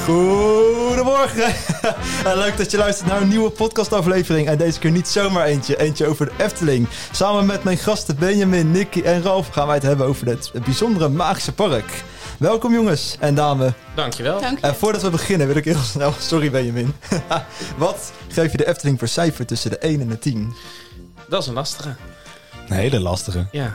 Goedemorgen. Leuk dat je luistert naar een nieuwe podcastaflevering. En deze keer niet zomaar eentje over de Efteling. Samen met mijn gasten Benjamin, Nicky en Ralf gaan wij het hebben over het bijzondere magische park. Welkom jongens en dames. Dankjewel. En voordat we beginnen wil ik heel snel... Sorry Benjamin. Wat geef je de Efteling voor cijfer tussen de 1 en de 10? Dat is een lastige. Een hele lastige. Ja.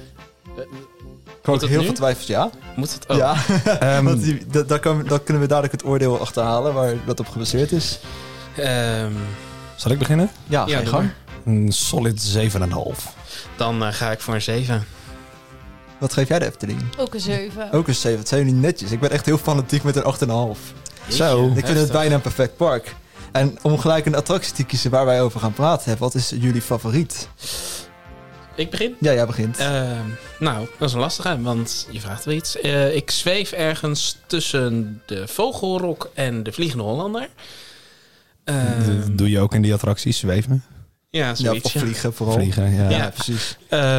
Ik hoor heel veel twijfels, ja? Moet het ook? Ja, want daar kunnen we dadelijk het oordeel achterhalen waar dat op gebaseerd is. Zal ik beginnen? Ja, ga je gang. Een solid 7,5. Dan ga ik voor een 7. Wat geef jij de Efteling? Ook een 7. Ook een 7. Het zijn jullie netjes. Ik ben echt heel fanatiek met een 8,5. Zo. Ik vind het bijna een perfect park. En om gelijk een attractie te kiezen waar wij over gaan praten, wat is jullie favoriet? Ik begin? Ja, jij begint. Nou, dat is een lastige, want je vraagt wel iets. Ik zweef ergens tussen de Vogelrok en de Vliegende Hollander. Dat doe je ook in die attracties, zweven? Ja, zoiets. Of vliegen vooral. Vliegen, Ja. Precies.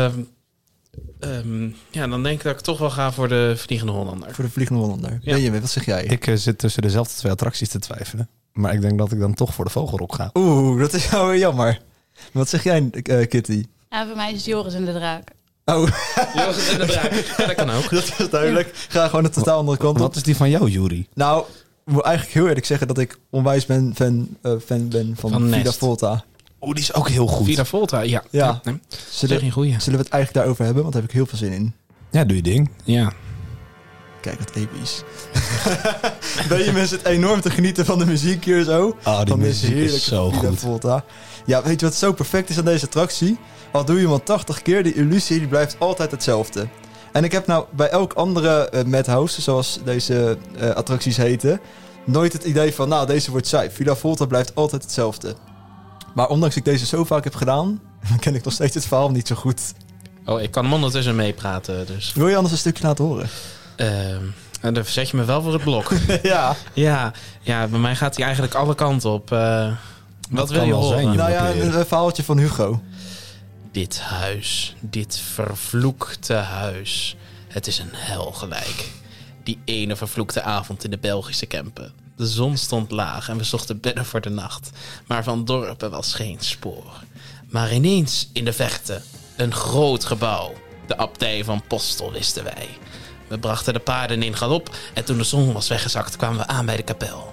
Ja, dan denk ik dat ik toch wel ga voor de Vliegende Hollander. Voor de Vliegende Hollander. Ja. Benjamin, wat zeg jij? Ik zit tussen dezelfde twee attracties te twijfelen. Maar ik denk dat ik dan toch voor de Vogelrok ga. Oeh, dat is nou weer jammer. Wat zeg jij, Kitty? Ja, voor mij is het Joris en de Draak. Oh, Joris en de Draak. Ja, dat kan ook. dat is duidelijk. Ga gewoon de totaal andere kant op. Wat is die van jou, Juri? Nou, ik moet eigenlijk heel eerlijk zeggen dat ik onwijs fan ben van Vida Nest. Volta. Oh, die is ook heel goed. Villa Volta, ja. Ja. Nee, zeg een goeie. Zullen we het eigenlijk daarover hebben? Want daar heb ik heel veel zin in. Ja, doe je ding. Ja. Kijk, wat episch. Benjamin zit enorm te genieten van de muziek hier zo. Oh, die Van deze muziek is heerlijke zo Vida goed. Volta. Ja, weet je wat zo perfect is aan deze attractie? Al doe je hem al 80 keer, die illusie die blijft altijd hetzelfde. En ik heb nou bij elk andere Madhouse, zoals deze attracties heten, nooit het idee van, nou, deze wordt saai. Vida Volta blijft altijd hetzelfde. Maar ondanks ik deze zo vaak heb gedaan, ken ik nog steeds het verhaal niet zo goed. Oh, ik kan hem ondertussen meepraten, dus... Wil je anders een stukje laten horen? En dan zet je me wel voor het blok. Ja. Ja, bij mij gaat hij eigenlijk alle kanten op. Wat wil kan je wel horen? zijn, joh. Nou ja, een verhaaltje van Hugo. Dit huis, dit vervloekte huis. Het is een hel gelijk. Die ene vervloekte avond in de Belgische Kempen. De zon stond laag en we zochten bedden voor de nacht. Maar van dorpen was geen spoor. Maar ineens in de verte een groot gebouw. De abdij van Postel wisten wij. We brachten de paarden in galop en toen de zon was weggezakt kwamen we aan bij de kapel.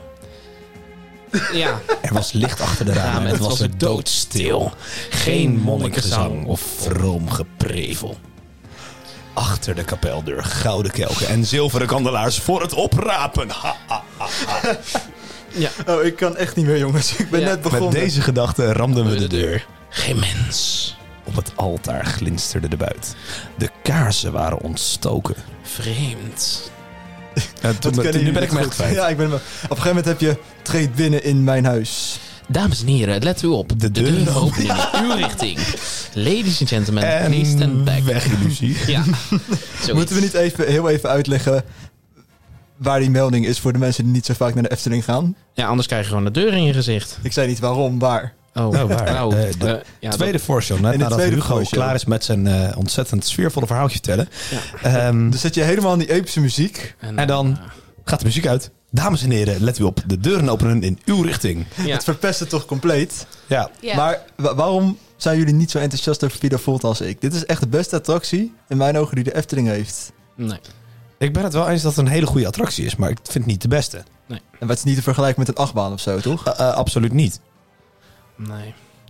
Ja, Er was licht achter de ramen. Het was er doodstil. Geen monnikengezang of vroom geprevel. Achter de kapeldeur gouden kelken en zilveren kandelaars voor het oprapen. Ha, ha, ha, ha. ja. Oh, ik kan echt niet meer, jongens. Ik ben Ja. net begonnen. Met deze gedachte ramden we de deur. Geen mens. Op het altaar glinsterde de buit. De kaarsen waren ontstoken. Vreemd. Nu ben ik me echt kwijt. Ja, op een gegeven moment heb je treed binnen in mijn huis. Dames en heren, let u op. De deuren openen in uw richting. Ladies and gentlemen, please stand back. Weg, illusie. Ja. Moeten we niet heel even uitleggen waar die melding is voor de mensen die niet zo vaak naar de Efteling gaan? Ja, anders krijg je gewoon de deur in je gezicht. Ik zei niet waarom, waar. Oh, waar? Nou, De tweede voorshow, net In de nadat tweede Hugo voorshow. klaar is met zijn ontzettend sfeervolle verhaaltje vertellen. Ja. Dus zet je helemaal in die epische muziek. En dan gaat de muziek uit. Dames en heren, let u op. De deuren openen in uw richting. Ja. Het verpest het toch compleet. Ja. Ja. Maar waarom zijn jullie niet zo enthousiast over Vida Volta als ik? Dit is echt de beste attractie in mijn ogen die de Efteling heeft. Nee. Ik ben het wel eens dat het een hele goede attractie is, maar ik vind het niet de beste. En wat is niet te vergelijken met een achtbaan of zo, toch? Absoluut niet. Nee.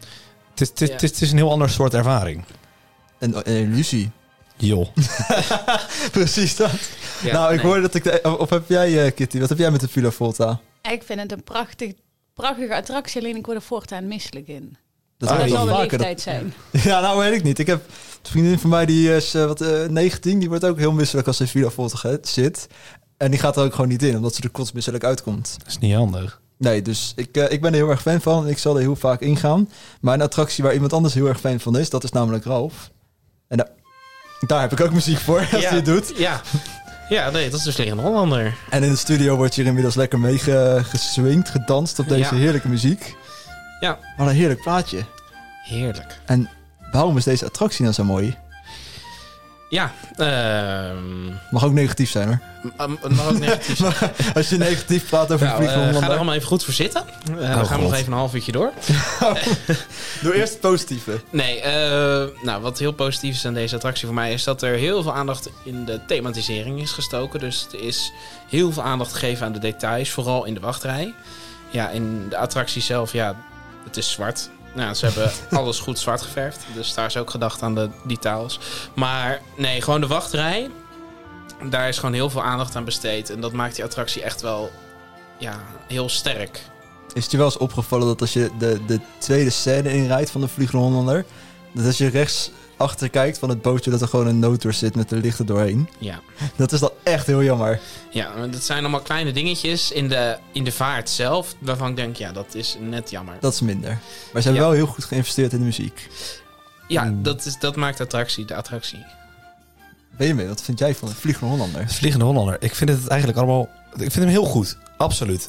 Het is een heel ander soort ervaring. Een illusie. Joh. Precies dat. Ja, nou, ik nee. hoorde dat ik... Of heb jij, Kitty, wat heb jij met de Vida Volta? Ik vind het een prachtige attractie, alleen ik word er voortaan misselijk in. Dat Dat hoor ik zal wel de vaker. leeftijd zijn. Ja, nou weet ik niet. Ik heb een vriendin van mij, die is 19. Die wordt ook heel misselijk als ze in Vida Volta zit. En die gaat er ook gewoon niet in, omdat ze er kotsmisselijk uitkomt. Dat is niet handig. Nee, dus ik ben er heel erg fan van. En ik zal er heel vaak ingaan. Maar een attractie waar iemand anders heel erg fan van is, dat is namelijk Ralf. En daar heb ik ook muziek voor, als hij het doet. Ja. Ja, nee, dat is dus Vliegende Hollander. En in de studio wordt hier inmiddels lekker mee geswingd, gedanst op deze Ja. heerlijke muziek. Ja. Wat een heerlijk plaatje. Heerlijk. En waarom is deze attractie nou zo mooi? Ja, Mag ook negatief zijn hoor. het mag ook negatief zijn. Als je negatief praat over de Nou, Vliegende ga er Hollander. allemaal even goed voor zitten. Dan gaan we nog even een half uurtje door. Doe eerst het positieve. Nee, nou, wat heel positief is aan deze attractie voor mij... is dat er heel veel aandacht in de thematisering is gestoken. Dus er is heel veel aandacht gegeven aan de details. Vooral in de wachtrij. Ja, in de attractie zelf, ja, het is zwart. Nou, ze hebben alles goed zwart geverfd. Dus daar is ook gedacht aan de details. Maar nee, gewoon de wachtrij... daar is gewoon heel veel aandacht aan besteed. En dat maakt die attractie echt wel heel sterk. Is het je wel eens opgevallen dat als je de tweede scène inrijdt van de Vliegende Hollander... dat als je rechts achter kijkt van het bootje... dat er gewoon een noodtoer zit met de lichten doorheen. Ja. Dat is dan echt heel jammer. Ja, maar dat zijn allemaal kleine dingetjes in de vaart zelf... waarvan ik denk, ja, dat is net jammer. Dat is minder. Maar ze hebben wel heel goed geïnvesteerd in de muziek. Ja, dat maakt de attractie. Ben je mee? Wat vind jij van de Vliegende Hollander? De Vliegende Hollander. Ik vind het eigenlijk allemaal... Ik vind hem heel goed. Absoluut.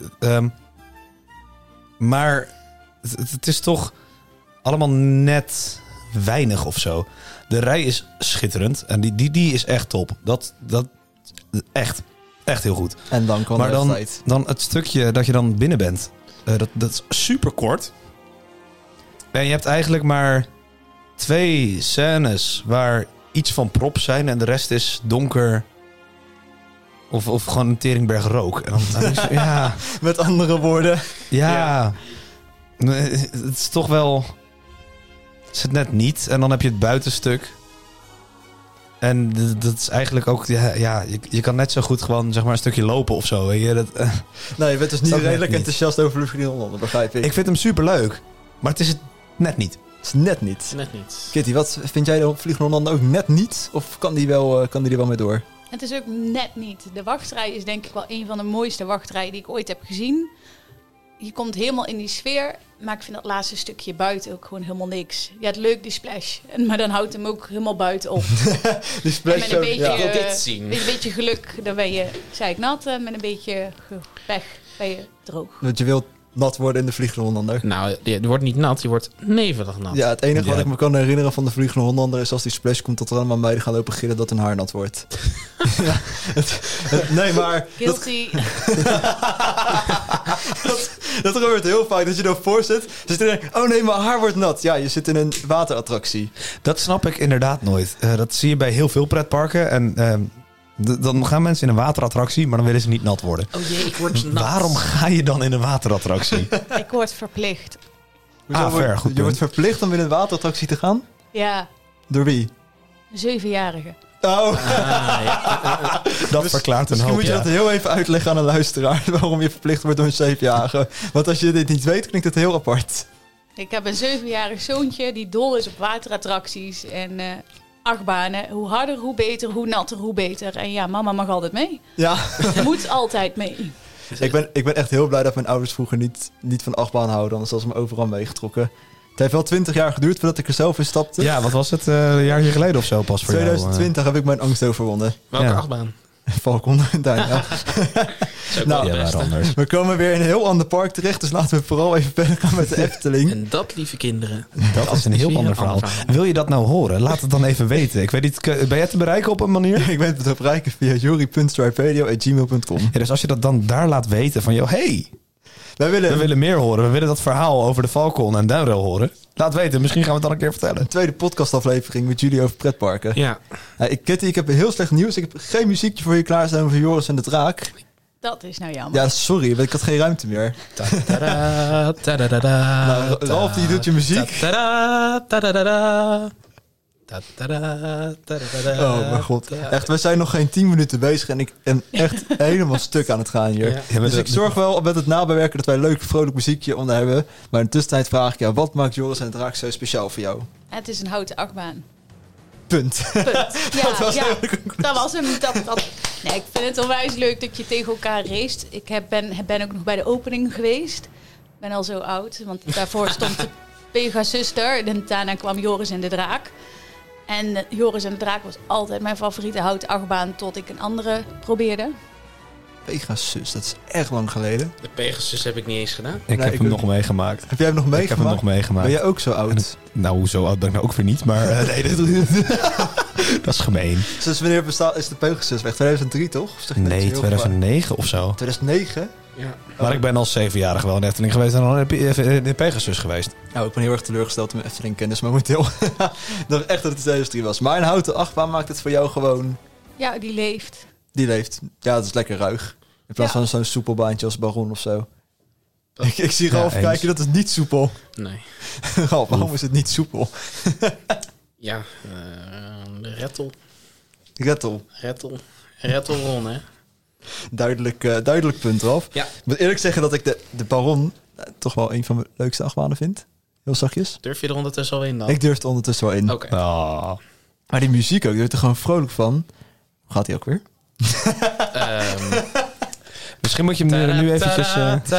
Maar het is toch allemaal net weinig of zo. De rij is schitterend. En die is echt top. Dat echt heel goed. En dan kwam Maar de tijd. dan het stukje dat je dan binnen bent. Dat is super kort. En je hebt eigenlijk maar 2 scènes waar iets van prop zijn. En de rest is donker. Of gewoon een teringberg rook. En dan is, ja, Met andere woorden. ja. Het is toch wel... Het is het net niet. En dan heb je het buitenstuk. En dat is eigenlijk ook... Ja, je kan net zo goed gewoon zeg maar een stukje lopen of zo. Weet je? Nou, je bent dus niet Dat net redelijk niet. enthousiast over de Vliegende Hollander, begrijp ik. Ik vind hem super leuk. Maar het is het net niet. Het is net niet. Net niet. Kitty, wat vind jij de Vliegende Hollander ook net niet? Of kan die er wel mee door? Het is ook net niet. De wachtrij is denk ik wel een van de mooiste wachtrijen die ik ooit heb gezien. Je komt helemaal in die sfeer, maar ik vind dat laatste stukje buiten ook gewoon helemaal niks. Ja, het leuk die splash, maar dan houdt hem ook helemaal buiten op. Die splash En met een beetje, Ik wil dit zien. met een beetje geluk, dan ben je zeiknat. En met een beetje pech ben je droog. Want je wilt nat worden in de Vliegende Hollander. Nou, je wordt niet nat, je wordt nevelig nat. Ja, het enige wat Ja. ik me kan herinneren van de Vliegende Hollander is als die splash komt dat er allemaal meiden gaan lopen gillen dat hun haar nat wordt. Ja, nee, maar Guilty. dat gebeurt heel vaak. Dat je ervoor zit, zit iedereen, oh nee, mijn haar wordt nat. Ja, je zit in een waterattractie. Dat snap ik inderdaad nooit. Dat zie je bij heel veel pretparken. En dan gaan mensen in een waterattractie, maar dan willen ze niet nat worden. Oh jee, ik word nat. Waarom ga je dan in een waterattractie? Ik word verplicht. Hoezo fair, goed je wordt punt. verplicht om in een waterattractie te gaan? Ja, Door wie? een 7-jarige. Oh, Dat verklaart een misschien hoop, moet je ja. dat heel even uitleggen aan een luisteraar waarom je verplicht wordt door een 7-jarige. Want als je dit niet weet, klinkt het heel apart. Ik heb een 7-jarig zoontje die dol is op waterattracties en achtbanen. Hoe harder, hoe beter. Hoe natter, hoe beter. En ja, mama mag altijd mee. Ja, Moet altijd mee. ik ben echt heel blij dat mijn ouders vroeger niet van achtbaan houden. Anders hadden ze me overal meegetrokken. Het heeft wel 20 jaar geduurd voordat ik er zelf in stapte. Ja, wat was het? Een jaartje geleden of zo pas voor 2020 heb ik mijn angst overwonnen. Welke Ja. achtbaan? Falcon, Daniel. Is ook Nou, wel jou? het Ja, beste. waar anders. We komen weer in een heel ander park terecht, dus laten we vooral even verder gaan met de Efteling. En dat, lieve kinderen, Dat is een heel weer ander verhaal. Wil je dat nou horen? Laat het dan even weten. Ik weet niet, ben jij te bereiken op een manier? Ik ben te bereiken via jori.stripradio@gmail.com. Ja, dus als je dat dan daar laat weten van, joh, hey, Wij willen we willen meer horen. We willen dat verhaal over de Falcon en Duinrail horen. Laat weten, misschien gaan we het dan een keer vertellen. een tweede podcastaflevering met jullie over pretparken. Ja, Kitty, ik heb heel slecht nieuws. Ik heb geen muziekje voor je klaarstaan over Joris en de Draak. Dat is nou jammer. Ja, sorry, want ik had geen ruimte meer. Ta-da, ta-da-da-da. Nou, Ralf, die doet je muziek. Ta-da, ta-da-da-da. Ta-da, ta-da-da-da. Oh mijn god. Echt, we zijn nog geen 10 minuten bezig en ik ben echt helemaal stuk aan het gaan hier. Ja. Ja, maar Dus ik zorg wel met het nabewerken dat wij een leuk, vrolijk muziekje onder hebben. Maar in de tussentijd vraag ik jou, wat maakt Joris en de Draak zo speciaal voor jou? Het is een houten achtbaan. Punt. Punt. Ja, Dat was ja, eigenlijk een conclusie. dat was hem. Nee, ik vind het onwijs leuk dat je tegen elkaar race. Ik ben ook nog bij de opening geweest. Ik ben al zo oud, want daarvoor stond de Pegasus-zuster. En daarna kwam Joris en de Draak. En Joris en de Draak was altijd mijn favoriete houten achtbaan tot ik een andere probeerde. Pegasus, dat is echt lang geleden. De Pegasus heb ik niet eens gedaan. Ik heb ik hem ook. nog meegemaakt. Heb jij hem nog Ik heb hem meegemaakt? nog meegemaakt. Ben jij ook zo oud? Nou, zo oud ben ik nou ook weer niet, maar nee, dat is gemeen. Dus wanneer is de Pegasus weg? 2003 toch? Of zeg ik net Nee, heel 2009 of zo. 2009? Ja. Maar ik ben al 7-jarig wel in de Efteling geweest en dan in de Pegasus geweest. Nou, ik ben heel erg teleurgesteld in mijn Efteling-kennis momenteel. Dat echt dat het 2003 was. Maar een houten achtbaan maakt het voor jou gewoon... Ja, die leeft. Die leeft. Ja, dat is lekker ruig. In plaats van zo'n soepel baantje als Baron of zo. Ik zie Ralf eens. kijken, dat is niet soepel. Nee. Ralf, waarom is het niet soepel? Ja, de Rettel. Rettelron, hè? Duidelijk punt, Ralf. Ja. Ik moet eerlijk zeggen dat ik de Baron toch wel een van mijn leukste achtbanen vind. Heel zachtjes. Durf je er ondertussen al in dan? Ik durf er ondertussen wel in. Oké. Ah. Maar die muziek ook, je wordt er gewoon vrolijk van. Hoe gaat die ook weer? Misschien moet je hem nu eventjes...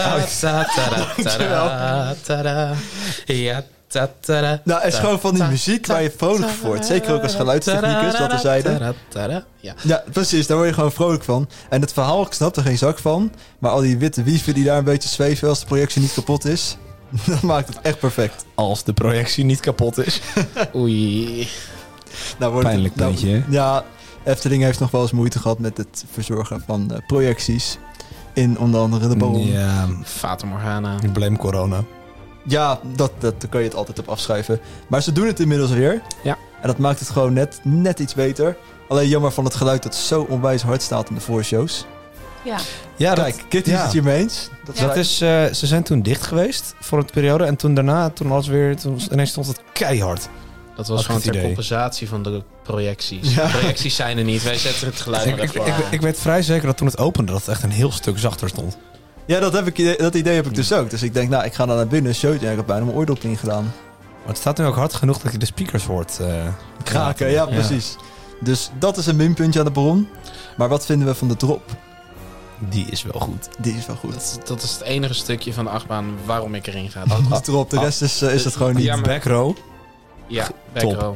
Nou, het is gewoon van die muziek waar je vrolijk voor wordt. Zeker ook als geluidstechnicus, wat we zeiden. Ja. Ja, precies, daar word je gewoon vrolijk van. En het verhaal, ik snap er geen zak van. Maar al die witte wieven die daar een beetje zweven als de projectie niet kapot is... dat maakt het echt perfect. Als de projectie niet kapot is. Oei. Nou, wordt Pijnlijk puntje, hè? Ja, Efteling heeft nog wel eens moeite gehad met het verzorgen van projecties. In onder andere de Baron. Ja, Fata Morgana. ik blame corona. Ja, daar kan je het altijd op afschuiven. Maar ze doen het inmiddels weer. Ja. En dat maakt het gewoon net iets beter. Alleen jammer van het geluid dat zo onwijs hard staat in de voorshows. Ja. Ja, Kijk, Kitty is het hiermee eens. Dat is, ze zijn toen dicht geweest voor een periode. En toen daarna, ineens stond het keihard. Dat was Had gewoon ik het ter idee. compensatie van de projecties. Ja. Projecties zijn er niet. Wij zetten het geluid maar even aan. Ik weet vrij zeker dat toen het opende, dat het echt een heel stuk zachter stond. Ja, dat idee heb ik dus ook. Dus ik denk, nou, ik ga dan naar binnen, showtje. En ik heb bijna mijn oordop ingedaan. Maar het staat nu ook hard genoeg dat je de speakers hoort Kraken, ja, precies. Dus dat is een minpuntje aan de Baron. Maar wat vinden we van de drop? Die is wel goed. Die is wel goed. Dat is het enige stukje van de achtbaan waarom ik erin ga. De drop, de rest is het gewoon niet. Ja, maar- Back row. Ja, Top. back row.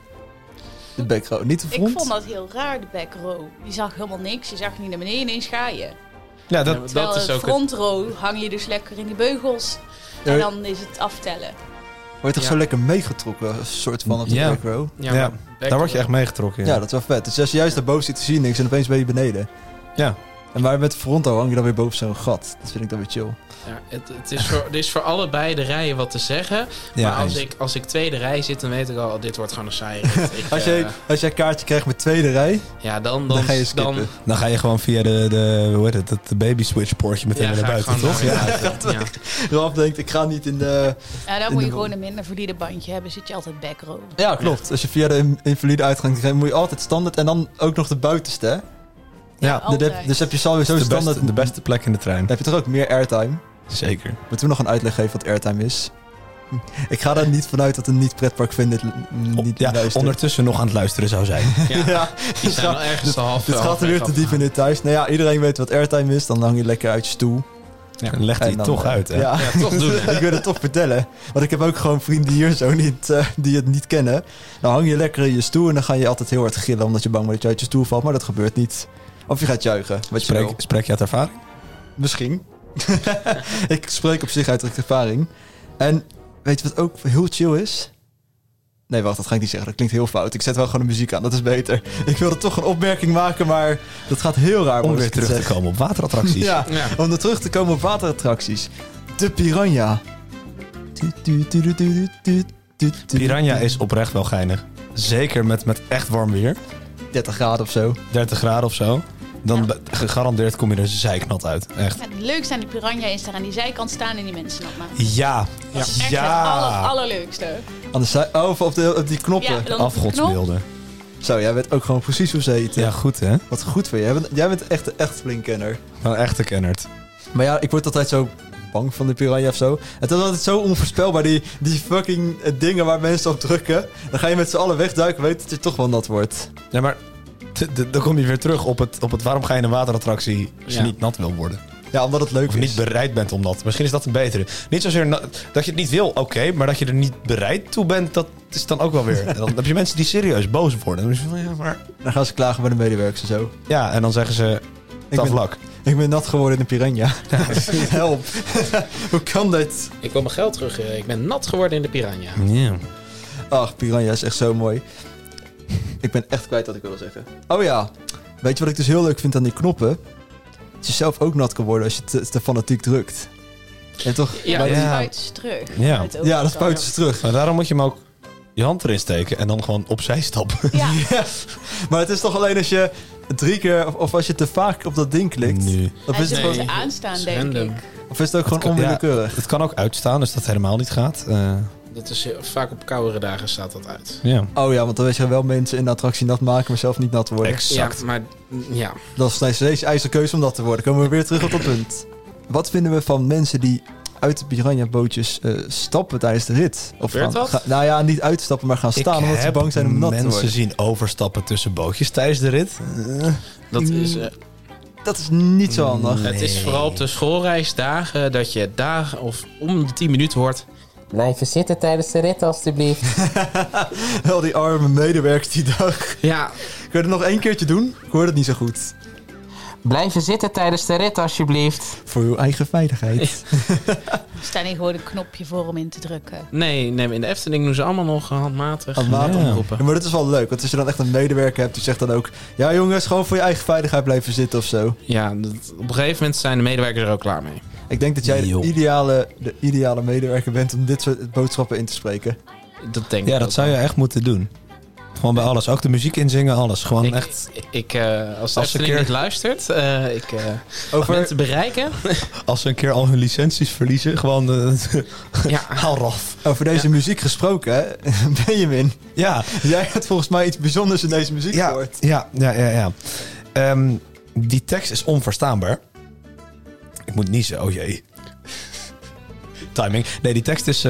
De back row, niet de Ik front. vond dat heel raar, de back row. Je zag helemaal niks. Je zag niet naar beneden, ineens ga je. Ja, Ja, dat, Terwijl dat is de ook front row hang je dus lekker in die beugels. Ja. En dan is het aftellen. Wordt toch Ja. zo lekker meegetrokken, een soort van op de Ja. back row. Ja, Ja, maar back daar word je row- echt meegetrokken. Ja, dat is wel vet. Dus als je juist daarboven zit te zien niks en opeens ben je beneden. Ja. En maar met de front row hang je dan weer boven zo'n gat. Dat vind ik dan weer chill. Ja, het is voor allebei de rijen wat te zeggen. Ja, maar eens. als ik tweede rij zit, dan weet ik al, dit wordt gewoon een saaie rit. Als jij een kaartje krijgt met tweede rij, Ja, dan ga je skippen. Dan ga je gewoon via de hoe heet het, de baby switch poortje meteen Ja, naar ga ik buiten, gewoon toch? naar- Ja. ja. Ralf denkt, ik ga niet in de... Ja, dan In moet de- je gewoon een minder verdiende bandje hebben. Zit je altijd back row. Ja, klopt. Als je via de invalide uitgang gaat, moet je altijd standaard. En dan ook nog de buitenste, hè? Ja, altijd. Dus heb je sowieso de standaard... beste plek in de trein. Dan heb je toch ook meer airtime. Zeker. Moeten we nog een uitleg geven wat airtime is? Ik ga er niet vanuit dat een niet-pretparkvinder niet Ja, luistert. ondertussen nog aan het luisteren zou zijn. Ja. Die dit zijn gaat- al ergens half. Dit gaat er weer te diep in details. Nou ja, iedereen weet wat airtime is. Dan hang je lekker uit je stoel. Dan legt hij En het dan, toch uit, hè? Ja, Ja, toch doen. ik wil het toch vertellen. Want ik heb ook gewoon vrienden hier zo niet, die het niet kennen. Dan hang je lekker in je stoel en dan ga je altijd heel hard gillen omdat je bang bent dat je uit je stoel valt. Maar dat gebeurt niet. Of je gaat juichen. Wat je wil. Spreek je uit ervaring? Misschien. Ik spreek op zich uit ervaring. En weet je wat ook heel chill is? Nee, wacht, dat ga ik niet zeggen. Dat klinkt heel fout. Ik zet wel gewoon de muziek aan. Dat is beter. Ik wilde toch een opmerking maken, maar dat gaat heel raar Om worden weer als ik het terug te zeg. komen op waterattracties. Ja, Ja. om er terug te komen op waterattracties. De Piranha. Piranha is oprecht wel geinig. Zeker met echt warm weer. 30 graden of zo. 30 graden of zo. Dan Ja. gegarandeerd kom je er zeiknat uit. Echt. En het leukste aan die piranha is daar aan die zijkant staan en die mensen nat maken. Ja. Dat is echt Ja. het allerleukste. Aan de of op die knoppen. Ja, dan op de knop. Afgodsbeelden. Zo, jij weet ook gewoon precies hoe ze heten. Ja, goed hè? Wat goed voor je. Jij bent echt een Efteling-kenner. Een echte kennert. Maar ja, ik word altijd zo bang van de piranha of zo. Het is altijd zo onvoorspelbaar, die fucking dingen waar mensen op drukken. Dan ga je met z'n allen wegduiken, weet dat je toch wel nat wordt. Ja, maar dan kom je weer terug op het waarom ga je in een waterattractie als je Ja. niet nat wil worden. Ja, omdat het leuk Of is. niet bereid bent om dat. Misschien is dat een betere. Niet zozeer dat je het niet wil, oké, maar dat je er niet bereid toe bent, dat is dan ook wel weer. En dan heb je mensen die serieus boos worden. Dan is het van, ja, maar... Dan gaan ze klagen bij de medewerkers en zo. Ja, en dan zeggen ze, Ik tough ben- luck. Ik ben nat geworden in een piranha. Help. Hoe kan dit? Ik wil mijn geld terug. Ik ben nat geworden in de piranha. Ja. Ach, piranha is echt zo mooi. Ik ben echt kwijt wat ik wilde zeggen. Oh ja. Weet je wat ik dus heel leuk vind aan die knoppen? Dat je zelf ook nat kan worden als je te fanatiek drukt. En toch... Ja, Dat bij die- spuit ze terug. Ja. uit de Ja, dat overkant. spuiten ze terug. Maar daarom moet je hem ook je hand erin steken en dan gewoon opzij stappen. Ja, Ja. Maar het is toch alleen als je 3 keer... Of als je te vaak op dat ding klikt. Nu. Of hij is het, zit gewoon, ze aanstaan, is denk random. ik. of is het ook gewoon kan- onwillekeurig? Het kan ook uitstaan, dus dat helemaal niet gaat. Dat is vaak op koudere dagen staat dat uit. Ja. Oh ja, want dan weet je wel mensen in de attractie nat maken, maar zelf niet nat worden. Exact. Ja, maar ja. Dat is nog steeds ijzerkeuze om dat te worden. Komen we weer terug op dat punt. Wat vinden we van mensen die uit de piranha-bootjes stappen tijdens de rit? Of Gebeurt dat? nou ja, niet uitstappen, maar gaan staan omdat ze bang zijn om nat te mensen worden. zien overstappen tussen bootjes tijdens de rit. Dat is, Dat is niet zo handig. Het is vooral op de schoolreisdagen dat je dagen of om de 10 minuten hoort. Blijven zitten tijdens de rit, alstublieft. Wel die arme medewerkers die dag. Ja, Kun je het nog 1 keertje doen? Ik hoor het niet zo goed. blijven zitten tijdens de rit, alsjeblieft. Voor uw eigen veiligheid. Er staat niet gewoon een knopje voor om in te drukken. Nee, in de Efteling doen ze allemaal nog handmatig. Handmatig. Ja. Roepen. Ja, maar dat is wel leuk, want als je dan echt een medewerker hebt die zegt dan ook... Ja jongens, gewoon voor je eigen veiligheid blijven zitten of zo. Ja, op een gegeven moment zijn de medewerkers er ook klaar mee. Ik denk dat jij de Jo. ideale medewerker bent om dit soort boodschappen in te spreken. Dat denk ik Ja, dat ook zou je wel. echt moeten doen. Gewoon bij alles. Ook de muziek inzingen, alles. Gewoon echt... Als Als de een Efteling keer- dit luistert, Over, mensen bereiken. Als ze een keer al hun licenties verliezen, gewoon... Ja, haal raf. over deze muziek gesproken, hè? Benjamin, Ja, jij hebt volgens mij iets bijzonders in deze muziek ja, gehoord. ja. Die tekst is onverstaanbaar. Ik moet niezen, oh jee. Timing. Nee, die tekst is...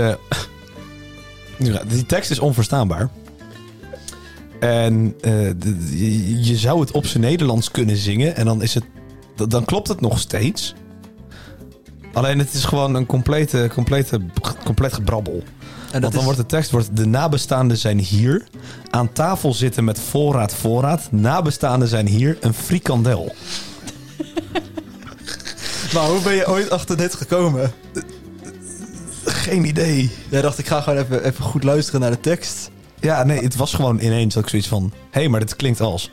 die tekst is onverstaanbaar. En je zou het op zijn Nederlands kunnen zingen. En dan is het... Dan klopt het nog steeds. Alleen het is gewoon een compleet gebrabbel. En Want dan wordt de tekst... De nabestaanden zijn hier. Aan tafel zitten met voorraad. Nabestaanden zijn hier. Een frikandel. Maar hoe ben je ooit achter dit gekomen? Geen idee. Jij dacht, ik ga gewoon even goed luisteren naar de tekst. Ja, nee, het was gewoon ineens dat ik zoiets van... Hé, maar dit klinkt als...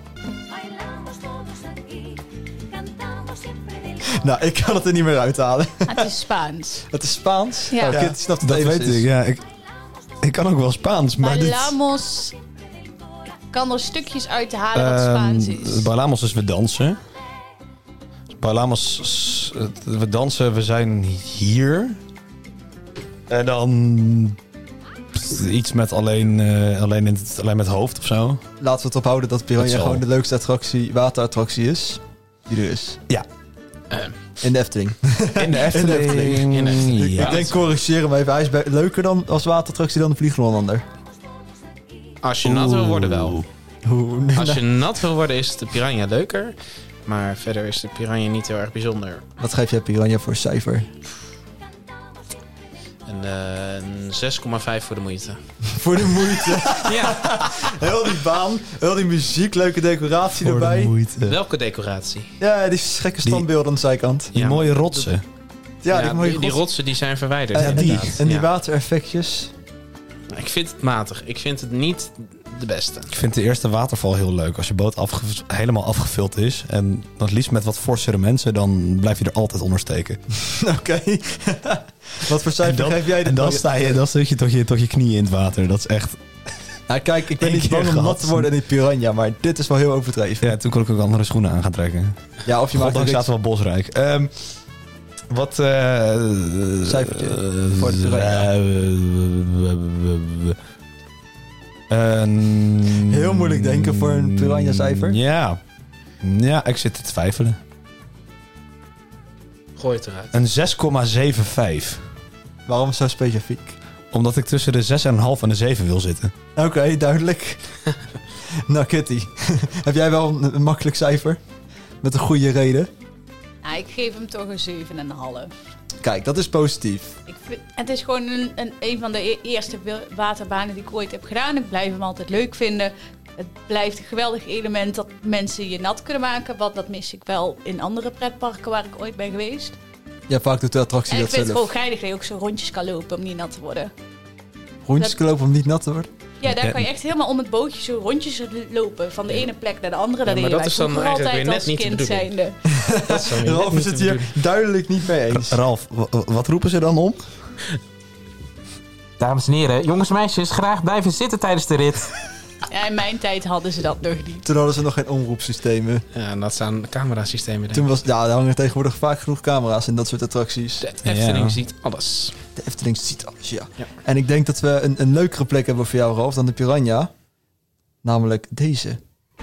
Nou, ik kan het er niet meer uithalen. Het is Spaans. Het is Spaans. Ja. Oh, Ja, Kitty snapt het Dat even weet ik, ja. Ik kan ook wel Spaans, maar dit... Bailamos. Ik kan er stukjes uit halen wat Spaans is. Bailamos is we dansen. Bailamos, we dansen, we zijn hier. En dan... Iets met alleen met hoofd of zo. Laten we het ophouden dat Piranha Dat zal. gewoon de leukste attractie, waterattractie is. Die er is. Ja. In de Efteling. In de Efteling. Efteling. In de Efteling. Ja. Ik denk, corrigeer hem even. Hij is leuker dan als waterattractie dan de Vlieghollander. als je nat wil worden wel. Hoe? Als je nat wil worden is de Piranha leuker. Maar verder is de Piranha niet heel erg bijzonder. Wat geef jij Piranha voor cijfer? Een 6,5 voor de moeite. Voor de moeite. Ja. Heel die baan, heel die muziek, leuke decoratie Voor de erbij. moeite. Welke decoratie? Ja, die gekke standbeelden aan de zijkant. Die Ja. mooie rotsen. Ja, die mooie die rots- rotsen die zijn verwijderd. en die, inderdaad. en die Ja. watereffectjes. Ik vind het matig. Ik vind het niet de beste. Ik vind de eerste waterval heel leuk. Als je boot helemaal afgevuld is. En het liefst met wat forsere mensen. Dan blijf je er altijd onder steken. Oké. Wat voor cijfer geef jij En dan zit je tot je knieën in het water. Dat is echt... Nou, kijk, ik ben Eén niet keer bang om gehad. nat te worden in die Piranha, maar dit is wel heel overdreven. Ja, toen kon ik ook andere schoenen aan gaan trekken. Ja, of je maakt Goddank er staat wel bosrijk. Wat... Cijfertje voor de Piranha. Heel moeilijk denken voor een Piranha-cijfer. Ja. Ja, ik zit te twijfelen. Gooi het eruit. Een 6,75. Waarom zo specifiek? Omdat ik tussen de 6,5 en de 7 wil zitten. Oké, duidelijk. Nou, Kitty, heb jij wel een makkelijk cijfer? Met een goede reden? Nou, ik geef hem toch een 7,5. Kijk, dat is positief. Het is gewoon een van de eerste waterbanen die ik ooit heb gedaan. Ik blijf hem altijd leuk vinden. Het blijft een geweldig element dat mensen je nat kunnen maken. Want dat mis ik wel in andere pretparken waar ik ooit ben geweest. Ja, vaak doet de attractie En ik dat vind het zelf. gewoon geinig dat je ook zo rondjes kan lopen om niet nat te worden. Rondjes kunnen lopen om niet nat te worden. Ja, daar kan je echt helemaal om het bootje zo rondjes lopen. Van de ene plek naar de andere. Dat Ja, maar deden dat wij is dan vroeger eigenlijk weer altijd net als niet de kind bedoeling. zijnde. Dat is dan weer net Ralf niet is het de hier bedoeling. duidelijk niet mee eens. Ralf, wat roepen ze dan om? Dames en heren, jongens en meisjes, graag blijven zitten tijdens de rit. Ja, in mijn tijd hadden ze dat nog niet. Toen hadden ze nog geen omroepsystemen. Ja, en dat zijn camerasystemen. denk Toen ik. was, ja, er hangen tegenwoordig vaak genoeg camera's in dat soort attracties. De Efteling Ja. ziet alles. De Efteling ziet alles, ja. Ja. En ik denk dat we een leukere plek hebben voor jou, Ralf, dan de Piranha. Namelijk deze.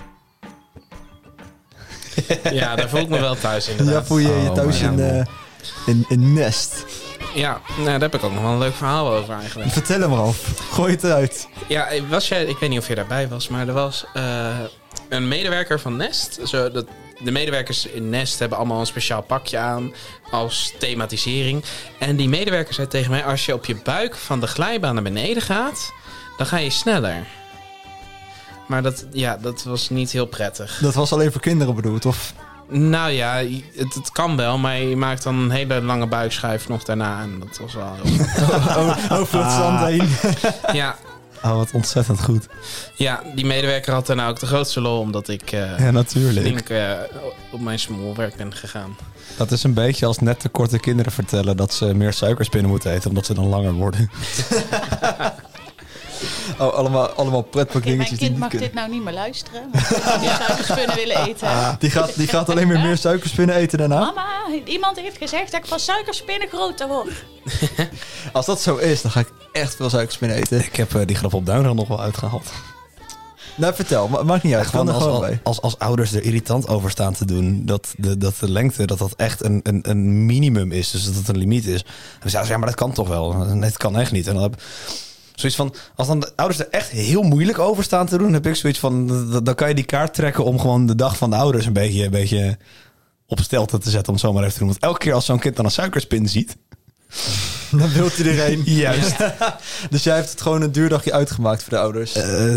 Ja, daar voel ik me wel thuis inderdaad. Daar voel je je Oh, thuis maar in Nest. Ja, nou, daar heb ik ook nog wel een leuk verhaal over eigenlijk. Vertel hem, Ralf. Gooi het eruit. Ja, ik weet niet of je daarbij was, maar er was een medewerker van Nest. De medewerkers in Nest hebben allemaal een speciaal pakje aan als thematisering. En die medewerker zei tegen mij, als je op je buik van de glijbaan naar beneden gaat, dan ga je sneller. Maar dat was niet heel prettig. Dat was alleen voor kinderen bedoeld, of? Nou ja, het kan wel, maar je maakt dan een hele lange buikschuif nog daarna. En dat was wel heel... Over het zand heen. Ja, Oh, wat ontzettend goed. ja, die medewerker had daarna ook de grootste lol, omdat ik Ja, natuurlijk. flink op mijn smolwerk ben gegaan. Dat is een beetje als net te korte kinderen vertellen dat ze meer suikerspinnen moeten eten, omdat ze dan langer worden. Oh, allemaal pretpark Mijn dingetjes die kind niet mag kunnen. dit nou niet meer luisteren. Want die suikerspinnen willen eten. Die gaat alleen maar meer suikerspinnen eten daarna. Mama, iemand heeft gezegd dat ik van suikerspinnen groter word. Als dat zo is, dan ga ik echt veel suikerspinnen eten. Ik heb die grap op Duinrand nog wel uitgehaald. Nou, vertel. Maakt niet uit. Gewoon er gewoon bij. Als ouders er irritant over staan te doen, dat de lengte, dat echt een minimum is. Dus dat het een limiet is. En dan zeiden ze, ja, maar dat kan toch wel? Nee, dat kan echt niet. En dan heb zoiets van, als dan de ouders er echt heel moeilijk over staan te doen, heb ik zoiets van, dan kan je die kaart trekken om gewoon de dag van de ouders een beetje op stelte te zetten, om het zo maar even te doen. Want elke keer als zo'n kind dan een suikerspin ziet, Dan wilt iedereen. juist. Dus jij hebt het gewoon een duurdagje uitgemaakt voor de ouders.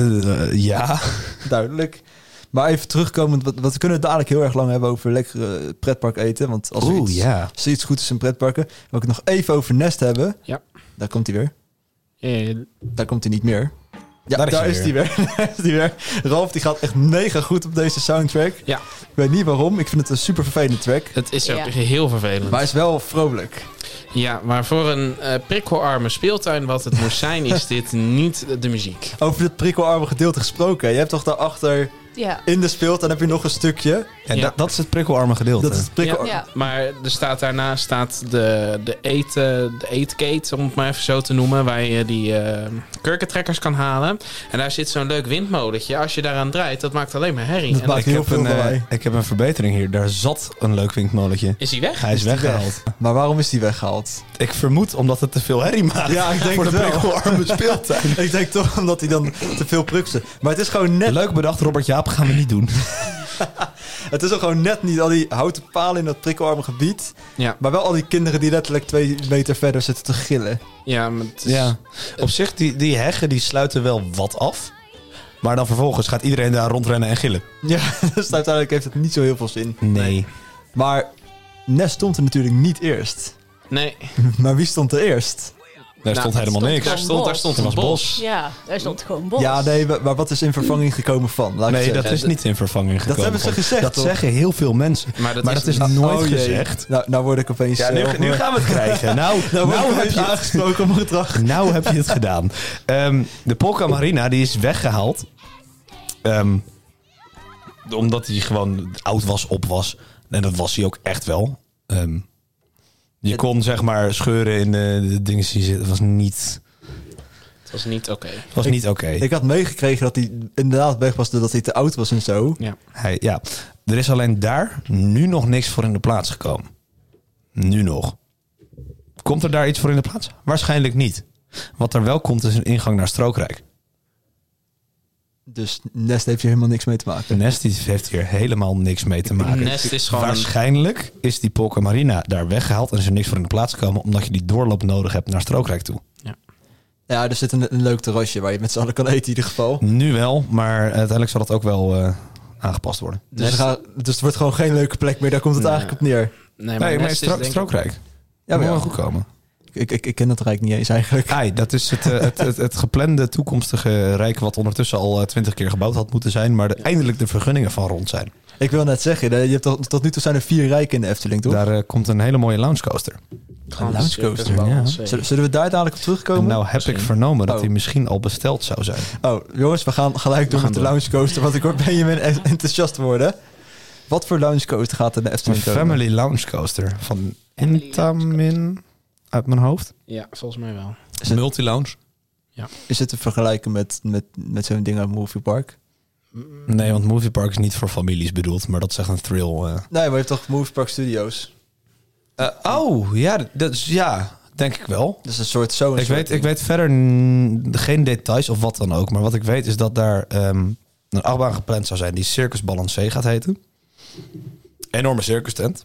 Ja. Duidelijk. Maar even terugkomend, want we kunnen het dadelijk heel erg lang hebben over lekkere pretpark eten. Want als er iets goed is in pretparken, wil ik het nog even over Nest hebben. Ja. Daar komt hij weer. Ja, Daar komt hij niet meer. Ja, Daar is daar hij is hij weer. Daar is hij weer. Ralf die gaat echt mega goed op deze soundtrack. Ja. Ik weet niet waarom. Ik vind het een super vervelende track. het is ook Ja. heel vervelend. Maar hij is wel vrolijk. Ja, maar voor een prikkelarme speeltuin wat het moest zijn, is dit niet de muziek. Over dit prikkelarme gedeelte gesproken. Je hebt toch daarachter Ja. in de speeltuin heb je nog een stukje. En Ja. dat is het prikkelarme gedeelte. Dat is het prikkelarme. Ja. Maar daarnaast staat de eetkate, om het maar even zo te noemen, waar je die kurkentrekkers kan halen. En daar zit zo'n leuk windmolentje. Als je daaraan draait, dat maakt alleen maar herrie. Dat En maakt Ik heel heb, veel lawaai. ik heb een verbetering hier. Daar zat een leuk windmolentje. is hij weg? Hij is die weggehaald. Maar waarom is die weggehaald? Ik vermoed omdat het te veel herrie maakt. Ja, ik denk voor de het wel. prikkelarme speeltuin. Ik denk toch omdat hij dan te veel prukste. Maar het is gewoon net. Leuk bedacht, Robert Jaap, gaan we niet doen. Het is ook gewoon net niet al die houten palen in dat prikkelarme gebied. Ja. Maar wel al die kinderen die letterlijk 2 meter verder zitten te gillen. Ja, maar het is, Ja. Op zich, die heggen die sluiten wel wat af. Maar dan vervolgens gaat iedereen daar rondrennen en gillen. Ja, dus uiteindelijk heeft het niet zo heel veel zin. Nee. Maar Nest stond er natuurlijk niet eerst. Nee, Maar wie stond er eerst? Daar stond helemaal stond niks. daar stond Er een was bos. Ja, daar stond gewoon bos. Ja, nee, maar wat is in vervanging gekomen van? Laat ik Nee, het dat zeggen. is niet in vervanging gekomen. hebben ze gezegd, Dat toch? zeggen heel veel mensen. Maar dat Maar is, dat is nooit Oh, jee. gezegd. Nou word ik opeens... Ja, nu gaan we het krijgen. Nou nou heb heb je je aangesproken om gedrag. Nou heb je het gedaan. De Polka Marina die is weggehaald. Omdat hij gewoon oud was, op was. En dat was hij ook echt wel. Je kon zeg maar scheuren in de dingen die zitten. Het was niet, het was niet oké. het was niet oké. Ik had meegekregen dat hij inderdaad weg was doordat hij te oud was en zo. Ja. Ja, er is alleen daar nu nog niks voor in de plaats gekomen. Nu nog. Komt er daar iets voor in de plaats? Waarschijnlijk niet. Wat er wel komt is een ingang naar Strookrijk. Dus Nest heeft hier helemaal niks mee te maken. Nest heeft hier helemaal niks mee te maken. Nest is gewoon Waarschijnlijk is die Polka Marina daar weggehaald en is er niks voor in de plaats gekomen omdat je die doorloop nodig hebt naar Strookrijk toe. Ja, er zit een leuk terrasje waar je met z'n allen kan eten in ieder geval. Nu wel, maar uiteindelijk zal dat ook wel aangepast worden. Dus het wordt gewoon geen leuke plek meer. Daar komt het eigenlijk op neer. Nee, Maar Nest is denk ik- Strookrijk. Ja, maar wel goed komen. ik ken dat rijk niet eens eigenlijk. Ai, dat is het geplande toekomstige rijk wat ondertussen al 20 keer gebouwd had moeten zijn, maar eindelijk de vergunningen van rond zijn. Ik wil net zeggen, je hebt tot nu toe zijn er 4 rijken in de Efteling, toch? Daar komt een hele mooie loungecoaster. Gewoon Lounge circus coaster, balancé. Zullen we daar dadelijk op terugkomen? Nou heb ik Misschien. vernomen dat Oh. die misschien al besteld zou zijn. Oh, jongens, we gaan gelijk door gaan met de door. lounge coaster, want ik hoor Benjamin enthousiast worden. Wat voor lounge coaster gaat er in de Een Efteling komen? family lounge coaster van Family Intamin uit mijn hoofd. Ja, volgens mij wel. Is het- Multi-lounge. Is het te vergelijken met zo'n ding uit Movie Park? Nee, want Movie Park is niet voor families bedoeld, maar dat is echt een thrill. Nee, maar je hebt toch Movie Park Studios? Ja, denk ik wel. Dat is een soort zo. Ik weet verder geen details of wat dan ook. Maar wat ik weet is dat daar een achtbaan gepland zou zijn die Circus Balancé gaat heten. Enorme circus tent.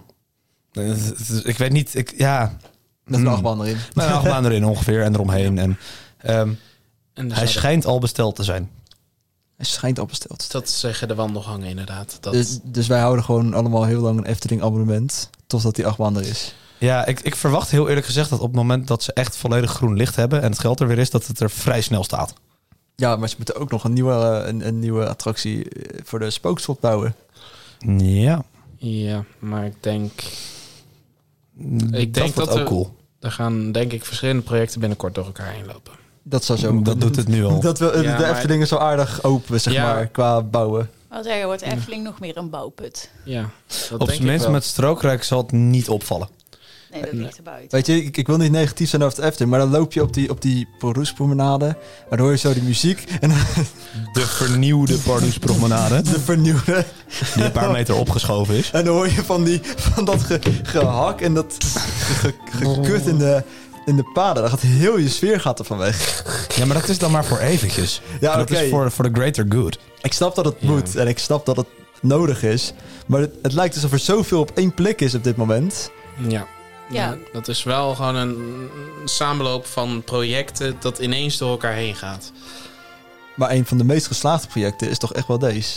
Ik weet niet, Met een achtbaan erin. Met een achtbaan erin ongeveer en eromheen. En En er hij zou schijnt al besteld te zijn. Hij schijnt al besteld. dat zeggen de wandelgangen inderdaad. Dat, Dus wij houden gewoon allemaal heel lang een Efteling abonnement totdat die achtbaan er is. Ja, ik verwacht heel eerlijk gezegd dat op het moment dat ze echt volledig groen licht hebben en het geld er weer is, dat het er vrij snel staat. Ja, maar ze moeten ook nog een nieuwe attractie voor de spookslot bouwen. Ja, Ja, maar ik denk... dat wordt ook cool. Er gaan denk ik verschillende projecten binnenkort door elkaar heen lopen. Dat zou zo. Dat doet het nu al. Dat we, Ja, de maar- Efteling is zo aardig open, zeg Ja. maar, qua bouwen. Wat zeggen, wordt Efteling nog meer een bouwput? Ja, dat Op denk zijn ik minst wel. met Strookrijk zal het niet opvallen. Nee, dat ligt erbuiten. Weet je, ik wil niet negatief zijn over het Efteling, maar dan loop je op die Pardoespromenade en dan hoor je zo die muziek en De vernieuwde Pardoespromenade, de vernieuwde. die een paar meter opgeschoven is. En dan hoor je van dat gehak en dat gekut in de paden. Dan gaat heel je sfeer gaat ervan weg. Ja, maar dat is dan maar voor eventjes. Ja, Dat oké. is voor the greater good. Ik snap dat het moet en ik snap dat het nodig is. Maar het lijkt alsof er zoveel op één plek is op dit moment. Ja. Ja. Ja, dat is wel gewoon een samenloop van projecten dat ineens door elkaar heen gaat. Maar een van de meest geslaagde projecten is toch echt wel deze.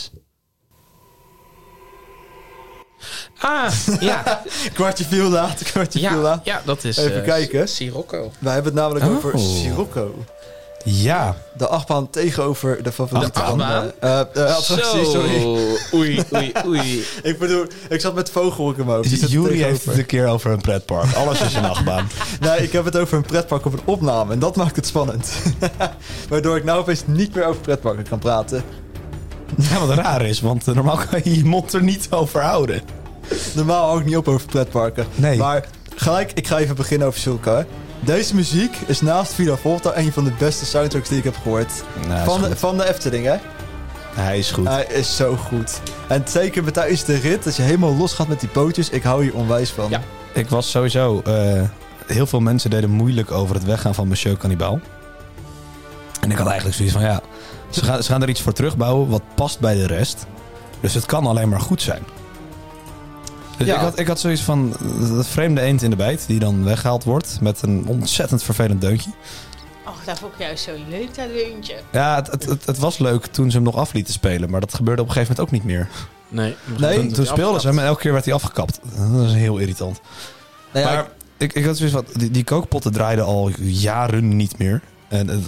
Ah, ja. Kwartje viel laat, kwartje viel laat. Ja, dat is... Even kijken. Sirocco. We hebben het namelijk Oh. over Sirocco. Ja, De achtbaan tegenover de favoriete achtbaan? attractie, sorry. Oei. Ik bedoel, ik zat met vogelhoek in mijn hoofd. Die zit er Jury heeft tegenover. het een keer over een pretpark. Alles is een achtbaan. Nee, ik heb het over een pretpark op een opname. En dat maakt het spannend. Waardoor ik nou opeens niet meer over pretparken kan praten. Ja, wat raar is, want normaal kan je je mond er niet over houden. Normaal hou ik niet op over pretparken. Nee. Maar gelijk, ik ga even beginnen over Zulka. Deze muziek is naast Villa Volta een van de beste soundtracks die ik heb gehoord. Nou, Van de Efteling, hè? hij is goed. Hij is zo goed. En zeker tijdens de rit, dat je helemaal los gaat met die pootjes. Ik hou hier onwijs van. Ja. Ik was sowieso... heel veel mensen deden moeilijk over het weggaan van Monsieur Cannibal. En ik had eigenlijk zoiets van, ja... Ze gaan er iets voor terugbouwen wat past bij de rest. Dus het kan alleen maar goed zijn. Dus Ja. ik had zoiets van... Dat vreemde eend in de bijt die dan weggehaald wordt... met een ontzettend vervelend deuntje. Och, dat vond ik juist zo leuk, dat deuntje. Ja, het was leuk toen ze hem nog af lieten spelen. Maar dat gebeurde op een gegeven moment ook niet meer. Nee, Toen speelden ze hem en elke keer werd hij afgekapt. Dat is heel irritant. Nou ja, Maar ik had zoiets van... Die kookpotten draaiden al jaren niet meer. En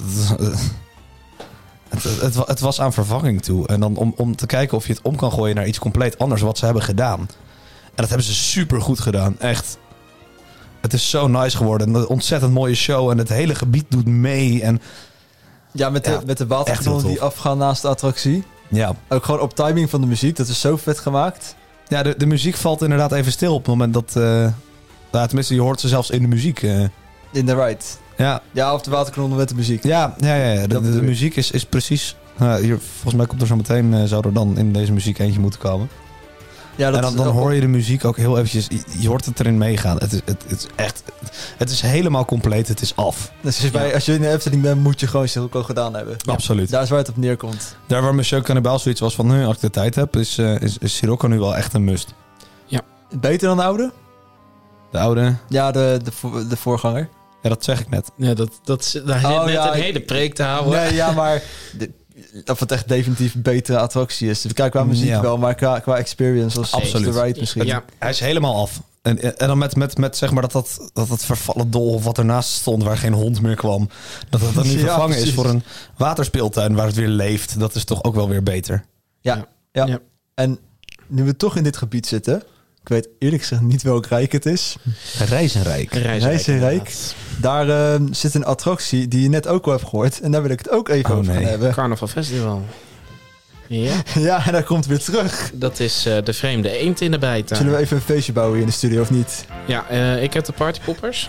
het was aan vervanging toe. En dan om te kijken of je het om kan gooien naar iets compleet anders wat ze hebben gedaan. En dat hebben ze super goed gedaan. Echt. Het is zo nice geworden. Een ontzettend mooie show. En het hele gebied doet mee. En ja, met de echt heel waterkanonnen die tof. afgaan naast de attractie. ja, Ook gewoon op timing van de muziek. Dat is zo vet gemaakt. ja de muziek valt inderdaad even stil op het moment dat... tenminste, je hoort ze zelfs in de muziek. In the ride. Ja, Ja, of de waterkanonnen met de muziek. ja. De Dat bedoel ik. muziek is precies... hier, volgens mij komt er zo meteen... zou er dan in deze muziek eentje moeten komen. Ja, En dan hoor je de muziek ook heel eventjes... Je hoort het erin meegaan. Het is echt... Het is helemaal compleet. Het is af. Dus als je in de Efteling bent, moet je gewoon Sirocco gedaan hebben. Absoluut. Daar is waar het op neerkomt. Daar waar Monsieur Cannibal zoiets was van... als ik de tijd heb, is Sirocco nu wel echt een must. Beter dan de oude? De oude... Ja, de voorganger. Ja, dat zeg ik net. Ja, daar zit net een hele preek te houden. Nee, ja, maar of het echt definitief een betere attractie is. Kijk, qua muziek wel, maar qua experience was Absoluut. de ride misschien. Ja. Hij is helemaal af. En dan met zeg maar dat vervallen doolhof wat ernaast stond, waar geen hond meer kwam. Dat dan nu vervangen precies. is voor een waterspeeltuin waar het weer leeft. Dat is toch ook wel weer beter. Ja. Ja. En nu we toch in dit gebied zitten, ik weet eerlijk gezegd niet welk rijk het is. Reizenrijk. Reizenrijk. Daar zit een attractie die je net ook al hebt gehoord. En daar wil ik het ook even over gaan hebben. Carnaval Festival. Ja, Ja, en hij komt weer terug. dat is de vreemde eend in de bijtuin. Zullen we even een feestje bouwen hier in de studio of niet? Ja, ik heb de partypoppers.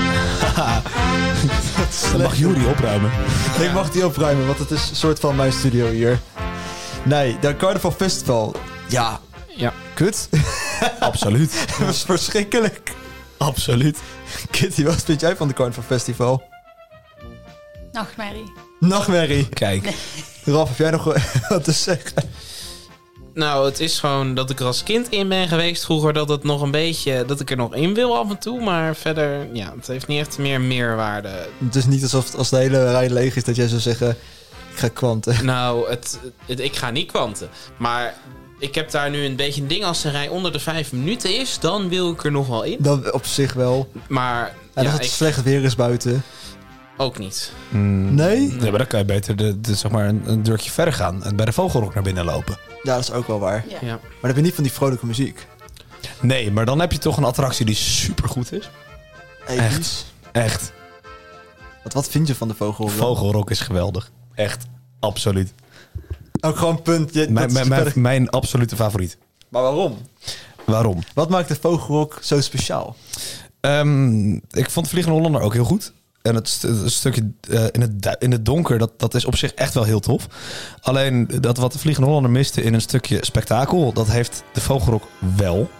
Dan mag Jury opruimen. Ik mag die opruimen, want het is een soort van mijn studio hier. Nee, de Carnaval Festival. Ja, Ja. kut. Absoluut. Dat was verschrikkelijk. Absoluut. Kitty, wat vind jij van de Carnaval Festival? Nachtmerrie. Nachtmerrie. Kijk. Ralf, heb jij nog wat te zeggen? Nou, het is gewoon dat ik er als kind in ben geweest vroeger. Dat het nog een beetje, dat ik er nog in wil af en toe. Maar verder, ja, het heeft niet echt meer meerwaarde. Het is niet alsof als de hele rij leeg is dat jij zou zeggen, ik ga kwanten. Nou, ik ga niet kwanten. Maar ik heb daar nu een beetje een ding. Als de rij onder de 5 minuten is, dan wil ik er nog wel in. Dan op zich wel. Maar En ja, als het slecht weer is buiten. ook niet. Nee? Ja, maar dan kan je beter zeg maar een deurtje verder gaan en bij de Vogelrok naar binnen lopen. Ja, dat is ook wel waar. Ja. Ja. Maar dan heb je niet van die vrolijke muziek. Nee, maar dan heb je toch een attractie die supergoed is. Episch. Echt. Wat vind je van de Vogelrok? Vogelrok is geweldig. Echt. Absoluut. Ook gewoon punt. Dat is verder- Mijn absolute favoriet. Maar waarom? Waarom? Wat maakt de Vogelrok zo speciaal? Ik vond Vliegende Hollander ook heel goed. En het stukje in het donker, dat is op zich echt wel heel tof. Alleen dat wat de Vliegende Hollander miste in een stukje spektakel, dat heeft de Vogelrok wel.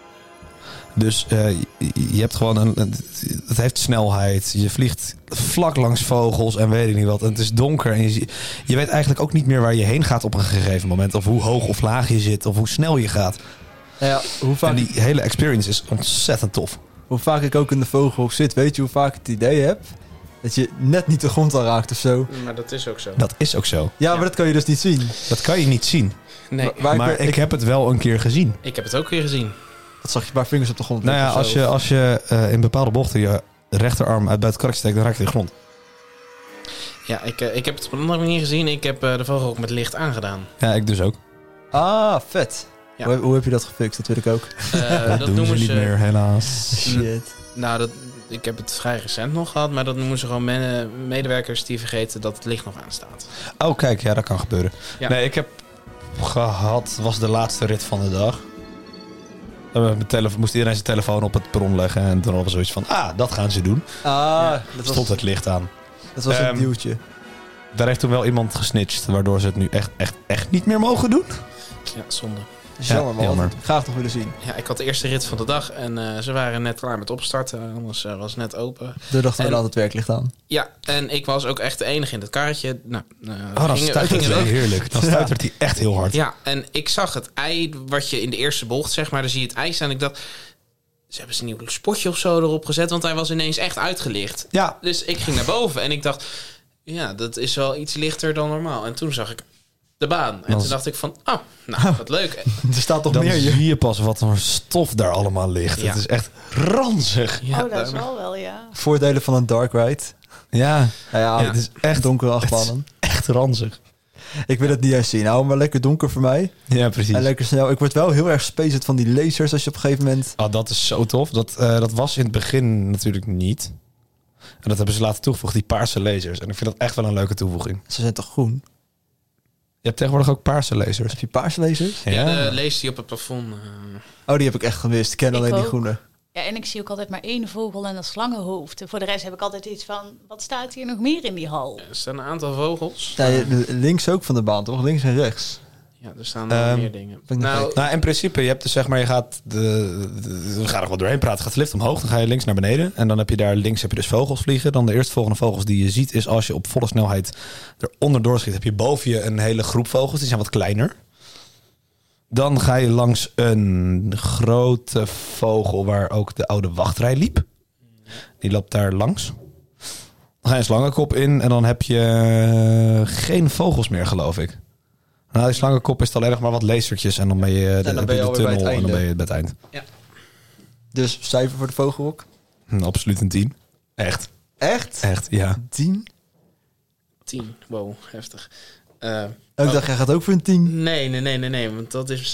Dus je hebt gewoon het heeft snelheid. Je vliegt vlak langs vogels en weet ik niet wat. En het is donker en je weet eigenlijk ook niet meer waar je heen gaat op een gegeven moment. Of hoe hoog of laag je zit of hoe snel je gaat. Nou ja, En die hele experience is ontzettend tof. hoe vaak ik ook in de Vogelrok zit, weet je hoe vaak ik het idee heb dat je net niet de grond aan raakt of zo. Maar dat is ook zo. Dat is ook zo. Ja, maar dat kan je dus niet zien. Dat kan je niet zien. Nee, Maar ik heb het wel een keer gezien. ik heb het ook weer gezien. Dat zag je een paar vingers op de grond. Nou ja, of zo. als je in bepaalde bochten je rechterarm uit buiten het karretje steekt, dan raak je de grond. Ja, ik heb het op een andere manier gezien. Ik heb de vogel ook met licht aangedaan. Ja, ik dus ook. Ah, vet. Ja. Hoe heb je dat gefixt? Dat wil ik ook. Dat doen noemen ze niet meer, helaas. Shit. Nou, ik heb het vrij recent nog gehad, maar dat noemen ze gewoon medewerkers die vergeten dat het licht nog aanstaat. Oh, kijk, ja, dat kan gebeuren. Ja. Nee, ik heb gehad, was de laatste rit van de dag. Moest iedereen zijn telefoon op het perron leggen en toen was zoiets van, dat gaan ze doen. Dat Stond het licht aan. was een duwtje. Daar heeft toen wel iemand gesnitcht, waardoor ze het nu echt niet meer mogen doen. Ja, zonde. Dat is Ja, jammer, man. jammer. Dat had ik graag nog willen zien. Ja, ik had de eerste rit van de dag en ze waren net klaar met opstarten. Anders was het net open. De dag dat En- het werklicht aan. Ja, en ik was ook echt de enige in het karretje. Nou, Dan stuitert hij weg. heerlijk. Dan stuitert hij echt heel hard. Ja, en ik zag het ei, wat je in de eerste bocht, zeg maar, dan zie je het ei staan. En ik dacht, ze hebben een nieuw spotje of zo erop gezet, want hij was ineens echt uitgelicht. Ja. Dus ik ging naar boven en ik dacht, ja, dat is wel iets lichter dan normaal. En toen zag ik de baan. En toen dacht ik van, wat leuk. Er staat toch Dan meer hier. zie je pas wat voor stof daar allemaal ligt. Ja. Het is echt ranzig. Ja, Oh, dat is daar- wel, ja. Voordelen van een dark ride. Ja, Nou ja, het is echt donkere achtbanen. echt ranzig. Ik wil het niet eens zien. Hou hem maar lekker donker voor mij. Ja, precies. En lekker snel. Ik word wel heel erg spaced van die lasers als je op een gegeven moment... Dat is zo tof. Dat was in het begin natuurlijk niet. En dat hebben ze later toegevoegd, die paarse lasers. En ik vind dat echt wel een leuke toevoeging. Ze zijn toch groen? Je hebt tegenwoordig ook paarse lasers. Heb je paarse lasers? Ja, de lees die op het plafond. Oh, die heb ik echt gemist. Ik ken alleen die ook. groene. Ja, en ik zie ook altijd maar één vogel en dat is slangenhoofd. En voor de rest heb ik altijd iets van, wat staat hier nog meer in die hal? Er staan een aantal vogels. Ja, links ook van de baan, toch? Links en rechts. Ja, er staan nog meer dingen. ik nog Nou, Nou, in principe, je hebt dus zeg maar, je gaat we gaan er wel doorheen praten. Gaat de lift omhoog, dan ga je links naar beneden. En dan heb je daar links heb je dus vogels vliegen. Dan de eerstvolgende vogels die je ziet is als je op volle snelheid eronder doorschiet, heb je boven je een hele groep vogels. Die zijn wat kleiner. Dan ga je langs een grote vogel waar ook de oude wachtrij liep. Die loopt daar langs. ga je een slangenkop in en dan heb je geen vogels meer, geloof ik. Nou, die slangenkop is het alleen nog maar wat lasertjes en dan ben je dan ben je de alweer bij tunnel het en dan einde. ben je bij het eind. Dus cijfer voor de vogelrok? Absoluut een 10. Echt, Echt? ja. 10? 10. Wow, heftig. Ik dacht, jij gaat ook voor een 10. Nee. Want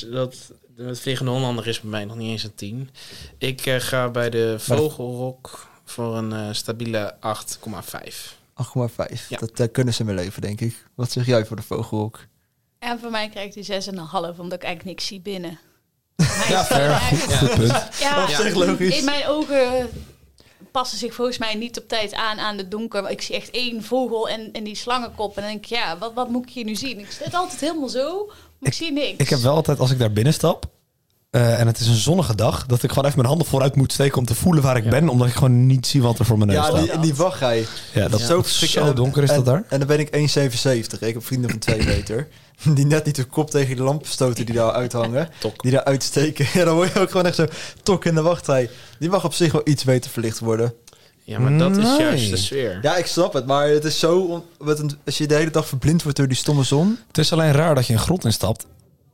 het Vliegende Hollander is bij mij nog niet eens een 10. Ik ga bij de vogelrok voor een stabiele 8,5. 8,5. Ja. Dat kunnen ze mee leven, denk ik. Wat zeg jij voor de vogelrok? En voor mij krijgt hij 6,5, omdat ik eigenlijk niks zie binnen. Ja, fair. Goed punt. Ja, Op zich logisch. in mijn ogen passen zich volgens mij niet op tijd aan de donker. Ik zie echt 1 vogel en die slangenkop. En dan denk ik, ja, wat moet ik hier nu zien? Ik zit altijd helemaal zo, maar ik zie niks. Ik heb wel altijd, als ik daar binnen stap en het is een zonnige dag, dat ik gewoon even mijn handen vooruit moet steken om te voelen waar ik ben, omdat ik gewoon niet zie wat er voor mijn neus Ja, staat. die wachtrij. Ja, dat is Zo zo, verschrikkelijk. donker is dat daar. En dan ben ik 1,77. Ik heb vrienden van 2 meter. Die net niet de kop tegen de lampen stoten die daar uithangen. Tok. Die daar uitsteken. Ja, dan word je ook gewoon echt zo tok in de wachtrij. Die mag op zich wel iets beter verlicht worden. Ja, maar dat is Nee. juist de sfeer. Ja, ik snap het. Maar het is zo... als je de hele dag verblind wordt door die stomme zon. Het is alleen raar dat je een grot instapt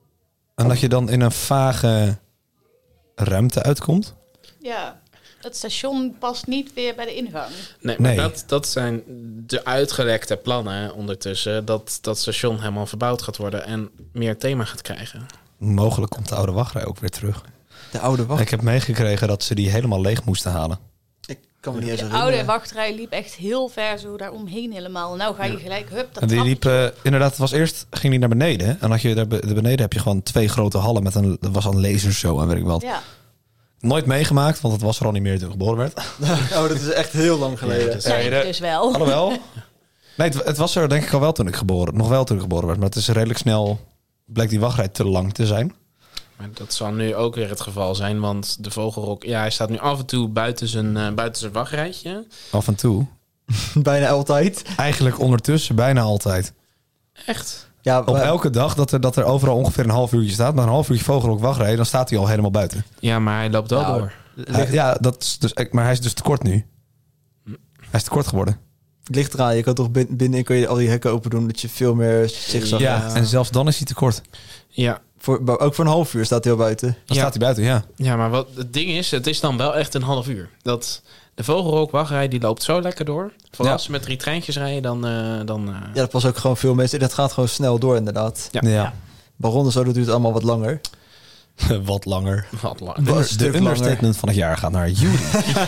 en dat je dan in een vage ruimte uitkomt. Ja, het station past niet weer bij de ingang. Nee, maar Nee. dat zijn de uitgelekte plannen ondertussen. Dat station helemaal verbouwd gaat worden en meer thema gaat krijgen. Mogelijk komt de oude wachtrij ook weer terug. De oude wacht. Ik heb meegekregen dat ze die helemaal leeg moesten halen. Ik kan me niet eens De herinneren. oude wachtrij liep echt heel ver zo daaromheen helemaal. Nou ga je gelijk, hup, dat En die trappetje. liep, inderdaad, het was eerst, ging die naar beneden. En had je daar beneden heb je gewoon 2 grote hallen met er was een lasershow en weet ik wat. Ja, Nooit meegemaakt, want het was er al niet meer toen ik geboren werd. Oh, dat is echt heel lang geleden. Ja, dat is- zei Ja, ik de- dus wel. Alhoewel. Nee, het was er denk ik al wel toen ik geboren werd. Maar het is redelijk snel, bleek die wachtrij te lang te zijn. Maar dat zal nu ook weer het geval zijn, want de vogelrok... Ja, hij staat nu af en toe buiten zijn wachtrijtje. Af en toe. Bijna altijd. Eigenlijk ondertussen bijna altijd. Echt? Ja, Op elke dag dat er overal ongeveer een half uurtje staat, maar een half uurtje vogelrok wachtrij, dan staat hij al helemaal buiten. Ja, maar hij loopt wel Nou, door. Ja, dat is dus, maar hij is dus te kort nu. Hij is te kort geworden. Het ligt eraan. Je kan toch binnenin kun je al die hekken open doen, dat je veel meer zigzag Ja, hebt. en zelfs dan is hij te kort. Ja, Ook voor een half uur staat hij al buiten. Dan Ja. staat hij buiten, ja. ja, maar wat het ding is, het is dan wel echt een half uur. De vogelrok wachtrij, die loopt zo lekker door. Vooral Ja. als ze met 3 treintjes rijden, dan Ja, dat past ook gewoon veel mensen. Dat gaat gewoon snel door, inderdaad. Ja. Baron en zo, dat duurt allemaal wat langer. Wat langer. wat lang. Een De stuk understatement langer. van het jaar gaat naar Jury.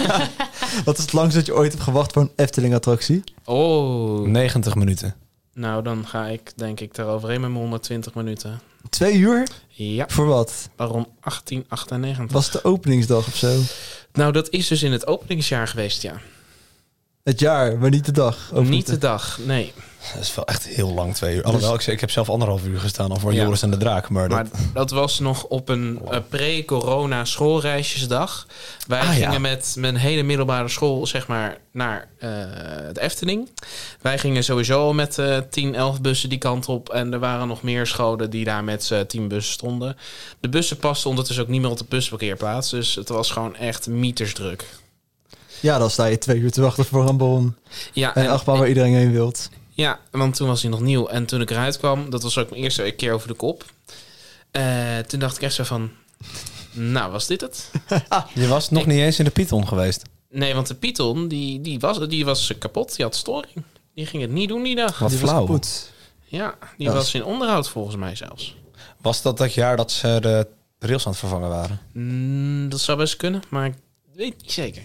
Wat is het langst dat je ooit hebt gewacht voor een Efteling-attractie? Oh, 90 minuten. nou dan ga ik denk ik daaroverheen met mijn 120 minuten. 2 uur? Ja, Voor wat? waarom 1898? Was het de openingsdag of zo? Nou, dat is dus in het openingsjaar geweest, ja. Het jaar, maar niet de dag. Ook Niet de dag, nee. Dat is wel echt heel lang, 2 uur. Alhoewel, ik heb zelf 1,5 uur gestaan al voor Ja. Joris en de Draak. Maar Maar dat was nog op een pre-corona schoolreisjesdag. Wij Ah, ja. gingen met mijn hele middelbare school zeg maar naar de Efteling. Wij gingen sowieso al met 10, 11 bussen die kant op. En er waren nog meer scholen die daar met 10 bussen stonden. De bussen pasten ondertussen ook niet meer op de busparkeerplaats. Dus het was gewoon echt mietersdruk. Ja, dan sta je 2 uur te wachten voor een Baron. Ja, En een achtbaan waar iedereen heen wilt. Ja, want toen was hij nog nieuw. En toen ik eruit kwam, dat was ook mijn eerste keer over de kop. Toen dacht ik echt zo van... Nou, was dit het? je was nog niet eens in de Python geweest. Nee, want de Python, die was kapot. Die had storing. Die ging het niet doen die dag. Wat Die was flauw. kapot. Ja, die Ja, was in onderhoud volgens mij zelfs. Was dat jaar dat ze de rails aan het vervangen waren? Dat zou best kunnen, maar ik weet niet zeker.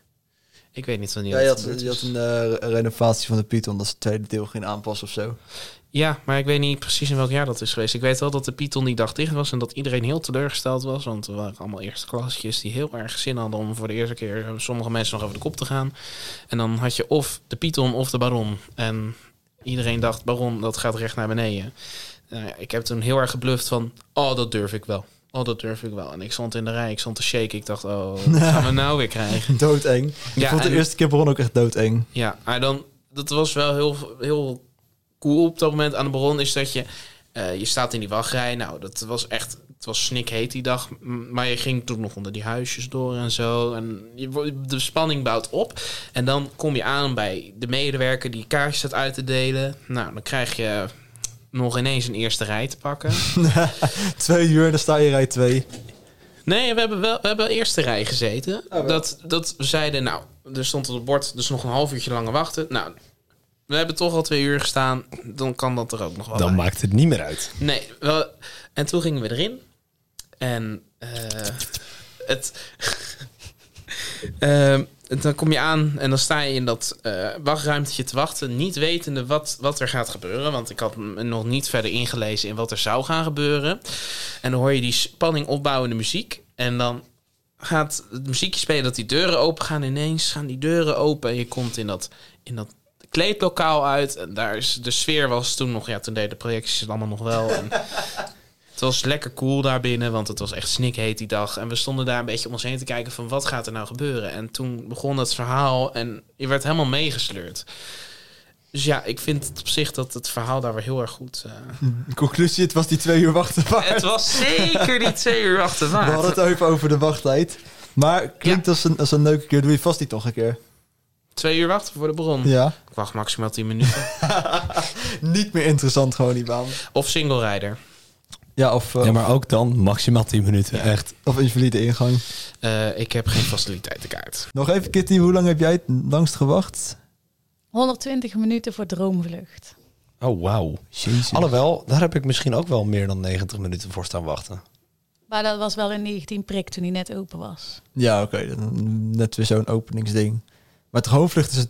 Ik weet niet wanneer Ja, je dat had, gebeurd je had is. een renovatie van de Python. Dat is het tweede deel ging aanpassen of zo. Ja, maar ik weet niet precies in welk jaar dat is geweest. Ik weet wel dat de Python die dag dicht was en dat iedereen heel teleurgesteld was. Want er waren allemaal eerste klasjes die heel erg zin hadden om voor de eerste keer sommige mensen nog over de kop te gaan. En dan had je of de Python of de Baron. En iedereen dacht, Baron, dat gaat recht naar beneden. Ik heb toen heel erg gebluft van, oh, dat durf ik wel. Oh, dat durf ik wel. En ik stond in de rij, ik stond te shaken. Ik dacht, oh, wat gaan we nou weer krijgen? Doodeng. Ik Ja, vond de en- eerste keer Baron ook echt doodeng. Ja, maar dan, dat was wel heel cool op dat moment aan de Baron. Is dat je staat in die wachtrij. Nou, dat was echt Het was snikheet die dag, maar je ging toen nog onder die huisjes door en zo. En de spanning bouwt op. En dan kom je aan bij de medewerker die kaartjes staat uit te delen. Nou, dan krijg je nog ineens een eerste rij te pakken. 2 uur, dan sta je rij 2. Nee, we hebben eerste rij gezeten. Dat we zeiden, nou, er stond op het bord, dus nog een half uurtje langer wachten. Nou, we hebben toch al 2 uur gestaan. Dan kan dat er ook nog wel Dan bij. maakt het niet meer uit. Nee, en toen gingen we erin. En dan kom je aan en dan sta je in dat wachtruimtetje te wachten, niet wetende wat er gaat gebeuren. Want ik had me nog niet verder ingelezen in wat er zou gaan gebeuren. En dan hoor je die spanning opbouwende muziek. En dan gaat het muziekje spelen dat die deuren open gaan. Ineens gaan die deuren open en je komt in dat kleedlokaal uit. En daar is de sfeer was toen nog, ja, toen deden de projecties het allemaal nog wel. En het was lekker cool daar binnen, want het was echt snikheet die dag. En we stonden daar een beetje om ons heen te kijken van wat gaat er nou gebeuren. En toen begon het verhaal en je werd helemaal meegesleurd. Dus ja, ik vind het op zich dat het verhaal daar weer heel erg goed... Conclusie, het was die 2 uur wachten waard. Het was zeker die 2 uur wachten waard. We hadden het even over de wachttijd. Maar klinkt als een leuke keer. Doe je vast niet nog een keer. 2 uur wachten voor de bron. Ja. Ik wacht maximaal 10 minuten. Niet meer interessant gewoon die baan. Of single rider. Ja, of maar ook dan maximaal 10 minuten, echt. of invalide ingang. Ik heb geen faciliteitenkaart. Nog even, Kitty, hoe lang heb jij het langst gewacht? 120 minuten voor Droomvlucht. Oh, wauw. Jezus. Alhoewel, daar heb ik misschien ook wel meer dan 90 minuten voor staan wachten. Maar dat was wel in 19 prik toen hij net open was. Ja, oké. Net weer zo'n openingsding. Maar het Droomvlucht is het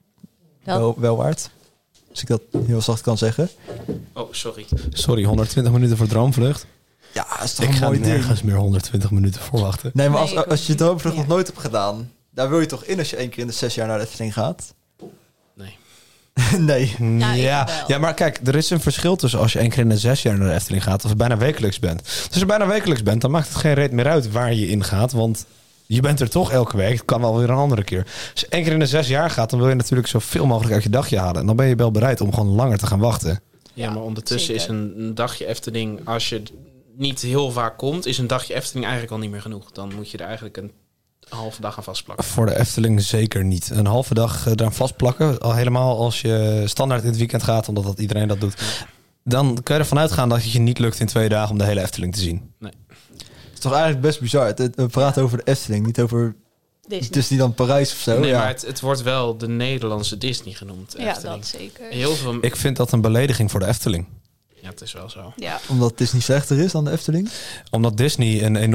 wel waard. Als ik dat heel zacht kan zeggen. Oh, sorry. Sorry, 120 minuten voor Droomvlucht. Ja, dat is toch Ik een ga mooi ding. nergens meer 120 minuten voor wachten. Nee, maar Nee, ik als je ook Droomvlucht niet. nog nooit hebt gedaan... daar wil je toch in als je 1 keer in de 6 jaar naar de Efteling gaat? Nee. Nee. Ja, ik wel. Ja, maar kijk, er is een verschil tussen als je 1 keer in de 6 jaar naar de Efteling gaat... of je bijna wekelijks bent. Dus als je bijna wekelijks bent, dan maakt het geen reet meer uit waar je in gaat. Want je bent er toch elke week. Het kan wel weer een andere keer. Als je 1 keer in de 6 jaar gaat, dan wil je natuurlijk zoveel mogelijk uit je dagje halen. En dan ben je wel bereid om gewoon langer te gaan wachten. Ja, maar ondertussen zeker. is een dagje Efteling... als je niet heel vaak komt... is een dagje Efteling eigenlijk al niet meer genoeg. Dan moet je er eigenlijk een halve dag aan vastplakken. Voor de Efteling zeker niet. Een halve dag eraan vastplakken. Al helemaal als je standaard in het weekend gaat, omdat iedereen dat doet. Dan kun je ervan uitgaan dat het je niet lukt in 2 dagen om de hele Efteling te zien. Het is toch eigenlijk best bizar. We praten over de Efteling, niet over Disney. Disneyland Parijs of zo. Nee, ja. maar het wordt wel de Nederlandse Disney genoemd. Ja, Efteling. dat zeker. Heel veel... Ik vind dat een belediging voor de Efteling. Ja, het is wel zo. Ja. Omdat Disney slechter is dan de Efteling? Omdat Disney een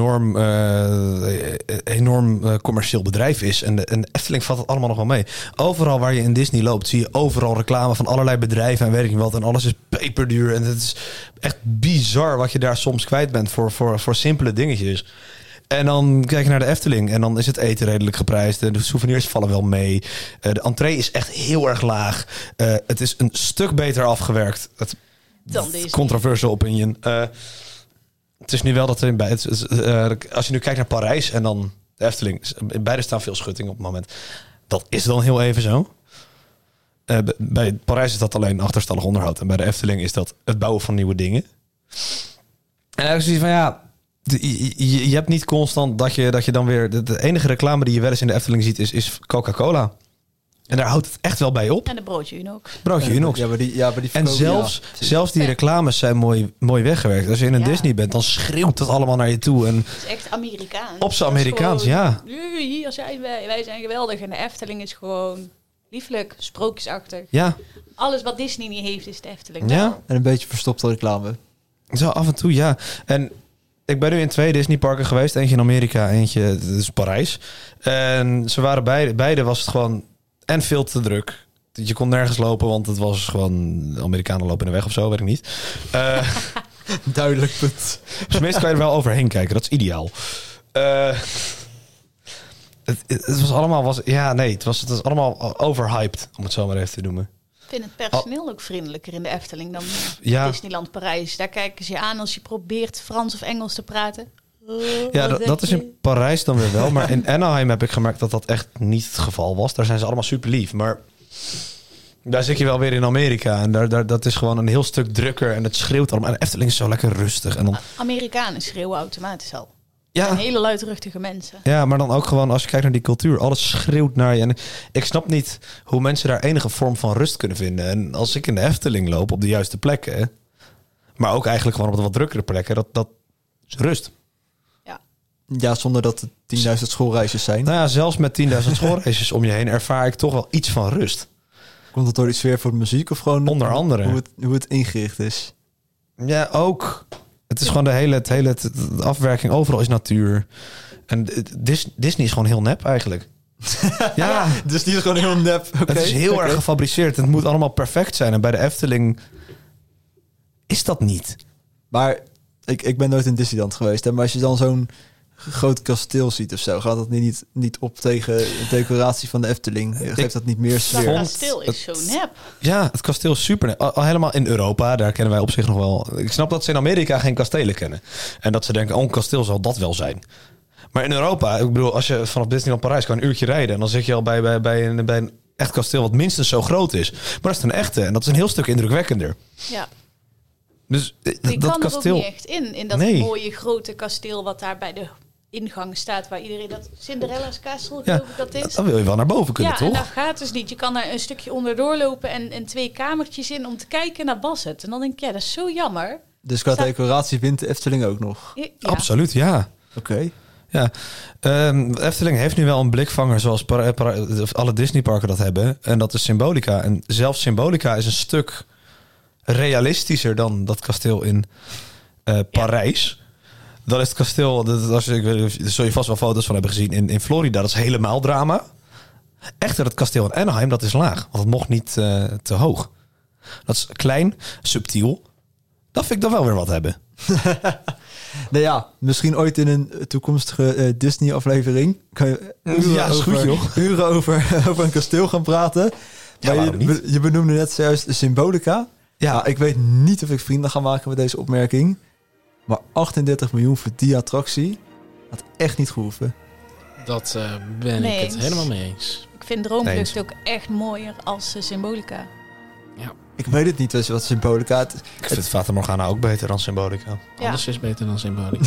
enorm commercieel bedrijf is. En de Efteling valt het allemaal nog wel mee. Overal waar je in Disney loopt, zie je overal reclame van allerlei bedrijven en weet ik niet wat. En alles is peperduur. En het is echt bizar wat je daar soms kwijt bent voor simpele dingetjes. En dan kijk je naar de Efteling en dan is het eten redelijk geprijsd. De souvenirs vallen wel mee. De entree is echt heel erg laag. Het is een stuk beter afgewerkt. Dan Disney. Controversial opinion. Het is nu wel dat als je nu kijkt naar Parijs en dan de Efteling, in beide staan veel schutting op het moment. Dat is dan heel even zo. Bij Parijs is dat alleen achterstallig onderhoud en bij de Efteling is dat het bouwen van nieuwe dingen. En ik zie van ja, je hebt niet constant dat je dan weer de enige reclame die je wel eens in de Efteling ziet is Coca-Cola. En daar houdt het echt wel bij op. En de broodje Unox. Broodje Unox. Ja, maar die En verkopen- zelfs die reclames zijn mooi weggewerkt. Als je in een Ja. Disney bent, dan schreeuwt dat allemaal naar je toe. En Het is echt Amerikaans. Op z'n Dat is Amerikaans, gewoon, ja. Hier zijn wij zijn geweldig. En de Efteling is gewoon lieflijk, sprookjesachtig. ja, Alles wat Disney niet heeft, is de Efteling. Ja. wel. En een beetje verstopte reclame. zo af en toe, ja. En ik ben nu in 2 Disneyparken geweest. Eentje in Amerika, eentje dus Parijs. En ze waren beide was het gewoon en veel te druk. Je kon nergens lopen, want het was gewoon... Amerikanen lopen in de weg of zo, weet ik niet. Duidelijk punt. Tenminste kan je er wel overheen kijken. Dat is ideaal. Het was allemaal... Het was allemaal overhyped, om het zo maar even te noemen. Ik vind het personeel ook vriendelijker in de Efteling dan Ja. Disneyland Parijs. Daar kijken ze je aan als je probeert Frans of Engels te praten. Ja, Wat dat zeg is je? in Parijs dan weer wel. Maar in Anaheim heb ik gemerkt dat dat echt niet het geval was. Daar zijn ze allemaal super lief. Maar Daar zit je wel weer in Amerika. En dat is gewoon een heel stuk drukker. En het schreeuwt allemaal. En de Efteling is zo lekker rustig. En dan, Amerikanen schreeuwen automatisch al. ja, En hele luidruchtige mensen. ja, maar dan ook gewoon als je kijkt naar die cultuur. Alles schreeuwt naar je. En ik snap niet hoe mensen daar enige vorm van rust kunnen vinden. En als ik in de Efteling loop op de juiste plekken. Maar ook eigenlijk gewoon op de wat drukkere plekken. Dat is rust. Ja, zonder dat het 10.000 schoolreisjes zijn. Nou ja, zelfs met 10.000 schoolreisjes om je heen ervaar ik toch wel iets van rust. Komt dat door die sfeer voor de muziek of gewoon Onder andere. hoe het ingericht is? Ja, ook. Het is gewoon de afwerking. Overal is natuur. En Disney is gewoon heel nep eigenlijk. Ja, Dus die is gewoon heel nep. het is heel erg gefabriceerd. Het moet allemaal perfect zijn. En bij de Efteling is dat niet. Maar ik ben nooit in Disneyland geweest. Hè? Maar als je dan zo'n groot kasteel ziet of zo, gaat dat niet op tegen de decoratie van de Efteling? Geeft dat niet meer Dat sfeer? kasteel is zo nep. Ja, het kasteel is super. Al helemaal in Europa, daar kennen wij op zich nog wel. Ik snap dat ze in Amerika geen kastelen kennen. En dat ze denken, oh, een kasteel zal dat wel zijn. Maar in Europa, ik bedoel, als je vanaf Disneyland Parijs kan een uurtje rijden. En dan zit je al bij een echt kasteel wat minstens zo groot is. Maar dat is een echte. En dat is een heel stuk indrukwekkender. Ja. Dus Je dat kan kasteel. er ook niet echt in dat Nee. mooie grote kasteel wat daar bij de ingang staat, waar iedereen dat Cinderella's Castle, Ja, geloof ik dat is. dan wil je wel naar boven kunnen, Ja, toch? en dat gaat dus niet. Je kan er een stukje onderdoor lopen en 2 kamertjes in om te kijken naar Basset. En dan denk ik, ja, dat is zo jammer. Dus qua Staat- decoratie wint de Efteling ook nog. Ja. Absoluut, ja. Oké. Ja, Efteling heeft nu wel een blikvanger zoals alle Disneyparken dat hebben. En dat is Symbolica. En zelfs Symbolica is een stuk realistischer dan dat kasteel in Parijs. Dan is het kasteel, daar zul je vast wel foto's van hebben gezien, in Florida. Dat is helemaal drama. Echter, het kasteel in Anaheim, dat is laag. Want het mocht niet te hoog. Dat is klein, subtiel. Dat vind ik dan wel weer wat hebben. Nou ja, misschien ooit in een toekomstige Disney-aflevering kan je Ja, is goed, joh. uren over een kasteel gaan praten. Ja, Maar waarom niet? je benoemde net zojuist Symbolica. Ja, Nou, ik weet niet of ik vrienden ga maken met deze opmerking. Maar 38 miljoen voor die attractie had echt niet gehoeven. Dat ben Nee ik het eens. helemaal mee eens. Ik vind Droomvlucht ook echt mooier als Symbolica. Ik weet het niet wat Symbolica... ik vind Fata Morgana ook beter dan Symbolica. Ja. Alles is beter dan Symbolica.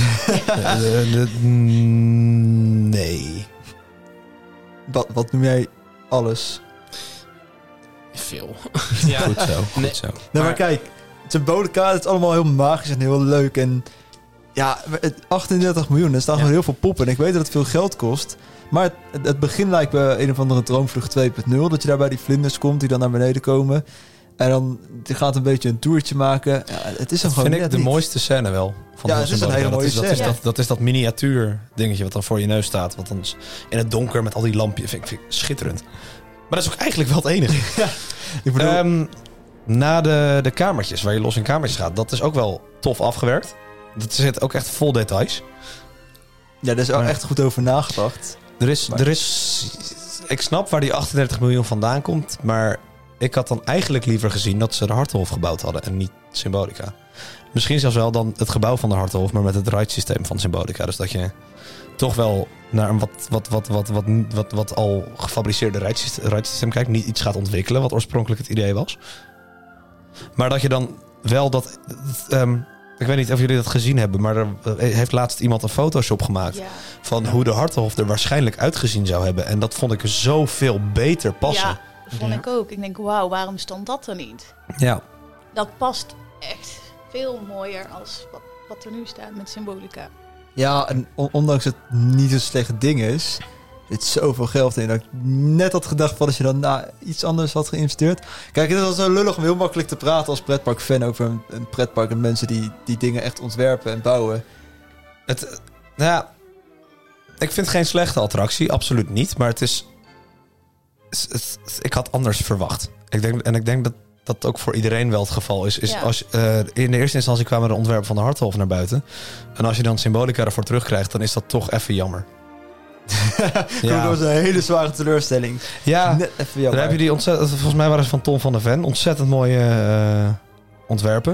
Nee. Wat noem jij alles? Veel. Goed zo, goed Nee. zo. Nou, maar kijk, Symbolica, het is allemaal heel magisch en heel leuk. En ja, 38 miljoen, er staan nog heel veel poppen. En ik weet dat het veel geld kost. Maar het begin lijkt me een of andere Droomvlucht 2.0. Dat je daar bij die vlinders komt die dan naar beneden komen. En dan je gaat een beetje een toertje maken. Ja, het is dan Dat gewoon vind ik net de niet. mooiste scène wel. Van Ja, heel het is een Symbolica. hele mooie dat is scène. dat is dat miniatuur dingetje wat dan voor je neus staat. Wat dan in het donker met al die lampjes. Vind ik schitterend. Maar dat is ook eigenlijk wel het enige. Ik bedoel, Na de kamertjes, waar je los in kamertjes gaat. Dat is ook wel tof afgewerkt. Dat zit ook echt vol details. ja, daar is ook maar- echt goed over nagedacht. Er is... Ik snap waar die 38 miljoen vandaan komt. Maar ik had dan eigenlijk liever gezien dat ze de Hartenhof gebouwd hadden. En niet Symbolica. Misschien zelfs wel dan het gebouw van de Hartenhof. Maar met het ride-systeem van Symbolica. Dus dat je toch wel naar een wat al gefabriceerde ride-systeem kijkt. Niet iets gaat ontwikkelen wat oorspronkelijk het idee was. Maar dat je dan wel dat... ik weet niet of jullie dat gezien hebben. Maar er heeft laatst iemand een Photoshop gemaakt. Ja. Van hoe de Hartenhof er waarschijnlijk uitgezien zou hebben. En dat vond ik zoveel beter passen. Ja, dat vond ik ook. Ik denk, wauw, waarom stond dat er niet? Ja. Dat past echt veel mooier als wat er nu staat met Symbolica. Ja, en ondanks het niet een slecht ding is, zit zoveel geld in dat ik net had gedacht van als je dan iets anders had geïnvesteerd. Kijk, het is al zo lullig om heel makkelijk te praten als pretparkfan over een pretpark en mensen die dingen echt ontwerpen en bouwen. Ik vind het geen slechte attractie, absoluut niet. Maar het is... Ik had anders verwacht. Ik denk dat dat ook voor iedereen wel het geval is. Ja. Als, in de eerste instantie kwamen de ontwerpen van de Hartenhof naar buiten. En als je dan Symbolica ervoor terugkrijgt, dan is dat toch even jammer. Dat was een hele zware teleurstelling. Ja, Net even dan jammer. heb je die ontzettend... Volgens mij waren ze van Tom van der Ven. Ontzettend mooie ontwerpen.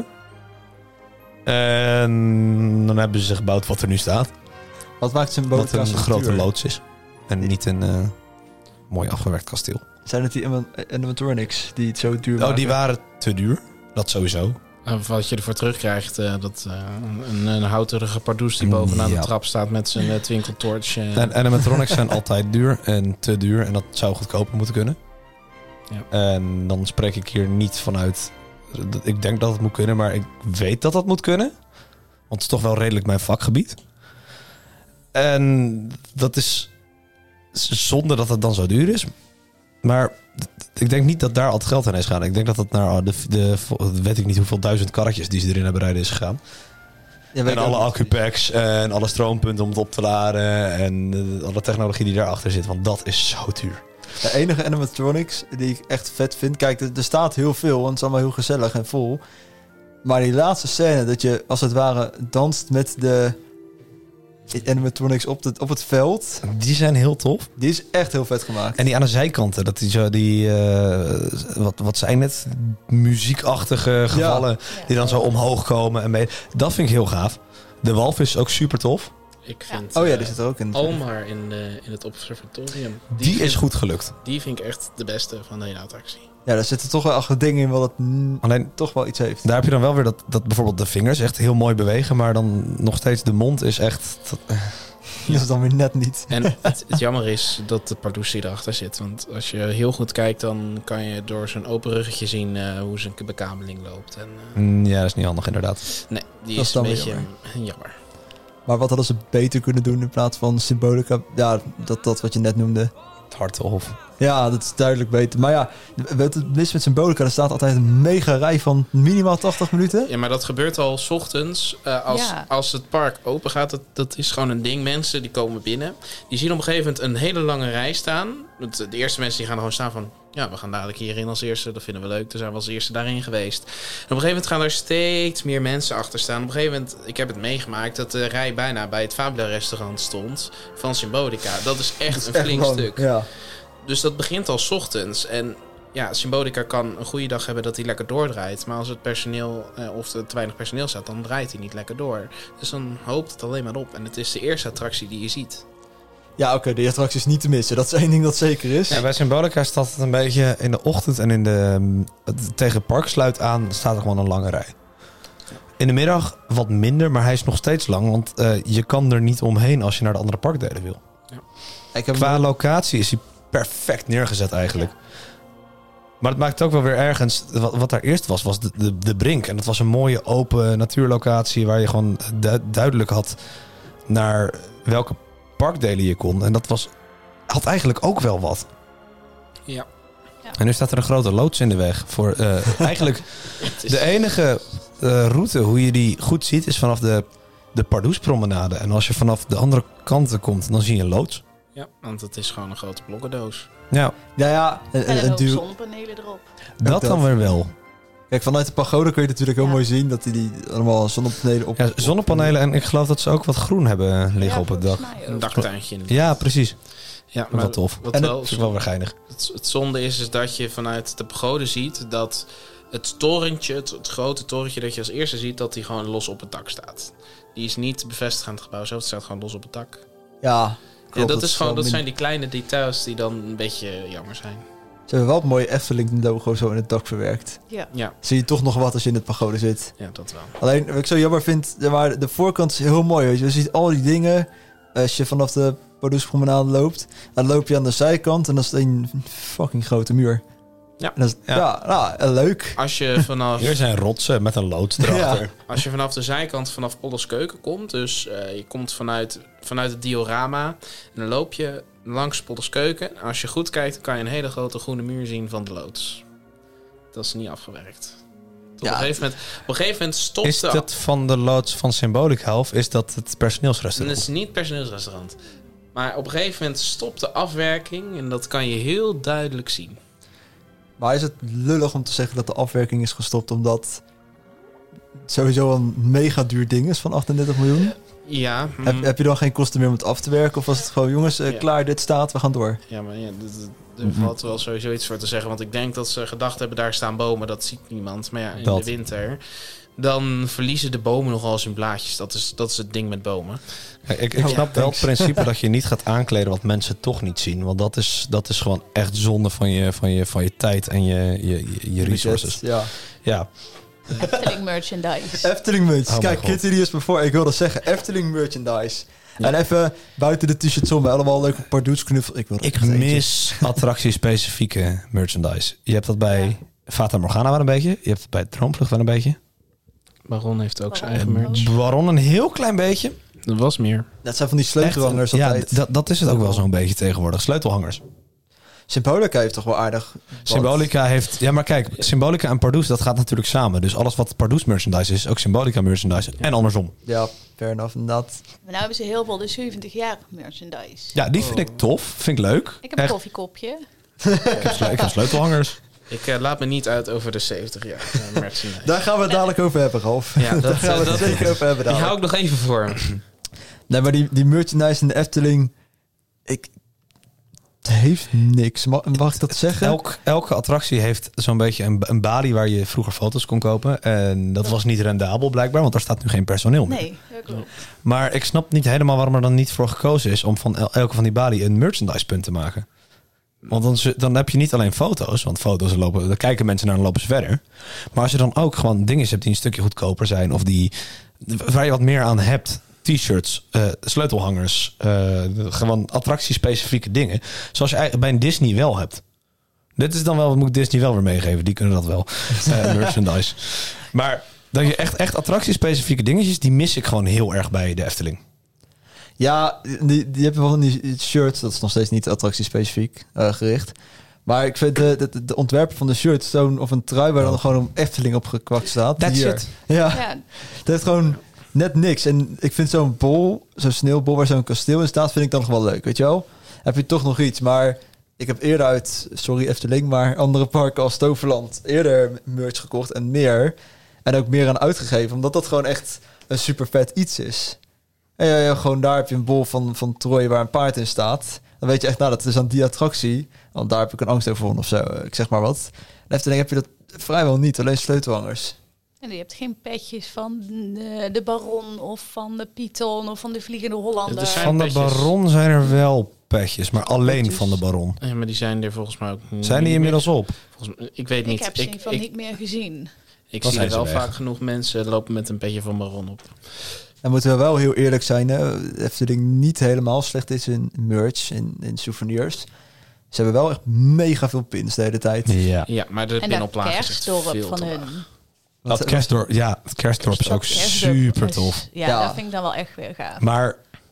En dan hebben ze gebouwd wat er nu staat. Wat maakt Symbolica Wat een zo grote duur? loods is. En niet een mooi afgewerkt kasteel. Zijn het die animatronics die het zo duur Oh, maken? die waren te duur. Dat sowieso. Wat je ervoor terugkrijgt, een houterige pardoes die bovenaan de trap staat met zijn twinkeltorch. En animatronics zijn altijd duur en te duur. En dat zou goedkoper moeten kunnen. Ja. En dan spreek ik hier niet vanuit... Ik denk dat het moet kunnen, maar ik weet dat dat moet kunnen. Want het is toch wel redelijk mijn vakgebied. En dat is zonde dat het dan zo duur is. Maar ik denk niet dat daar al het geld in is gegaan. Ik denk dat het naar weet ik niet hoeveel 1000 karretjes die ze erin hebben rijden is gegaan. Ja, weet En ik alle ook niet. accupacks en alle stroompunten om het op te laden. En alle technologie die daarachter zit. Want dat is zo duur. De enige animatronics die ik echt vet vind... Kijk, er staat heel veel en het is allemaal heel gezellig en vol. Maar die laatste scène dat je als het ware danst met de animatronics op het veld... Die zijn heel tof. Die is echt heel vet gemaakt. En die aan de zijkanten, dat die zo wat zijn het? Muziekachtige gevallen die dan zo omhoog komen. En dat vind ik heel gaaf. De walvis is ook super tof. Ik vind Oh ja, die zit er ook in. Almar in het observatorium. Die is goed gelukt. Die vind ik echt de beste van de hele attractie. Ja, daar zitten toch wel achter dingen in wat het Alleen toch wel iets heeft. daar heb je dan wel weer dat bijvoorbeeld de vingers echt heel mooi bewegen. Maar dan nog steeds de mond is echt... Dat is dan weer net niet. En het jammer is dat de pardoes erachter zit. Want als je heel goed kijkt, dan kan je door zijn open ruggetje zien hoe zijn bekabeling loopt. En, Ja, dat is niet handig inderdaad. nee, die Dat is is een dan weer beetje jammer. Maar wat hadden ze beter kunnen doen in plaats van symbolica? Ja, dat wat je net noemde. Het Harthof. Ja, dat is duidelijk beter. Maar ja, het mis met symbolica, er staat altijd een mega rij van minimaal 80 minuten. Ja, maar dat gebeurt al 's ochtends. Als het park open gaat, dat is gewoon een ding. Mensen die komen binnen. Die zien op een gegeven moment een hele lange rij staan. De eerste mensen die gaan er gewoon staan van... Ja, we gaan dadelijk hierin als eerste. Dat vinden we leuk. Toen zijn we als eerste daarin geweest. En op een gegeven moment gaan er steeds meer mensen achter staan. Op een gegeven moment, ik heb het meegemaakt... dat de rij bijna bij het Fabula restaurant stond. Van Symbolica. Dat is echt een flink lang. stuk. Ja. Dus dat begint al 's ochtends. En ja, Symbolica kan een goede dag hebben dat hij lekker doordraait. Maar als het personeel of er te weinig personeel staat, dan draait hij niet lekker door. Dus dan hoopt het alleen maar op. En het is de eerste attractie die je ziet. Ja, oké, de attractie is niet te missen. Dat is één ding dat zeker is. Ja, bij Symbolica staat het een beetje in de ochtend en tegen parksluit aan staat er gewoon een lange rij. In de middag wat minder, maar hij is nog steeds lang. Want je kan er niet omheen als je naar de andere parkdelen wil. Ik heb Qua locatie is hij perfect neergezet eigenlijk. Maar het maakt ook wel weer ergens... Wat daar eerst was de brink. En dat was een mooie open natuurlocatie... waar je gewoon duidelijk had... naar welke parkdelen je kon. En dat had eigenlijk ook wel wat. Ja. En nu staat er een grote loods in de weg. Voor eigenlijk de enige route hoe je die goed ziet... is vanaf de Pardoespromenade. En als je vanaf de andere kanten komt... dan zie je een loods. Ja, want het is gewoon een grote blokkendoos. Ja, Ja, En een ook duur. zonnepanelen erop. dat dan weer wel. Kijk, vanuit de pagode kun je natuurlijk heel Ja. mooi zien... dat die allemaal zonnepanelen op... Ja, zonnepanelen en ik geloof dat ze ook wat groen hebben liggen op het dak. volgens mij Een ook. daktuintje in de Ja, precies. Ja, Wat tof. Wat En wel, Dat vind ik wel weer geinig. het zonde is dat je vanuit de pagode ziet dat het torentje, het grote torentje dat je als eerste ziet, dat die gewoon los op het dak staat. Die is niet bevestigd aan het gebouw zelf, het staat gewoon los op het dak. Ja, Ja, klopt, dat wel zijn die kleine details die dan een beetje jammer zijn. Ze hebben wel het mooie Efteling-logo zo in het dak verwerkt. Ja. Ja, Zie je toch nog wat als je in het pagode zit. ja dat wel. Alleen, wat ik zo jammer vind, maar de voorkant is heel mooi. Weet je. Je ziet al die dingen als je vanaf de Pardoespromenade loopt. Dan loop je aan de zijkant en dan is het een fucking grote muur. Ja. En dat is, leuk. Als je vanaf, Hier zijn rotsen met een loods erachter. als je vanaf de zijkant vanaf Polderskeuken komt, dus je komt vanuit het diorama en dan loop je langs Polderskeuken. En als je goed kijkt, kan je een hele grote groene muur zien van de loods. Dat is niet afgewerkt. Op een gegeven moment stopt Is dat van de loods van Symbolica of is dat het En personeelsrestaurant? het is niet personeelsrestaurant. Maar op een gegeven moment stopt de afwerking en dat kan je heel duidelijk zien. Maar is het lullig om te zeggen dat de afwerking is gestopt omdat het sowieso een mega duur ding is van 38 miljoen? Ja, Heb je dan geen kosten meer om het af te werken? Of was het gewoon, jongens, Ja. klaar, dit staat, we gaan door? ja, maar ja, er valt wel sowieso iets voor te zeggen. Want ik denk dat ze gedacht hebben, daar staan bomen, dat ziet niemand. Maar ja, in Dat. de winter, dan verliezen de bomen nogal eens hun blaadjes. Dat is het ding met bomen. Kijk, ik snap wel het principe dat je niet gaat aankleden wat mensen toch niet zien. Want dat is gewoon echt zonde van je tijd en je resources. Ja. Efteling merchandise. Efteling merch. Oh Kijk, Kitty die is me voor. Ik wilde zeggen, Efteling merchandise. Ja. En even buiten de t-shirts om, allemaal leuke pardoetsknuffel. Ik mis attractie-specifieke merchandise. Je hebt dat bij Fata Morgana wel een beetje. Je hebt het bij Droomvlucht wel een beetje. Baron heeft ook zijn eigen merch. Baron een heel klein beetje. Dat was meer. Dat zijn van die sleutelhangers altijd. Ja, dat is het ook wel zo'n beetje tegenwoordig. Sleutelhangers. Symbolica heeft toch wel aardig... Symbolica heeft... Ja, maar kijk, Symbolica en Pardoes, dat gaat natuurlijk samen. Dus alles wat Pardoes merchandise is, ook Symbolica merchandise. En andersom. Ja, fair enough, inderdaad. Maar nou hebben ze heel veel de 70 jaar merchandise. Ja, die vind ik tof. Vind ik leuk. Ik heb een koffiekopje. Ik heb sleutelhangers. Ik laat me niet uit over de 70 jaar merchandise. Daar gaan we het dadelijk over hebben, Ralf. Ja, daar gaan we het zeker over hebben Die dadelijk. hou ik nog even voor. Nee, maar die merchandise in de Efteling... Het heeft niks. Mag ik dat zeggen? Elke attractie heeft zo'n beetje een balie waar je vroeger foto's kon kopen. En dat was niet rendabel blijkbaar, want daar staat nu geen personeel meer. Nee, dat klopt. Maar ik snap niet helemaal waarom er dan niet voor gekozen is om van elke van die balie een merchandise punt te maken. Want dan heb je niet alleen foto's, want foto's lopen, daar kijken mensen naar en lopen ze verder. Maar als je dan ook gewoon dingen hebt die een stukje goedkoper zijn of waar je wat meer aan hebt. T-shirts, sleutelhangers, gewoon attractiespecifieke dingen. Zoals je bij een Disney wel hebt. Dit is dan wel, wat moet ik Disney wel weer meegeven. Die kunnen dat wel. Merchandise. Maar dat je echt attractiespecifieke dingetjes, die mis ik gewoon heel erg bij de Efteling. Ja, die hebben wel van die shirts. Dat is nog steeds niet attractiespecifiek gericht. Maar ik vind de ontwerper van de shirt, zo'n of een trui waar dan gewoon een Efteling op gekwakt staat. That's hier. it. Ja, Ja, dat heeft gewoon net niks. En ik vind zo'n sneeuwbol waar zo'n kasteel in staat, vind ik dan nog wel leuk, weet je wel? Heb je toch nog iets, maar ik heb eerder uit, sorry Efteling, maar andere parken als Toverland eerder merch gekocht en meer. En ook meer aan uitgegeven, omdat dat gewoon echt een super vet iets is. En ja, gewoon daar heb je een bol van Troy waar een paard in staat. Dan weet je echt, nou, dat is aan die attractie. Want daar heb ik een angst over of zo, ik zeg maar wat. En Efteling heb je dat vrijwel niet, alleen sleutelhangers. en je hebt geen petjes van de Baron of van de Python of van de Vliegende Hollander. Er zijn Van de petjes. Baron zijn er wel petjes, maar alleen petjes. van de Baron. Ja, maar die zijn er volgens mij ook niet. Zijn die inmiddels op? Ik weet niet. Ik heb ze in ieder geval niet meer gezien. Ik Dan zie zijn wel ze weg. vaak genoeg mensen lopen met een petje van Baron op. En moeten we wel heel eerlijk zijn, hè? Efteling niet helemaal slecht is in merch, in souvenirs. Ze hebben wel echt mega veel pins de hele tijd. Ja. Ja, maar de En dat pinoplage is echt kerstdorp veel van te hun. laag. Het kerstdorp, het kerstdorp is ook Kerstdorp super is- tof. Ja, Ja. dat vind ik dan wel echt weer gaaf. Maar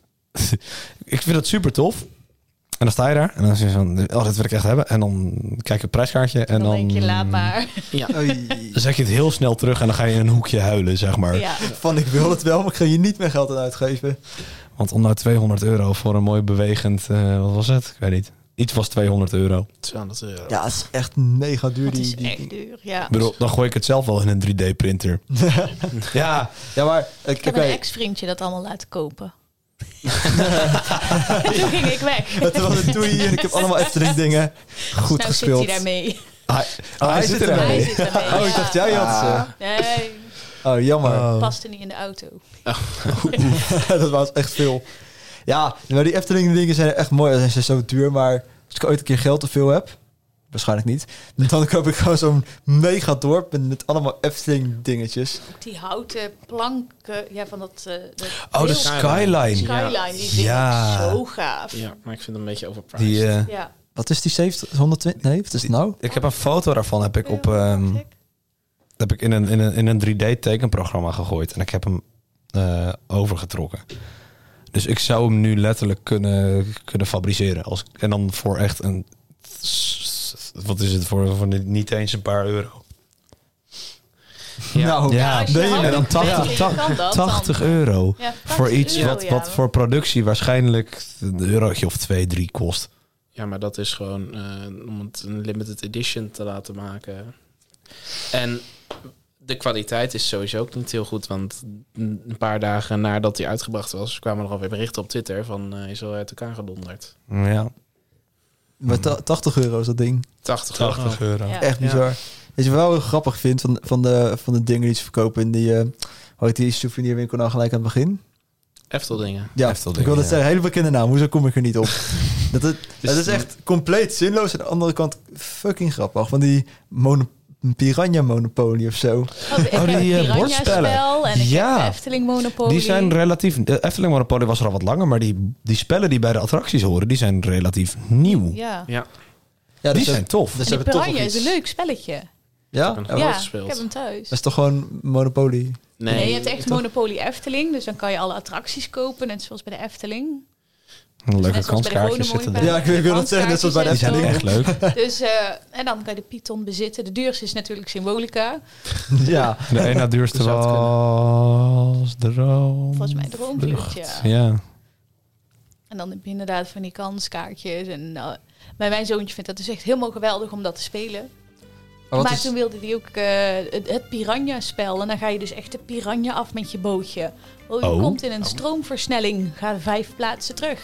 ik vind het super tof. En dan sta je daar en dan zeg je van, oh, dit wil ik echt hebben. En dan kijk je het prijskaartje en dan denk je, laat maar. Ja. Oei. Dan zet je het heel snel terug en dan ga je in een hoekje huilen, zeg maar. Ja. Van ik wil het wel, maar ik ga hier niet meer geld aan uitgeven. Want om nou €200 voor een mooi bewegend, wat was het? Ik weet niet. Iets was €200. €200. Ja, het is echt mega duur. Het is Die echt duur, ja. Ik bedoel, dan gooi ik het zelf wel in een 3D-printer. Ja, Ja, maar Ik heb een ex-vriendje dat allemaal laten kopen. En toen ging ik weg. Het was een toei en ik heb allemaal Efteling dingen goed Nou gespeeld. zit hij daarmee. Hij zit er Hij mee. zit ermee. Oh, ik dacht jij had ze. Nee, Oh, jammer. paste niet in de auto. Dat was echt veel. Ja, maar die Efteling dingen zijn echt mooi. Ze zijn zo duur, maar als ik ooit een keer geld te veel heb, waarschijnlijk niet, dan koop ik gewoon zo'n mega dorp met allemaal Efteling dingetjes. Die houten planken, ja, van dat... oh, de beeld- Skyline. Skyline, die vind Ja. ik zo gaaf. Ja, maar ik vind het een beetje overpriced. Die, Ja. Wat is die 70, 120? Nee, wat is het nou? ik heb een foto daarvan heb ik op heb ik in een 3D tekenprogramma gegooid en ik heb hem overgetrokken. Dus ik zou hem nu letterlijk kunnen fabriceren en dan voor echt een, wat is het voor niet eens een paar euro. Ja. Nou, Ja, als je nee, handen en dan bent, kan dat 80 dan. euro. Ja, Voor 80 iets euro, wat voor productie waarschijnlijk een eurotje of 2, 3 kost. Ja, maar dat is gewoon om het een limited edition te laten maken. En de kwaliteit is sowieso ook niet heel goed. Want een paar dagen nadat hij uitgebracht was, kwamen er alweer berichten op Twitter van is al uit elkaar gedonderd. Ja, Maar €80 is dat ding. 80 euro. €80. Ja. Echt bizar. Weet je wat ik wel heel grappig vind van de dingen die ze verkopen in die... hoe heet die souvenirwinkel nou gelijk aan het begin? Efteldingen. Ja, Efteldingen, ik wilde het ja. zeggen, hele bekende naam. Hoezo kom ik er niet op? Het is echt compleet zinloos. Aan de andere kant fucking grappig. Van die Piranha Monopoly of zo. Ik heb die, een bordspellen. Piranha-spel en ik Ja. heb Efteling Monopoly. Die zijn relatief... De Efteling Monopoly was er al wat langer, maar die spellen die bij de attracties horen, die zijn relatief nieuw. Ja. Ja, Ja, Die dus zijn tof. Dus En ze die hebben toch Piranha nog is een iets. leuk spelletje. Ja? Ik heb hem Oh, nooit Ja, gespeeld. ik heb hem thuis. dat is toch gewoon Monopoly? Nee, je hebt echt Monopoly Efteling. Dus dan kan je alle attracties kopen. Net zoals bij de Efteling. Leuke net zoals bij de kanskaartjes gewone zitten Monopoly. er. Ja, ik wil dat zeggen. Net zoals bij de Die zijn ook Efteling. echt leuk. Dus, en dan kan je de Python bezitten. De duurste is natuurlijk Symbolica. Ja. De ene na duurste Zou het was Droom. Volgens mij Droomvlucht, ja. Ja. En dan heb je inderdaad van die kanskaartjes. En bij mijn zoontje vindt dat dus echt helemaal geweldig om dat te spelen. Maar wat Maar is... toen wilde hij ook het piranha-spel. En dan ga je dus echt de piranha af met je bootje. Je Oh. komt in een stroomversnelling. Ga 5 plaatsen terug.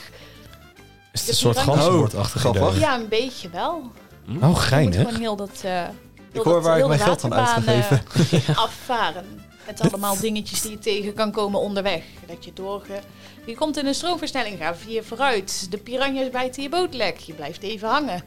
Is het De een soort piranha. ganzenbordachtig grappig. idee? Ja, een beetje wel. Oh, Je moet geinig. gewoon heel dat... Ik hoor waar ik mijn geld aan uit ga geven. Afvaren. Met allemaal dingetjes die je tegen kan komen onderweg. Dat je je komt in een stroomversnelling, ga 4 vooruit. De piranha's bijten je boot lek. Je blijft even hangen.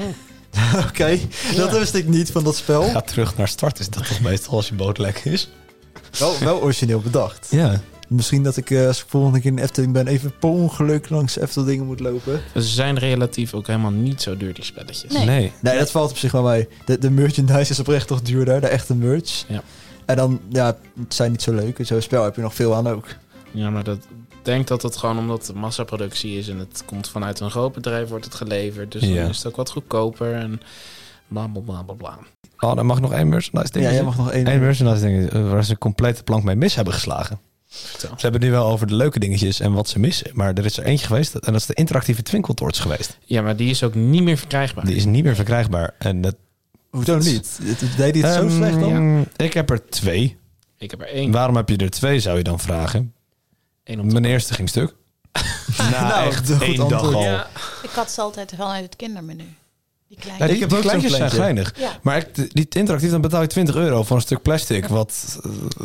Oké, dat wist ik niet van dat spel. Ga terug naar start, is dat toch meestal als je boot lek is? Wel origineel bedacht. Ja. Misschien dat ik als ik volgende keer in de Efteling ben... even per ongeluk langs Eftelingen moet lopen. Ze zijn relatief ook helemaal niet zo duur, die spelletjes. Nee. Nee, dat valt op zich wel mee. De merchandise is oprecht toch duur daar. De echte merch. Ja. En dan, ja, het zijn niet zo leuk. Zo'n spel heb je nog veel aan ook. Ja, maar ik denk dat het gewoon omdat het massaproductie is en het komt vanuit een groot bedrijf, wordt het geleverd. Dus Ja. dan is het ook wat goedkoper en bla bla bla bla bla. Oh, dan mag nog één merchandise ding. Ja, jij mag nog één. Eén merchandise ding waar ze een complete plank mee mis hebben geslagen. Vertel. Ze hebben het nu wel over de leuke dingetjes en wat ze missen. Maar er is er eentje geweest en dat is de interactieve Twinkeltorch geweest. Ja, maar die is ook niet meer verkrijgbaar. Die is niet meer verkrijgbaar. En dat, Hoezo niet? Deed hij het zo slecht dan? Ik heb er 2. Ik heb er 1. Waarom heb je er 2, zou je dan vragen? Eén om te Mijn eerste ging stuk. Nou, echt goed 1 dag antwoord. al. Ja. Ik had ze altijd vanuit het kindermenu. Die kleine. Ja, Ik die, heb die ook zo'n kleintjes zijn kleintje. geinig. Ja. Maar die interactief, dan betaal je €20 voor een stuk plastic. Wat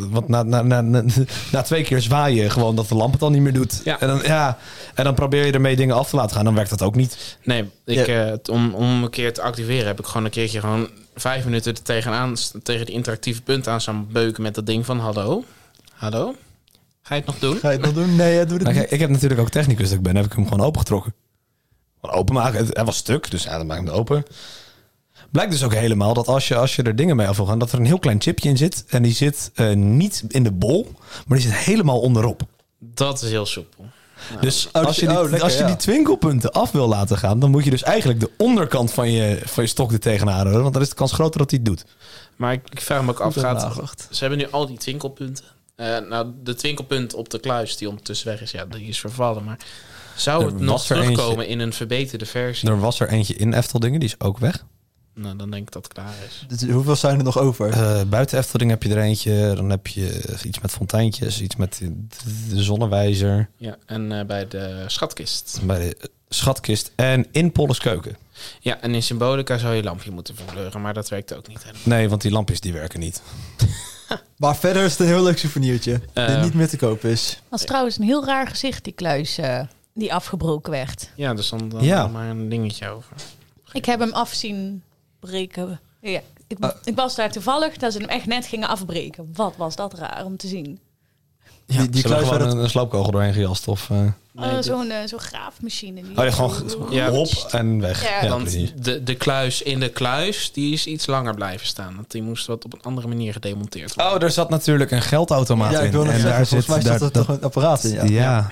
na 2 keer zwaaien gewoon dat de lamp het al niet meer doet. Ja. En dan probeer je ermee dingen af te laten gaan. Dan werkt dat ook niet. Nee, om een keer te activeren heb ik gewoon een keertje gewoon 5 minuten er tegen die interactieve punt aan staan beuken met dat ding van hallo. Hallo? Ga je het nog doen? Ga je het nog doen? Nee, doe het Maar niet. kijk, ik heb natuurlijk ook technicus dat ik ben. Heb ik hem gewoon opengetrokken. Gewoon openmaken. Hij was stuk, dus ja, dan maak ik hem open. Blijkt dus ook helemaal dat als je er dingen mee af wil gaan, dat er een heel klein chipje in zit. En die zit niet in de bol, maar die zit helemaal onderop. Dat is heel soepel. Nou, Dus Oh, als je, lekker, als je ja. die twinkelpunten af wil laten gaan, dan moet je dus eigenlijk de onderkant van je stok er tegenaan houden. Want dan is de kans groter dat hij het doet. maar ik vraag me ook af, Goed nagedacht. ze hebben nu al die twinkelpunten. Nou, de twinkelpunt op de kluis die ondertussen weg is, ja, die is vervallen. Maar zou Er het nog was er terugkomen eentje. in een verbeterde versie? Er was er eentje in Efteldingen, die is ook weg. Nou, dan denk ik dat het klaar is. Dus hoeveel zijn er nog over? Buiten Efteldingen heb je er eentje. Dan heb je iets met fonteintjes, iets met de zonnewijzer. Ja, en bij de schatkist. Bij de schatkist en in Polles keuken. Ja, en in Symbolica zou je lampje moeten verkleuren, maar dat werkt ook niet helemaal. Nee, want die lampjes die werken niet. Maar verder is het een heel leuk souvenirtje. Die Eh, niet meer te koop is. Was trouwens een heel raar gezicht, die kluis die afgebroken werd. Ja, dus dan Ja. maar een dingetje over. Ik heb hem af zien breken. Ja, ik was daar toevallig dat ze hem echt net gingen afbreken. Wat was dat raar om te zien. Ja, die die kluis gewoon waar een sloopkogel doorheen gejast. Of, Nee, Zo'n graafmachine. Die oh ja, gewoon Ja, hop en weg. Ja, Ja, want precies. de kluis in de kluis, die is iets langer blijven staan. Want die moest wat op een andere manier gedemonteerd worden. Oh, er zat natuurlijk een geldautomaat Ja, in. ik wil net en zeggen, daar volgens mij zit staat er toch een apparaat in. Ja. Ja.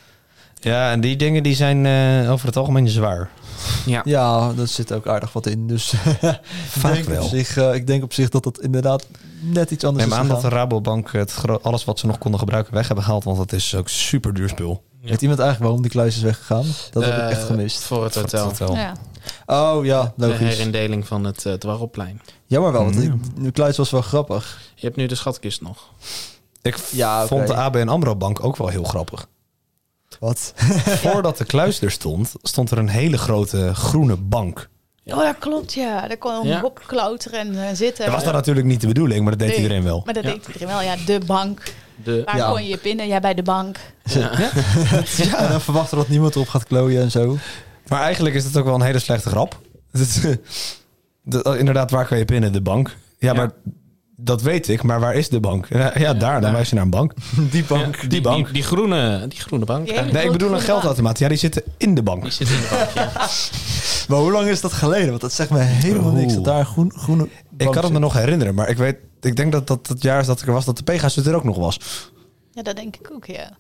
Ja, en die dingen die zijn over het algemeen zwaar. Ja, daar zit ook aardig wat in. Dus Vaak wel. Ik denk op zich dat het inderdaad net iets anders Neem is aan dat de gegaan. Rabobank alles wat ze nog konden gebruiken weg hebben gehaald. Want het is ook super duur spul. Weet iemand eigenlijk waarom die kluis is weggegaan? Dat heb ik echt gemist. Voor het hotel. Ja. Oh ja, De logisch. herindeling van het Dwarrelplein. Jammer wel, want Mm. de kluis was wel grappig. Je hebt nu de schatkist nog. Ik Ja, vond oké. de ABN AMRO Bank ook wel heel grappig. Wat? Voordat de kluis er stond er een hele grote groene bank Oh, dat klopt, ja. Daar kon Ja. op klauteren en zitten. Dat was dan natuurlijk niet de bedoeling, maar dat deed Nee, iedereen wel. Maar dat deed iedereen wel. Ja, de bank. Waar Ja. kon je pinnen? Ja, bij de bank. En dan verwachten dat niemand erop gaat klooien en zo. Maar eigenlijk is het ook wel een hele slechte grap. Inderdaad, waar kan je pinnen? De bank. Ja, maar dat weet ik. Maar waar is de bank? Ja, daar. Dan wijs je naar een bank. Die bank. Ja, Die bank. Die groene bank. Die hele Nee, ik bedoel een grote geldautomaat. Ja, die zitten in de bank. Die zit in de bank, ja. Maar hoe lang is dat geleden? Want dat zegt me helemaal niks. Dat daar een groene Ik bank kan het me zit. nog herinneren. Maar ik denk dat het jaar is dat ik er was, dat de Pegasus er ook nog was. Ja, dat denk ik ook, ja.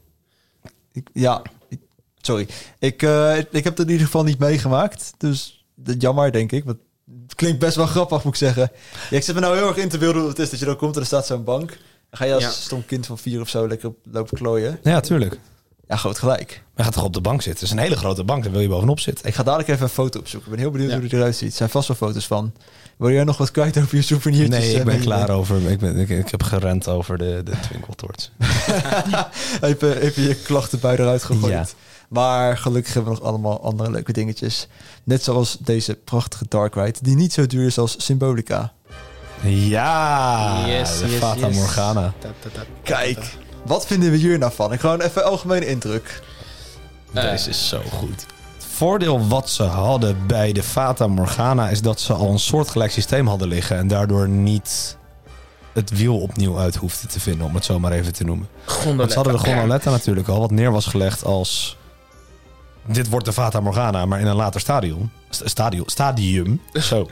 Sorry. Ik heb het in ieder geval niet meegemaakt. Dus jammer, denk ik. Want het klinkt best wel grappig, moet ik zeggen. Ja, ik zit me nou heel erg in te beelden hoe het is dat je dan komt en er staat zo'n bank. Dan ga je als Ja. stom kind van 4 of zo lekker lopen klooien. Ja, tuurlijk. Ja, groot gelijk. Maar je gaat toch op de bank zitten? Het is een hele grote bank. Daar wil je bovenop zitten. Ik ga dadelijk even een foto opzoeken. Ik ben heel benieuwd Ja. hoe die eruit ziet. Er zijn vast wel foto's van. Wil jij nog wat kwijt over je souvenirtjes? Nee, ik ben die je klaar over. Ik heb gerend over de twinkeltoorts. Even je klachtenbui eruit gegooid. Ja. Maar gelukkig hebben we nog allemaal andere leuke dingetjes. Net zoals deze prachtige Dark Ride, die niet zo duur is als Symbolica. Ja, Yes, de yes, Fata yes. Morgana. Kijk, wat vinden we hier nou van? Ik gewoon even algemene indruk. Deze is zo goed. Het voordeel wat ze hadden bij de Fata Morgana is dat ze al een soortgelijk systeem hadden liggen. En daardoor niet het wiel opnieuw uit hoefden te vinden, om het zo maar even te noemen. Want ze hadden de gondoletta natuurlijk al, wat neer was gelegd als... Dit wordt de Fata Morgana, maar in een later stadium. Zo.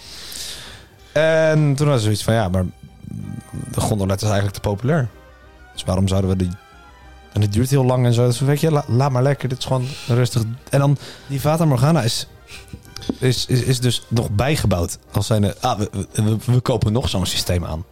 En toen was er zoiets van, ja, maar de gondoletta is eigenlijk te populair. Dus waarom zouden we die... En het duurt heel lang en zo. Dus weet je, laat maar lekker. Dit is gewoon rustig. En dan, die Fata Morgana is dus nog bijgebouwd. Als zijnde, we kopen nog zo'n systeem aan.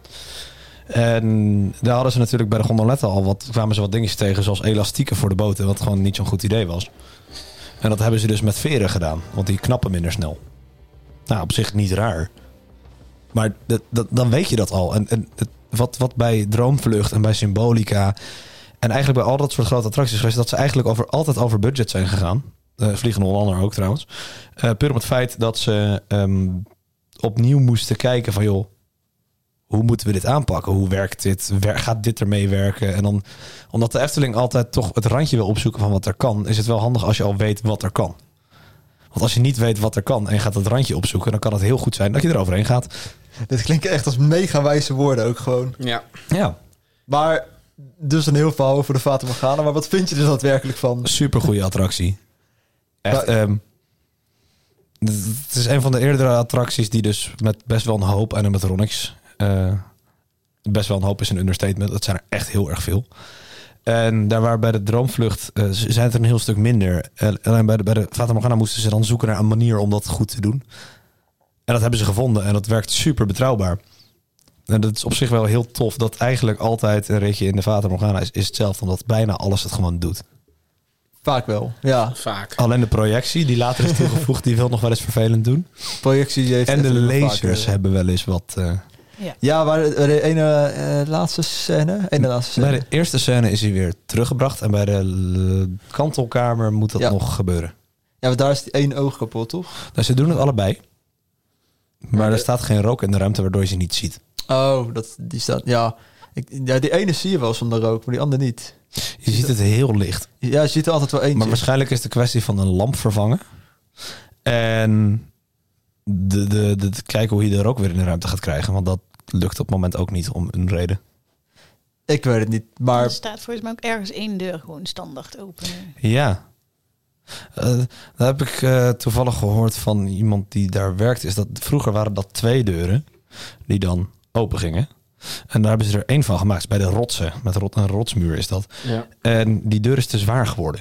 En daar hadden ze natuurlijk bij de gondoletta al kwamen ze wat dingetjes tegen, zoals elastieken voor de boten, wat gewoon niet zo'n goed idee was. En dat hebben ze dus met veren gedaan, want die knappen minder snel. Nou, op zich niet raar. Maar dan weet je dat al. En wat bij Droomvlucht en bij Symbolica en eigenlijk bij al dat soort grote attracties geweest, dat ze eigenlijk altijd over budget zijn gegaan. Vliegende Hollander ook trouwens. Puur om het feit dat ze opnieuw moesten kijken van, joh, hoe moeten we dit aanpakken? Hoe werkt dit? Gaat dit ermee werken? En dan, omdat de Efteling altijd toch het randje wil opzoeken van wat er kan, is het wel handig als je al weet wat er kan. Want als je niet weet wat er kan en je gaat het randje opzoeken, dan kan het heel goed zijn dat je eroverheen gaat. Dit klinkt echt als mega wijze woorden ook gewoon. Ja. Ja, Maar dus een heel verhaal over de Fata Morgana. Maar wat vind je er daadwerkelijk van? super goede attractie. Echt. Maar- Het is een van de eerdere attracties die dus met best wel een hoop animatronics. Best wel een hoop is een understatement. Dat zijn er echt heel erg veel. En daar waar bij de Droomvlucht zijn het er een heel stuk minder. Alleen bij de Fata Morgana moesten ze dan zoeken naar een manier om dat goed te doen. En dat hebben ze gevonden en dat werkt super betrouwbaar. En dat is op zich wel heel tof dat eigenlijk altijd een ritje in de Fata Morgana is hetzelfde, omdat bijna alles het gewoon doet. Vaak wel, ja. Vaak. Alleen de projectie die later is toegevoegd, die wil nog wel eens vervelend doen. Projectie heeft En de Efteling wel lasers vaker. hebben wel eens wat... Ja, maar de ene laatste scène. Bij de eerste scène is hij weer teruggebracht. En bij de kantelkamer moet dat nog gebeuren. Ja, maar daar is die één oog kapot, toch? Dus ze doen het allebei. Maar er staat geen rook in de ruimte waardoor je ze niet ziet. Oh, die staat... Ja, die ene zie je wel zonder rook, maar die andere niet. Je ziet het heel licht. Ja, je ziet er altijd wel eentje. Maar waarschijnlijk is het de kwestie van een lamp vervangen. En de kijken hoe je de rook weer in de ruimte gaat krijgen. Want dat lukt op het moment ook niet om een reden. Ik weet het niet, maar... Er staat volgens mij ook ergens één deur gewoon standaard open. Ja. Dat heb ik toevallig gehoord van iemand die daar werkt. Is dat vroeger waren dat 2 deuren die dan open gingen. En daar hebben ze er 1 van gemaakt. Bij de rotsen. Met een rotsmuur is dat. Ja. En die deur is te zwaar geworden.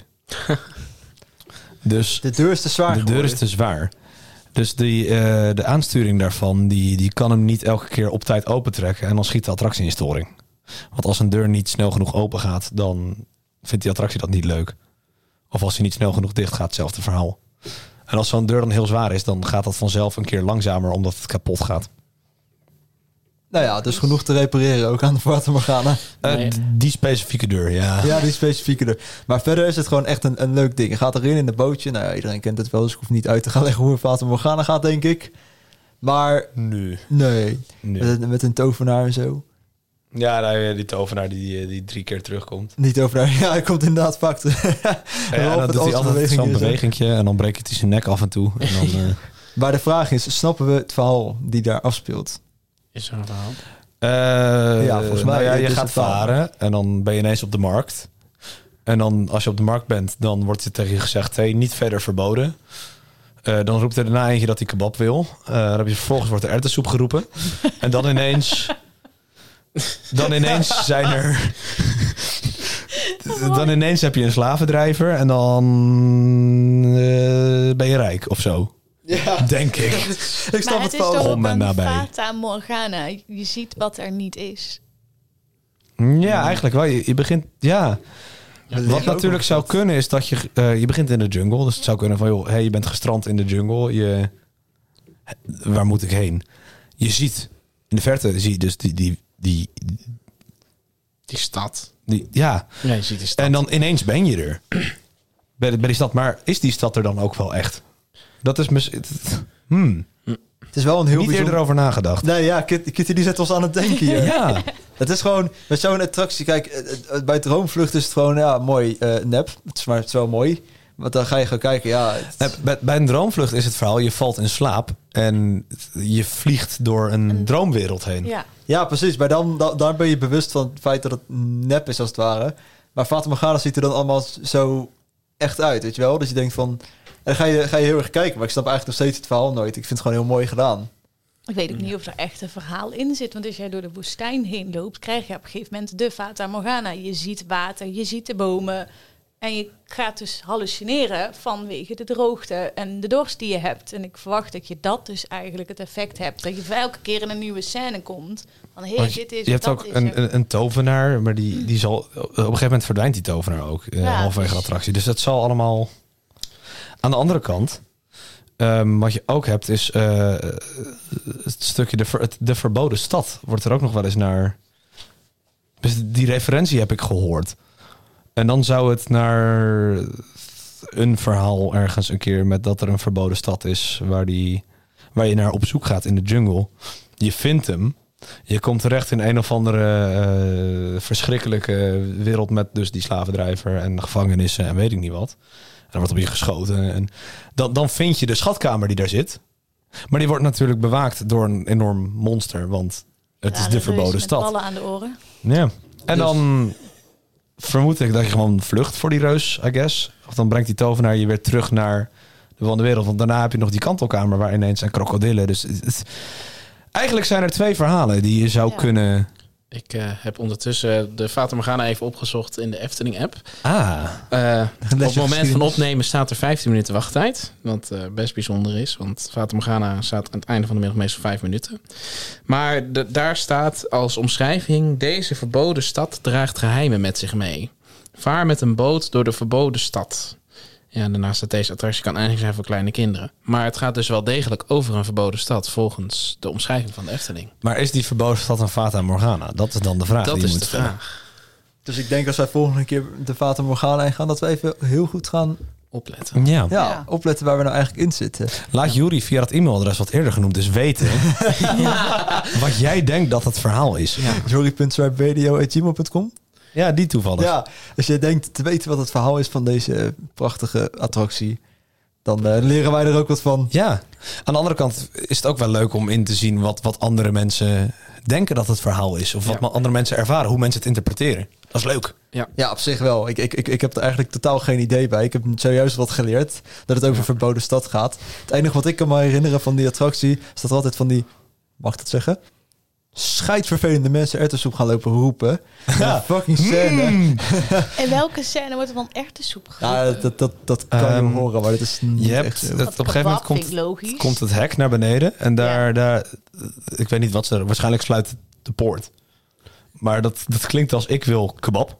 Dus De deur is te zwaar de deur geworden. is te zwaar. Dus de aansturing daarvan, die kan hem niet elke keer op tijd opentrekken. En dan schiet de attractie in storing. Want als een deur niet snel genoeg open gaat, dan vindt die attractie dat niet leuk. Of als hij niet snel genoeg dicht gaat, hetzelfde verhaal. En als zo'n deur dan heel zwaar is, dan gaat dat vanzelf een keer langzamer omdat het kapot gaat. Nou ja, dus genoeg te repareren ook aan de Fata Morgana. Nee. Die specifieke deur, ja. Ja, die specifieke deur. Maar verder is het gewoon echt een leuk ding. Je gaat erin in de bootje. Nou ja, iedereen kent het wel, dus ik hoef niet uit te gaan leggen hoe een Fata Morgana gaat, denk ik. Maar Nu. nee, met een tovenaar en zo. Ja, die tovenaar die 3 keer terugkomt. Niet tovenaar, ja, hij komt inderdaad vaak terug. Ja, dan doet hij altijd zo'n bewegingje en dan breekt hij zijn nek af en toe. En dan, Maar de vraag is, snappen we het verhaal die daar afspeelt? Is er een verhaal? Ja, volgens mij Nou ja, je is gaat het verhaal. varen en dan ben je ineens op de markt. En dan, als je op de markt bent, dan wordt er tegen je gezegd... hey, niet verder verboden. Dan roept er daarna eentje dat hij kebab wil. Dan heb je vervolgens wordt er erwtensoep geroepen. En dan ineens... zijn er... Dan ineens heb je een slavendrijver en dan ben je rijk of zo. Ja, Denk ik. ik Maar snap het het is wel. toch ook Om en een nabij. Fata Morgana. Je ziet wat er niet is. Ja, eigenlijk wel. Je begint... Ja. Wat natuurlijk zou kunnen is dat je begint in de jungle. Dus het zou kunnen van, joh, hey, je bent gestrand in de jungle. Waar moet ik heen? Je ziet, in de verte zie je dus die stad. ja. Ja, je ziet die stad. En dan ineens ben je er. bij die stad. Maar is die stad er dan ook wel echt? Dat is Het is wel een heel niet bijzonder... eerder over nagedacht. Nee, ja, Kitty die zet ons aan het denken hier. Ja. Het is gewoon, met zo'n attractie, kijk, bij Droomvlucht is het gewoon, ja, mooi nep. Maar het is wel mooi. Want dan ga je gewoon kijken, ja... Bij een droomvlucht is het verhaal, je valt in slaap en je vliegt door een droomwereld heen. Ja. Ja, precies. Maar daar ben je bewust van het feit dat het nep is, als het ware. Maar Fata Morgana ziet er dan allemaal zo echt uit, weet je wel? Dus je denkt van... En dan ga je heel erg kijken. Maar ik snap eigenlijk nog steeds het verhaal nooit. Ik vind het gewoon heel mooi gedaan. Ik weet ook niet of er echt een verhaal in zit. Want als jij door de woestijn heen loopt, krijg je op een gegeven moment de Fata Morgana. Je ziet water, je ziet de bomen. En je gaat dus hallucineren vanwege de droogte en de dorst die je hebt. En ik verwacht dat je dat dus eigenlijk het effect hebt. Dat je voor elke keer in een nieuwe scène komt. Van, hey, dit is je hebt dat ook is een tovenaar, maar die zal... Op een gegeven moment verdwijnt die tovenaar ook. Halverwege de attractie. Dus dat zal allemaal... Aan de andere kant... wat je ook hebt is het stukje de verboden stad. Wordt er ook nog wel eens naar... Dus die referentie heb ik gehoord. En dan zou het naar een verhaal ergens een keer... met dat er een verboden stad is waar je naar op zoek gaat in de jungle. Je vindt hem. Je komt terecht in een of andere verschrikkelijke wereld... met dus die slavendrijver en gevangenissen en weet ik niet wat. En dan wordt op je geschoten. En dan vind je de schatkamer die daar zit. Maar die wordt natuurlijk bewaakt door een enorm monster. Want het is de verboden stad. Met ballen aan de oren. Ja. En Dus- dan vermoed ik dat je gewoon vlucht voor die reus, I guess. Of dan brengt die tovenaar je weer terug naar de volgende wereld. Want daarna heb je nog die kantelkamer waar ineens zijn krokodillen. Dus eigenlijk zijn er 2 verhalen die je zou kunnen... Ik heb ondertussen de Fata Morgana even opgezocht in de Efteling-app. Op het moment van opnemen staat er 15 minuten wachttijd. Wat best bijzonder is, want Fata Morgana staat aan het einde van de middag meestal 5 minuten. Maar daar staat als omschrijving... Deze verboden stad draagt geheimen met zich mee. Vaar met een boot door de verboden stad. Ja, daarnaast staat deze attractie kan eigenlijk zijn voor kleine kinderen. Maar het gaat dus wel degelijk over een verboden stad... volgens de omschrijving van de Efteling. Maar is die verboden stad een Fata Morgana? Dat is dan de vraag Dat die je is moet de stellen. vraag. Dus ik denk als wij volgende keer de Fata Morgana ingaan... dat we even heel goed gaan Opletten. Ja. opletten waar we nou eigenlijk in zitten. Laat Juri via dat e-mailadres wat eerder genoemd is weten... wat jij denkt dat het verhaal is. Ja. Jory.swipevideo@gmail.com. Ja, die toevallig. Ja, als je denkt te weten wat het verhaal is van deze prachtige attractie... dan leren wij er ook wat van. Ja, aan de andere kant is het ook wel leuk om in te zien wat andere mensen denken dat het verhaal is. Of wat andere mensen ervaren, hoe mensen het interpreteren. Dat is leuk. Ja, op zich wel. Ik heb er eigenlijk totaal geen idee bij. Ik heb zojuist wat geleerd dat het over een verboden stad gaat. Het enige wat ik kan me herinneren van die attractie... is dat er altijd van die, mag ik dat zeggen... scheidvervelende mensen erwtensoep gaan lopen roepen. Ja, fucking scène. In welke scène wordt er van erwtensoep gegeten? Ja, dat kan je horen, maar dat is niet Je echt hebt zo. het, op een gegeven moment vind ik logisch. komt het hek naar beneden. En daar ik weet niet wat ze... Waarschijnlijk sluit de poort. Maar dat klinkt als ik wil kebab.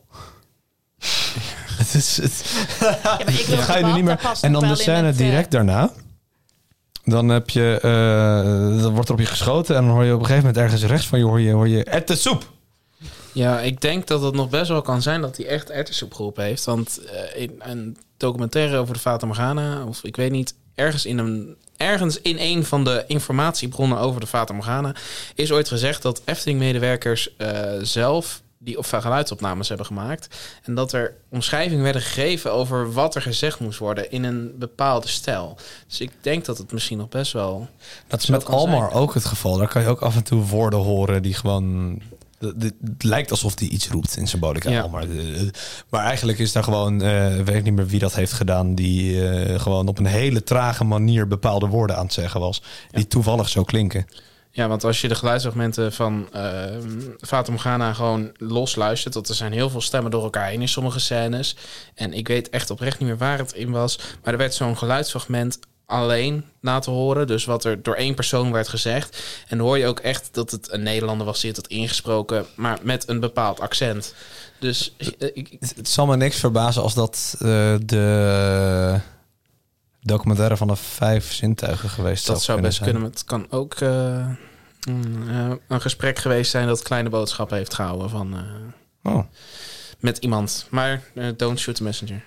Het is... Ja, maar ik wil Dat ga je nu kebab, niet meer... dat past En nog dan de wel in scène het, direct daarna... Dan heb je... dan wordt er op je geschoten en dan hoor je op een gegeven moment ergens rechts van je hoor je erwtensoep. Ja, ik denk dat het nog best wel kan zijn dat hij echt erwtensoep geroepen heeft. Want in een documentaire over de Fata Morgana, of ik weet niet, ergens in een van de informatiebronnen over de Fata Morgana is ooit gezegd dat Efteling-medewerkers zelf die geluidsopnames hebben gemaakt. En dat er omschrijvingen werden gegeven over wat er gezegd moest worden in een bepaalde stijl. Dus ik denk dat het misschien nog best wel... Dat is met Almar ook het geval. Daar kan je ook af en toe woorden horen die gewoon... Het lijkt alsof hij iets roept in symbolica. Ja. Maar eigenlijk is daar gewoon... weet ik niet meer wie dat heeft gedaan... die gewoon op een hele trage manier bepaalde woorden aan het zeggen was. Ja. Die toevallig zo klinken. Ja, want als je de geluidsfragmenten van Fata Morgana gewoon losluistert... dat er zijn heel veel stemmen door elkaar heen in sommige scènes. En ik weet echt oprecht niet meer waar het in was. Maar er werd zo'n geluidsfragment alleen laten horen. Dus wat er door één persoon werd gezegd. En dan hoor je ook echt dat het een Nederlander was die het had ingesproken... maar met een bepaald accent. Dus het zal me niks verbazen als dat de documentaire van de 5 zintuigen geweest dat zou best zijn. kunnen. Het kan ook een gesprek geweest zijn dat Kleine Boodschap heeft gehouden van met iemand. Maar don't shoot the messenger.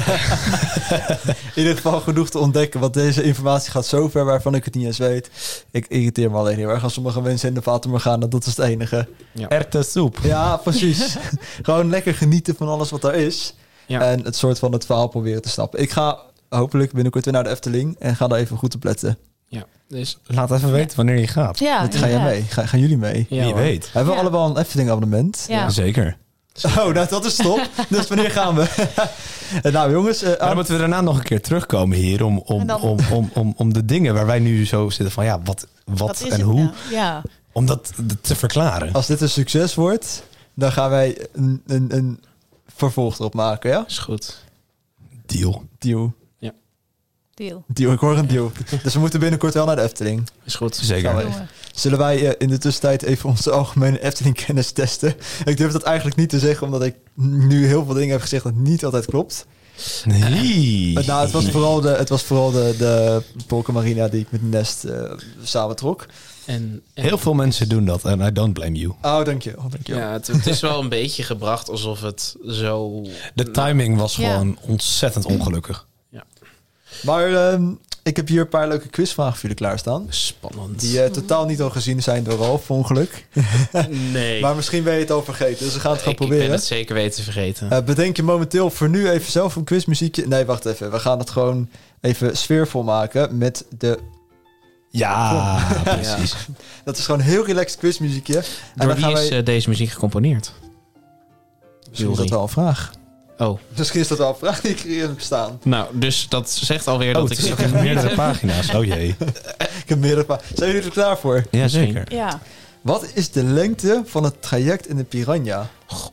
In ieder geval genoeg te ontdekken, want deze informatie gaat zo ver waarvan ik het niet eens weet. Ik irriteer me alleen heel erg als sommige mensen in de Fata Morgana, dat is het enige. Ja. Erwtensoep. Ja, precies. Gewoon lekker genieten van alles wat er is. Ja. En het soort van het verhaal proberen te snappen. Ik ga hopelijk binnenkort weer naar de Efteling en ga daar even goed op letten. Ja, dus Laat even weten wanneer je gaat. Ja, Ga jij mee? Gaan jullie mee? ja, Wie hoor. weet. Hebben we Ja. allemaal een Efteling abonnement? Ja. Zeker. Oh, nou, dat is top. Dus wanneer gaan we? Nou jongens, Maar dan moeten we daarna nog een keer terugkomen hier om de dingen waar wij nu zo zitten van ja, wat is en het hoe, nou? Ja. om dat te verklaren. als dit een succes wordt, dan gaan wij een vervolg erop maken, ja? Is goed. Deal. Deal. Deal. Ik hoor een deal. Dus we moeten binnenkort wel naar de Efteling. Is goed. Zeker. Gaan we- Jongen. Zullen wij in de tussentijd even onze algemene Efteling-kennis testen? Ik durf dat eigenlijk niet te zeggen, omdat ik nu heel veel dingen heb gezegd dat niet altijd klopt. Nee. Nou, het was vooral de Polka Marina die ik met Nest samentrok. En Heel veel mensen doen dat en I don't blame you. Oh, dank je. ja, het is wel een beetje gebracht alsof het zo... De timing was Ja. gewoon ontzettend ongelukkig. Maar ik heb hier een paar leuke quizvragen voor jullie klaarstaan. Spannend. Die totaal niet al gezien zijn door Ralf, ongeluk. Nee. Maar misschien ben je het al vergeten, dus we gaan het gewoon Ik ben proberen. het zeker weten te vergeten. Bedenk je momenteel voor nu even zelf een quizmuziekje. Nee, wacht even. We gaan het gewoon even sfeervol maken met de... Ja, precies. Dat is gewoon een heel relaxed quizmuziekje. En Door dan wie gaan is wij... deze muziek gecomponeerd? Misschien is dat wel een vraag. Oh, Misschien is dat wel een vraag die ik hier heb staan. nou, dus dat zegt alweer Oh, dat het ik is het ook echt niet meerdere heb. pagina's. Oh jee. Ik heb meerdere vragen. Zijn jullie er klaar voor? Ja, Misschien. zeker. Ja. Wat is de lengte van het traject in de Piranha?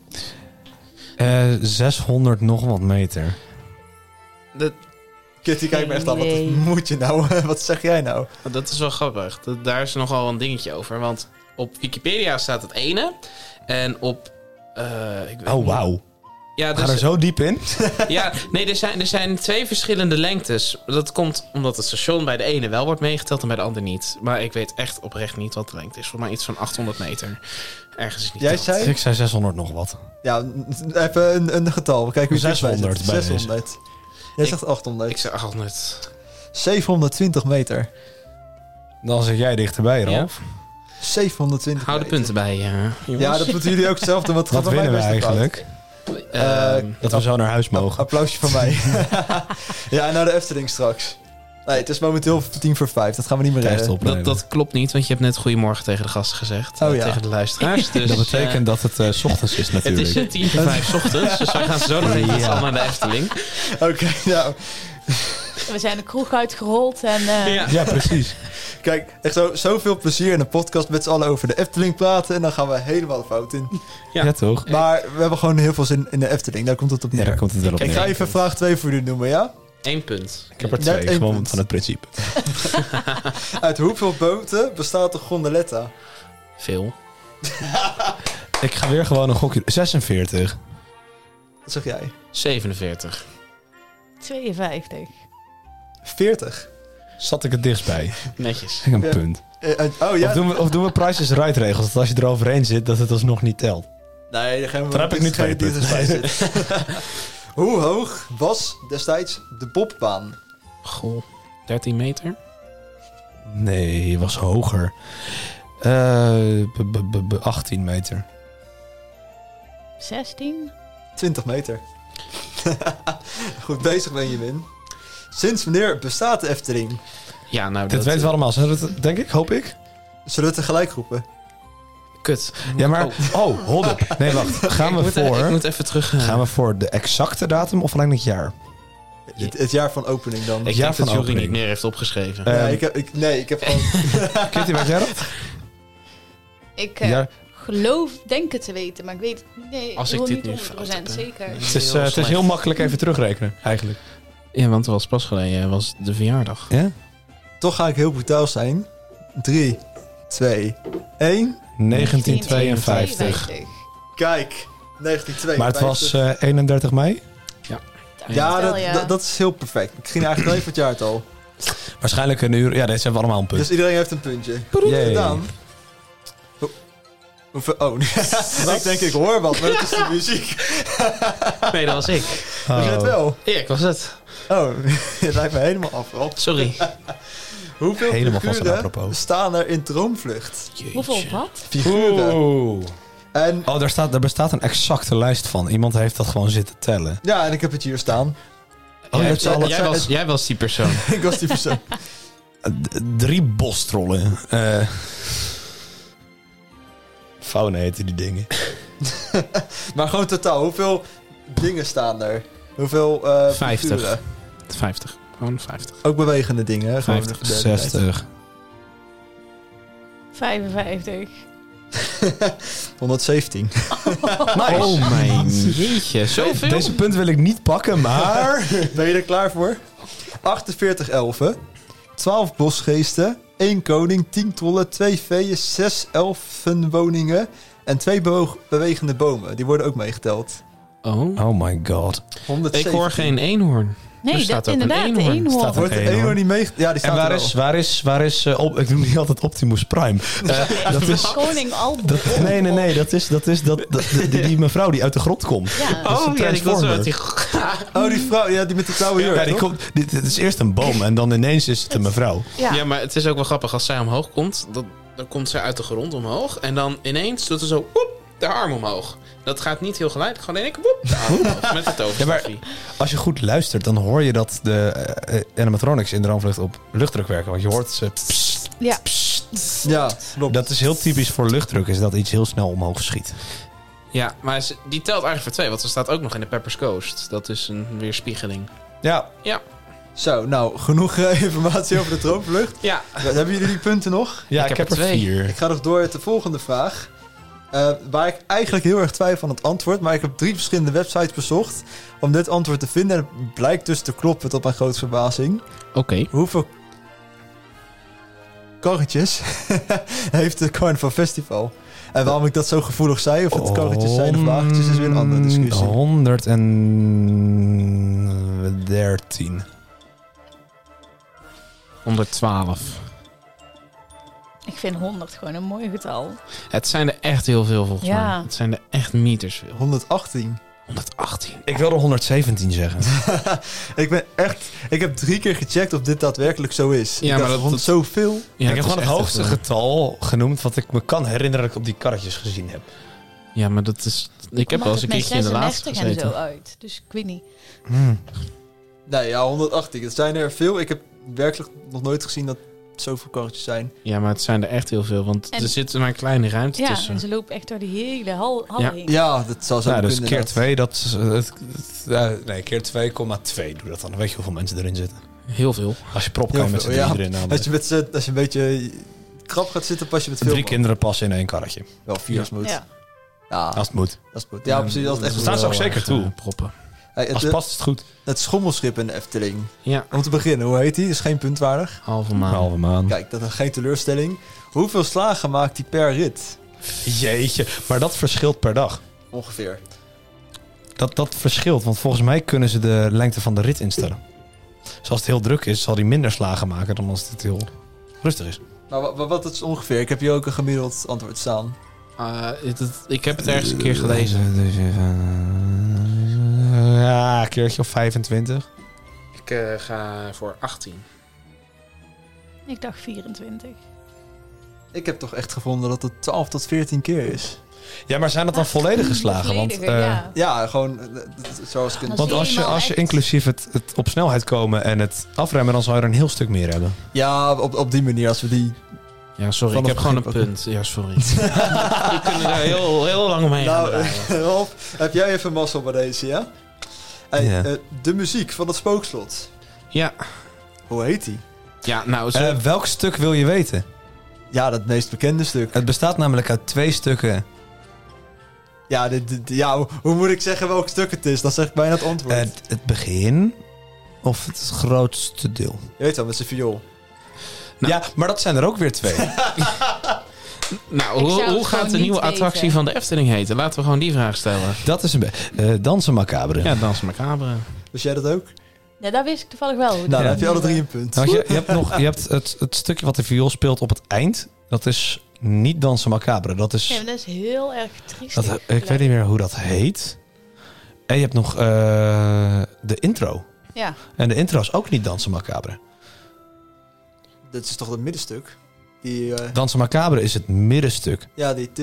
600 nog wat meter. Kitty, kijk me echt aan. Wat Nee. moet je nou? Wat zeg jij nou? Dat is wel grappig. Daar is nogal een dingetje over. Want op Wikipedia staat het ene. En op... ik weet Oh, niet. wauw. Ja, Ga er dus, zo diep in? ja, nee, er zijn 2 verschillende lengtes. Dat komt omdat het station bij de ene wel wordt meegeteld en bij de ander niet. Maar ik weet echt oprecht niet wat de lengte is. Voor mij iets van 800 meter. Ergens is niet Jij dat. zei? Ik zei 600 nog wat. Ja, even een getal. We kijken hoe het 600 dichtbij zit. bij 600. Jij zegt 800. Ik zei 800. 720 meter. Dan zit jij dichterbij, Ralf. 720 Hou de meter. punten bij, jongens. Ja, dat moeten jullie ook zelf doen. Want het Wat gaat bij mij winnen we best fout. eigenlijk? Ehm, Dat we zo naar huis mogen. Applausje van mij. Ja, en naar de Efteling straks. Nee, het is momenteel 4:45. Dat gaan we niet meer Tijdens redden. de opnemen. dat klopt niet, want je hebt net goedemorgen tegen de gasten gezegd. Oh, ja. Tegen de luisteraars. Dus, Dat betekent dat het 's ochtends is het is natuurlijk. 4:45 ochtends, dus wij gaan zo nog even Ja. naar de Efteling. Oké, nou. We zijn de kroeg uitgerold en Ja. Ja, precies. Kijk, echt zoveel plezier in een podcast met z'n allen over de Efteling praten. En dan gaan we helemaal de fout in. Ja. Ja, toch? Maar we hebben gewoon heel veel zin in de Efteling. Daar komt het op Ja, neer. daar komt het wel op Ik ga neer. even vraag 2 voor jullie noemen, ja? 1 punt. Ik heb er Ja, 2, één gewoon punt. van het principe. Uit hoeveel boten bestaat de gondoletta? Veel. Ik ga weer gewoon een gokje. 46. Wat zeg jij? 47. 52. 40. zat ik het dichtst bij. Netjes. Een Ja. punt. Oh ja. Of doen we Price is Right regels, dat als je eroverheen zit, dat het alsnog niet telt. Nee, dan gaan we Dan heb ik nu 2 die er punten. bij zit. Hoe hoog was destijds de bobbaan? Goh, 13 meter? Nee, was hoger. 18 meter. 16? 20 meter. Goed bezig, Benjamin. Sinds wanneer bestaat de Efteling? Ja, nou, Dit weten we allemaal, zullen we het, denk ik, hoop ik? Zullen we het tegelijk roepen? Kut. Ja, maar... Oh, hold up. Nee, wacht. Ik moet even terug... Gaan we voor de exacte datum of alleen het jaar? Het jaar van opening dan. Ik jaar denk van dat Jury opening. niet meer heeft opgeschreven. Ik heb gewoon... Kitty, weet jij dat? Ik Ja. denk het te weten, maar ik weet het nee, Als ik wil dit niet nu 100% fout heb, hè. zeker. Nee. Het is heel makkelijk even terugrekenen, eigenlijk. Ja, want het was pas geleden, was de verjaardag. Ja? Toch ga ik heel brutaal zijn. 3, 2, 1. 1952. Kijk, 1952. Maar het was 31 mei? Ja, Stel, dat is heel perfect. Ik ging eigenlijk wel even het jaartal. Waarschijnlijk een uur. Ja, dit zijn we allemaal een punt. Dus iedereen heeft een puntje. Yay. Gedaan. Oh, ik denk ik hoor wat, maar dat is de muziek. Nee, dat was ik. Was je het wel? Ja, ik was het. Oh, het lijkt me helemaal af, Rob. Sorry. Hoeveel Helemaal vast en figuren apropos. staan er in Droomvlucht? Hoeveel wat? Figuren. Oeh. En Oh, daar bestaat een exacte lijst van. Iemand heeft dat gewoon zitten tellen. ja, en ik heb het hier staan. Oh, je hebt ze alle... Jij was die persoon. Ik was die persoon. 3 bostrollen. Fauna heten die dingen. Maar gewoon totaal, hoeveel dingen staan er? Hoeveel 50. figuren? 50. Gewoon 50. Ook bewegende dingen, hè? Gewoon 50, de verdedigheid. 60. 55. 117. Oh mijn jeetje, zoveel? Deze punt wil ik niet pakken, maar... Ben je er klaar voor? 48 elfen, 12 bosgeesten, 1 koning, 10 trollen, 2 feeën, 6 elfenwoningen en 2 bewegende bomen. Die worden ook meegeteld. Oh. my god. 117. Ik hoor geen eenhoorn. Er Nee, staat dat ook een inderdaad, de eenhoorn. eenhoorn. Staat er- Wordt de Eenhoorn. eenhoorn niet mee? Ja, die staat En er wel. waar is ik noem die altijd Optimus Prime. Dat is... Koning Albert. Nee, dat is die mevrouw die uit de grot komt. Ja. Dat is een Oh, ja, die komt zo Transformer. uit die... Oh, die vrouw, ja, die met die trouwe jurk, Ja, die toch? komt, dit is eerst een boom en dan ineens is het een mevrouw. Ja. Ja, maar het is ook wel grappig. Als zij omhoog komt, dan komt zij uit de grond omhoog. En dan ineens doet ze zo, woep, de arm omhoog. Dat gaat niet heel geleidelijk. Gewoon in één keer, woep, de arm omhoog. Met het toverstafje. Als je goed luistert, dan hoor je dat de animatronics in Droomvlucht op luchtdruk werken. Want je hoort ze... pssst, Ja. pssst. Ja, klopt. Dat is heel typisch voor luchtdruk, is dat iets heel snel omhoog schiet. Ja, maar die telt eigenlijk voor 2. Want er staat ook nog in de Pepper's Coast. Dat is een weerspiegeling. Ja, Zo, nou, genoeg informatie over de Droomvlucht. Ja. Hebben jullie die punten nog? ja Ik ik heb heb er er 2. 4. Ik ga nog door met de volgende vraag. Waar ik eigenlijk heel erg twijfel aan het antwoord. Maar ik heb 3 verschillende websites bezocht om dit antwoord te vinden. En het blijkt dus te kloppen tot mijn grote verbazing. Oké. Hoeveel karretjes heeft de Carnival Festival? En waarom ik dat zo gevoelig zei, of het karretjes zijn of wagentjes, is weer een andere discussie. 113. 112. Ik vind 100 gewoon een mooi getal. Het zijn er echt heel veel volgens Ja. mij. Het zijn er echt meters veel. 118. 118. Ik wilde 117 zeggen. Ik heb 3 keer gecheckt of dit daadwerkelijk zo is. Ja, Ik maar dacht, dat- zoveel. Ja, ik heb gewoon het is echt hoogste echt, getal genoemd wat ik me kan herinneren dat ik op die karretjes gezien heb. Ja, maar dat is... Ik heb wel eens een keertje in de laatste en gezeten. zo uit. Dus ik weet niet. Nee, ja, 118. Het zijn er veel. Ik heb werkelijk nog nooit gezien dat zoveel karretjes zijn. Ja, maar het zijn er echt heel veel. Want En- er zit maar een kleine ruimte Ja, tussen. en ze lopen echt door die hele hal Ja. heen. Ja, dat zal zo Nou, dus kunnen. keer dat. 2, dat is... nee, keer 2,2 doe dat dan. Dan weet je hoeveel mensen erin zitten. Heel veel. Als je prop Heel kan met z'n veel, ja. drieën erin namelijk. Als je een beetje krap gaat zitten, pas je met veel 3 man. kinderen passen in 1 karretje. Wel 4 als het moet. Ja. Ja, Als het moet. als het moet. Ja, precies. Als het echt Staan moet. ze ook zeker toe. Proppen. Hey, Als het past is het goed. het schommelschip in de Efteling. Ja, Om te beginnen, hoe heet die? Is geen puntwaardig. halve maand. Halve maan. Kijk, dat is geen teleurstelling. Hoeveel slagen maakt die per rit? Jeetje, maar dat verschilt per dag. Ongeveer. Dat verschilt, want volgens mij kunnen ze de lengte van de rit instellen. Dus als het heel druk is, zal hij minder slagen maken dan als het heel rustig is. Maar wat is ongeveer? Ik heb hier ook een gemiddeld antwoord staan. Ik heb het ergens een keer gelezen. Ja, een keertje of 25. Ik ga voor 18. Ik dacht 24. Ik heb toch echt gevonden dat het 12 tot 14 keer is. Ja, maar zijn dat dan volledig geslagen? Want, Ja. Ja, gewoon zoals ik het... want als je inclusief het op snelheid komen en het afremmen, dan zou je er een heel stuk meer hebben. Ja, op die manier, als we die... Ja, sorry, ik Vanaf heb gewoon een begin punt. Ja, sorry. We kunnen daar heel lang omheen gaan Nou, draaien. Rolf, heb jij even mazzel bij deze, ja? Hey, Ja. de muziek van het spookslot. Ja. Hoe heet die? Ja, nou, zo... Welk stuk wil je weten? Ja, dat meest bekende stuk. Het bestaat namelijk uit 2 stukken. Ja, hoe moet ik zeggen welk stuk het is? Dan zeg ik bijna het antwoord. Het begin of het grootste deel? Je weet wel, met zijn viool. Nou. Ja, maar dat zijn er ook weer 2. Nou, Ik zou het hoe gaat gewoon de nieuwe niet attractie weten. van de Efteling heten? Laten we gewoon die vraag stellen. Dat is een Dansen Macabre. Ja, Dansen Macabre. Dus jij dat ook? Ja, daar wist ik toevallig wel. Nou, dan heb je alle 3 een punt. Nou, je hebt het stukje wat de viool speelt op het eind. Dat is niet Dansen Macabre. Dat is... Ja, maar dat is heel erg triest. ik weet niet meer hoe dat heet. En je hebt nog de intro. Ja. En de intro is ook niet Dansen Macabre. Dit is toch het middenstuk? Die, Dansen Macabre is het middenstuk. ja, die...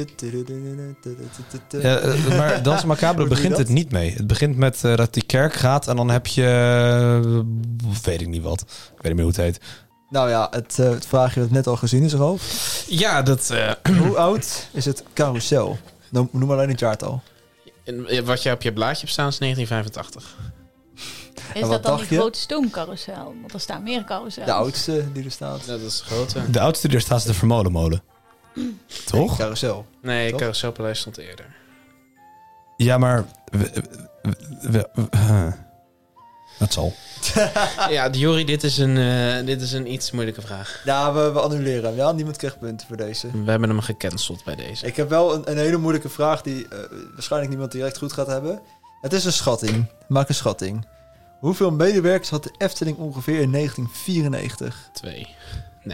Maar Dansen Macabre Hoe doe je begint dat? het niet mee. Het begint met dat die kerk gaat en dan heb je... weet ik niet wat. Ik weet niet meer hoe het heet. Nou ja, het vraagje dat net al gezien is, Rolf. Ja, dat... Hoe oud is het carousel? Noem alleen het jaartal. wat je op je blaadje hebt staan is 1985. Is wat dat dan dacht die je? grote stoomcarousel? Want er staan meer carousels. De oudste die er staat. Dat is grote. De oudste die er staat is de Vermolenmolen. Toch? Carousel. Nee, Toch? Carouselpaleis stond eerder. Ja, maar... Dat zal. Ja, Jori, dit is een iets moeilijke vraag. Ja, we annuleren hem. Ja, niemand krijgt punten voor deze. We hebben hem gecanceld bij deze. Ik heb wel een hele moeilijke vraag die waarschijnlijk niemand direct goed gaat hebben. Het is een schatting. Maak een schatting. Hoeveel medewerkers had de Efteling ongeveer in 1994? 2. Nee.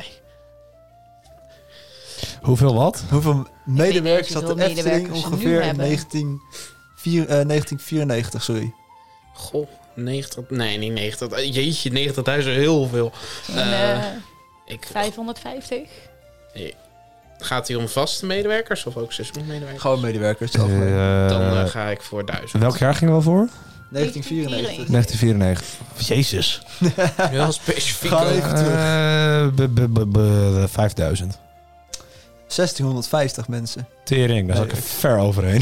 Hoeveel wat? Hoeveel medewerkers eens had de hoeveel Efteling medewerkers ze ongeveer nu in hebben. 1994? Sorry. Goh, 90... Nee, niet 90. Jeetje, 90.000 heel veel. Ik, 550. gaat hij om vaste medewerkers of ook seizoensmedewerkers? Gewoon medewerkers. algemeen. Dan ga ik voor 1000. Welk jaar gingen we voor? 1994. 1994. Jezus. Heel specifiek. Ga even terug. 5000. 1650 mensen. Tering, daar zat ik er ver overheen.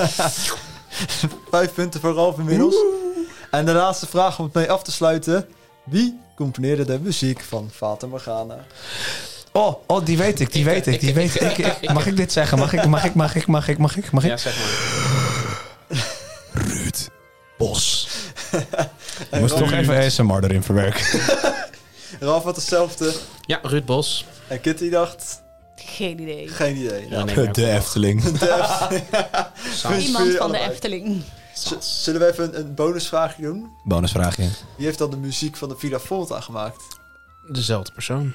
5 punten voor Ralf inmiddels. En de laatste vraag om het mee af te sluiten. Wie componeerde de muziek van Fata Morgana? Oh, die weet ik. Mag ik dit zeggen? Mag ik? Ja, zeg maar. Ruud Bos. Je En moest Ralf- toch even ASMR erin verwerken. Ralf had hetzelfde. Ja, Ruud Bos. En Kitty dacht... Geen idee. Geen idee. Ja, nee, De Efteling. Punt Iemand voor jullie van de allebei. Efteling. Zullen we even een bonusvraagje doen? Bonusvraagje. Wie heeft dan de muziek van de Villa Volta gemaakt? Dezelfde persoon.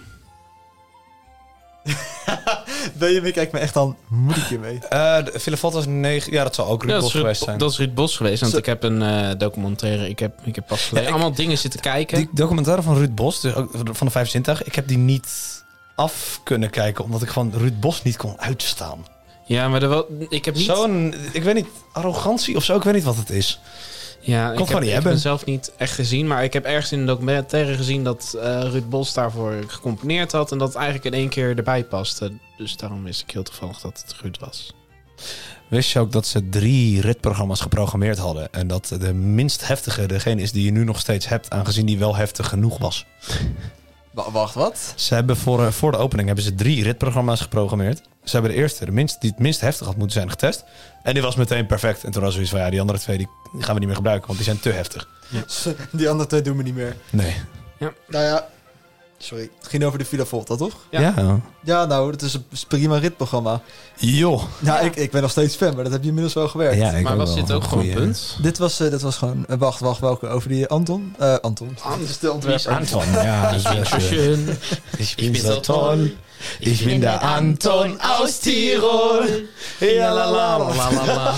Benjamin kijkt me echt aan. Moet ik hiermee? De Villa Volta was 9. Ja, dat zal ook Ruud Bos geweest zijn. Dat is Ruud Bos geweest. Want Zo. ik heb een documentaire. Ik heb pas geleden allemaal dingen zitten kijken. Die documentaire van Ruud Bos, dus ook van de 5 zintuigen, ik heb die niet af kunnen kijken, omdat ik gewoon Ruud Bos niet kon uitstaan. Ja, maar ik heb niet... Zo'n, ik weet niet, arrogantie of zo, ik weet niet wat het is. Ja, Kon gewoon niet ik heb hebben. het zelf niet echt gezien. Maar ik heb ergens in de documentaire gezien dat Ruud Bos daarvoor gecomponeerd had. En dat het eigenlijk in één keer erbij paste. Dus daarom wist ik heel toevallig dat het Ruud was. Wist je ook dat ze 3 ritprogramma's geprogrammeerd hadden? En dat de minst heftige degene is die je nu nog steeds hebt, aangezien die wel heftig genoeg was. Wacht, wat? Ze hebben voor de opening hebben ze 3 ritprogramma's geprogrammeerd. Ze hebben de eerste, die het minst heftig had moeten zijn, getest. En die was meteen perfect. En toen was zoiets van, ja, die andere 2 die gaan we niet meer gebruiken, want die zijn te heftig. Die andere 2 doen we niet meer. Nee. Nou ja, Sorry, het ging over de Villa Volta, toch? Ja. Ja, nou, het is een prima ritprogramma. Joh. Nou, Ja. ik ben nog steeds fan, maar dat heb je inmiddels wel gewerkt. Ja, ik Maar was wel. dit ook gewoon een Goeie. punt? Dit was gewoon... wacht, welke? Over die Anton? Anton. Dat is de ontwerper. Anton, ja. Ich bin so schön. Ich bin so toll. Ich bin der Anton aus Tirol. Ja, la, la, la, la, la.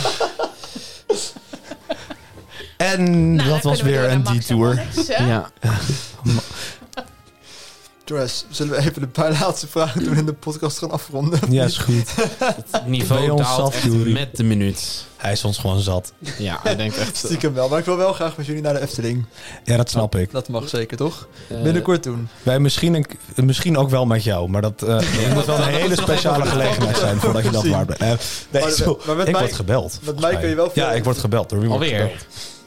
En Nou, dat dan was kunnen we weer door een naar Max en detour. Alex, hè? Ja. Joris, zullen we even een paar laatste vragen doen en de podcast gaan afronden? Ja, is goed. Het niveau Ben je ons daalt zat, echt Joeri? met de minuut. Hij is ons gewoon zat. Ja, ik denk echt... Stiekem wel, maar ik wil wel graag met jullie naar de Efteling. Ja, dat snap ik. Dat mag zeker, toch? eh, Binnenkort doen. Wij misschien ook wel met jou, maar dat moet wel een hele speciale gelegenheid zijn voordat je dat waar bent. Nee, Maar- zo, maar met ik mij- word gebeld. Met mij kun je wel veel... Ja, ik word gebeld. Door wie word ik Alweer? gebeld?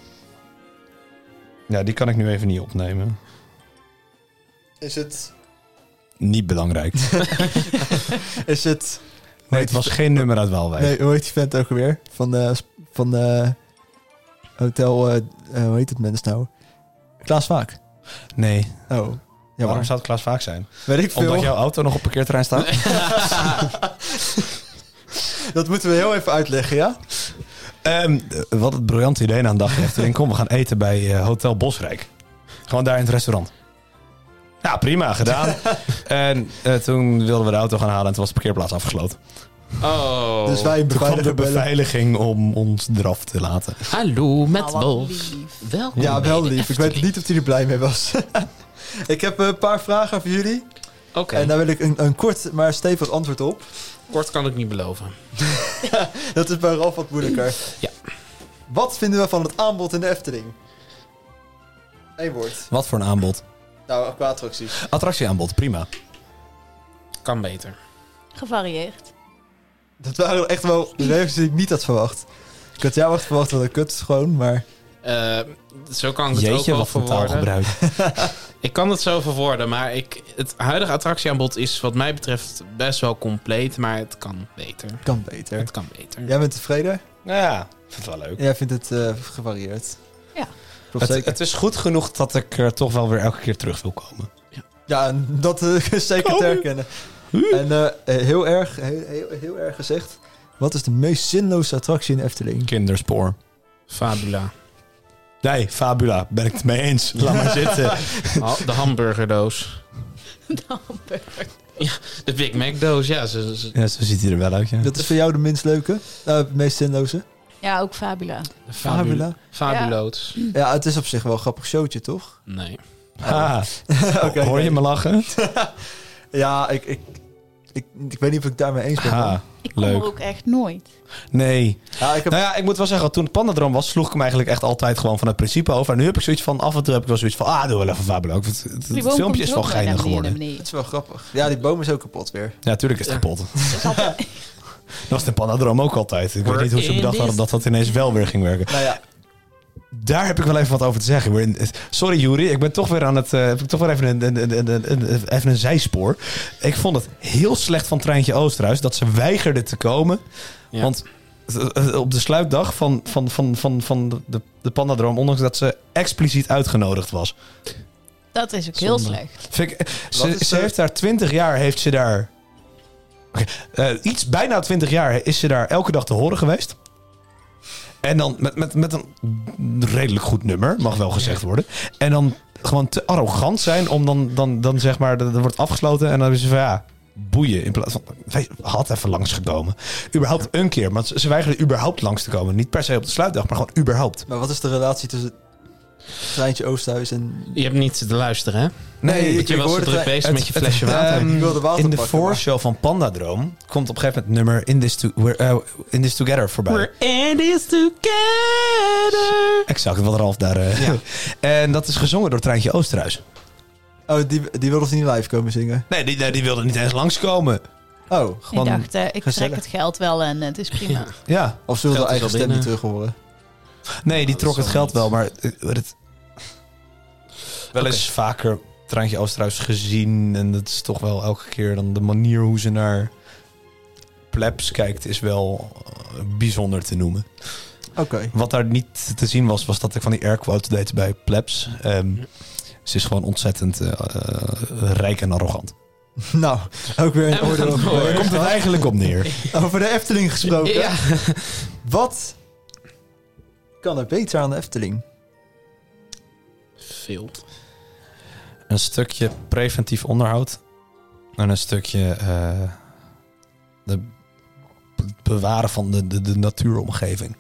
Ja, die kan ik nu even niet opnemen. Is het... Niet belangrijk. Is het... Nee, het was geen nummer uit Waalwijk. Nee, hoe heet die vent ook weer? Van Hotel... hoe heet het mens nou? Klaas Vaak. Nee. Oh, Waarom jammer. zou het Klaas Vaak zijn? Weet ik veel. Omdat jouw auto nog op parkeerterrein staat? Dat moeten we heel even uitleggen, ja? Wat het briljante idee na een dag heeft. En kom, we gaan eten bij Hotel Bosrijk. Gewoon daar in het restaurant. Ja, prima, gedaan. En toen wilden we de auto gaan halen en toen was de parkeerplaats afgesloten. Oh. Dus wij Toen kwam de beveiligen bellen. beveiliging om ons eraf te laten. Hallo, met Nou, wat Wolf. lief. Welkom Ja, bij wel de lief. Ik weet Efteling. niet of hij er blij mee was. Ik heb een paar vragen voor jullie. Oké, En daar wil ik een kort, maar stevig antwoord op. kort kan ik niet beloven. Dat is bij Ralf wat moeilijker. Ja. Wat vinden we van het aanbod in de Efteling? Eén woord. Wat voor een aanbod? Nou, qua attracties. Attractieaanbod, prima. Kan beter. Gevarieerd. Dat waren echt wel de reacties die ik niet had verwacht. Ik had jou echt verwacht, wat een kut gewoon, maar... Zo kan ik het Jeetje, ook wat wel voor verwoorden. taalgebruik. Ik kan het zo verwoorden, maar het huidige attractieaanbod is wat mij betreft best wel compleet, maar het kan beter. Kan beter. Het kan beter. Jij bent tevreden? Nou ja, ik vind het wel leuk. Jij vindt het gevarieerd? Ja. Klopt zeker. Het is goed genoeg dat ik er toch wel weer elke keer terug wil komen. Ja, en dat is zeker te herkennen. En heel erg gezegd. Wat is de meest zinloze attractie in de Efteling? Kinderspoor. Fabula. Nee, Fabula, ben ik het mee eens. Laat maar zitten. De hamburgerdoos. De hamburger. De Big Mac doos, ja. Ja, zo ziet hij er wel uit, ja. Dat is voor jou de minst leuke? De meest zinloze? Ja, ook Fabula. De Fabula? Fabuloos. Ja, het is op zich wel een grappig showtje, toch? Nee. Oké. Hoor je me lachen? Ja, ik weet niet of ik daarmee eens ben. man. Ha, Ik kom leuk. er ook echt nooit. Nee. Ja, ik heb... Nou ja, ik moet wel zeggen, toen het Pandadroom was, sloeg ik hem eigenlijk echt altijd gewoon van het principe over. En nu heb ik zoiets van, af en toe heb ik wel zoiets van, doe wel even Fabula. Het filmpje is wel geinig geworden. Het is wel grappig. Ja, die boom is ook kapot weer. Ja, natuurlijk is het kapot. Dat was de Pandadroom ook altijd. Ik weet We're niet hoe ze in bedacht hadden dat dat ineens wel weer ging werken. Nou ja, Daar heb ik wel even wat over te zeggen. Sorry Joeri, ik ben toch weer aan het... heb ik toch weer even een zijspoor. Ik vond het heel slecht van Treintje Oosterhuis dat ze weigerde te komen. Ja. Want op de sluitdag van de Pandadroom, ondanks dat ze expliciet uitgenodigd was. Dat is ook heel Zonde. slecht. Vind ik, Wat is ze heeft daar 20 jaar, heeft ze daar... bijna 20 jaar is ze daar elke dag te horen geweest. En dan met een redelijk goed nummer, mag wel gezegd worden. En dan gewoon te arrogant zijn om dan zeg maar, dat wordt afgesloten en dan is ze van ja, boeien. In plaats van, had even langsgekomen. Überhaupt een keer, maar ze weigerde überhaupt langs te komen. Niet per se op de sluitdag, maar gewoon überhaupt. maar wat is de relatie tussen Treintje Oosterhuis en... Je hebt niet te luisteren, hè? Nee, Want je was zo hoorde druk het- bezig met je flesje water. Ik wilde water in de pakken, voorshow van Pandadroom komt op een gegeven moment het nummer In This Together voorbij. We're in this together. Exact, wat Ralf daar... Ja. En dat is gezongen door Treintje Oosterhuis. Oh, die wilde ze niet live komen zingen? Nee, die wilde niet eens langskomen. Oh, Gewoon, ik dacht, ik gezellig. trek het geld wel en het is prima. Ja. ja. of ze wilde Geld is eigen al stem niet binnen. terug horen? Nee, die dat trok zal het geld niet. wel, maar het wel eens vaker Treintje Oosterhuis gezien. En dat is toch wel elke keer dan de manier hoe ze naar plebs kijkt is wel bijzonder te noemen. Oké. Wat daar niet te zien was dat ik van die air quotes deed bij plebs. Ze is gewoon ontzettend rijk en arrogant. Nou, ook weer een oordeel over. Daar komt het eigenlijk op neer. Over de Efteling gesproken. Ja. Wat kan er beter aan de Efteling? Veel. Een stukje preventief onderhoud. En een stukje bewaren van de natuuromgeving.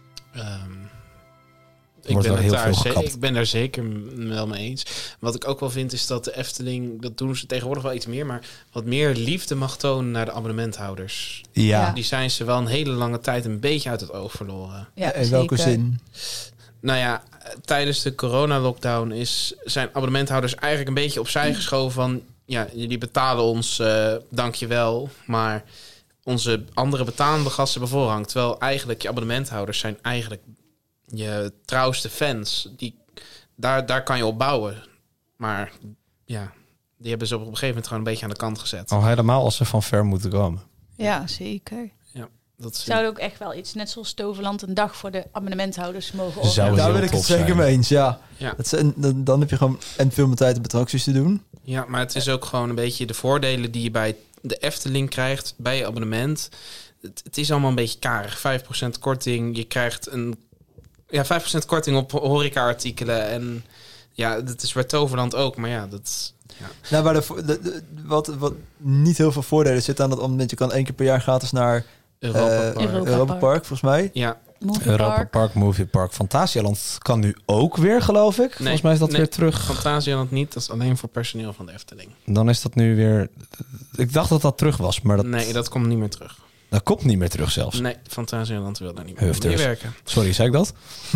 Ik ben daar zeker wel mee eens. Wat ik ook wel vind is dat de Efteling, dat doen ze tegenwoordig wel iets meer, maar wat meer liefde mag tonen naar de abonnementhouders. Ja. Die zijn ze wel een hele lange tijd een beetje uit het oog verloren. Ja, In welke zeker. zin? Nou ja, tijdens de corona-lockdown zijn abonnementhouders eigenlijk een beetje opzij geschoven van, ja, jullie betalen ons, dankjewel, maar onze andere betalende gasten hebben voorrang. Terwijl eigenlijk je abonnementhouders zijn eigenlijk je trouwste fans. Daar kan je op bouwen. Maar ja, die hebben ze op een gegeven moment gewoon een beetje aan de kant gezet. Al helemaal als ze van ver moeten komen. Ja, zeker. Dat Zou ook echt wel iets, net zoals Toverland, een dag voor de abonnementhouers mogen Zou organiseren. Daar heel ben ik het tof zeker zijn. mee eens, ja. Ja. Dan heb je gewoon en veel meer tijd om attracties te doen. Ja, maar het is ook gewoon een beetje de voordelen die je bij de Efteling krijgt, bij je abonnement. Het is allemaal een beetje karig. 5% korting, je krijgt 5% korting op horeca-artikelen. En ja, dat is bij Toverland ook, maar ja, dat... Ja. Nou, waar wat niet heel veel voordelen zitten aan dat abonnement. Je kan 1 keer per jaar gratis naar Europa Park, volgens mij. Ja, Europa Park, Movie Park, Fantasialand kan nu ook weer, geloof ik. Volgens mij is dat weer terug. Fantasialand niet, dat is alleen voor personeel van de Efteling. Dan is dat nu weer... Ik dacht dat dat terug was, maar Nee, dat komt niet meer terug. dat komt niet meer terug zelfs. Nee, Fantasialand wil daar niet meer Hufters. mee werken. Sorry, zei ik dat?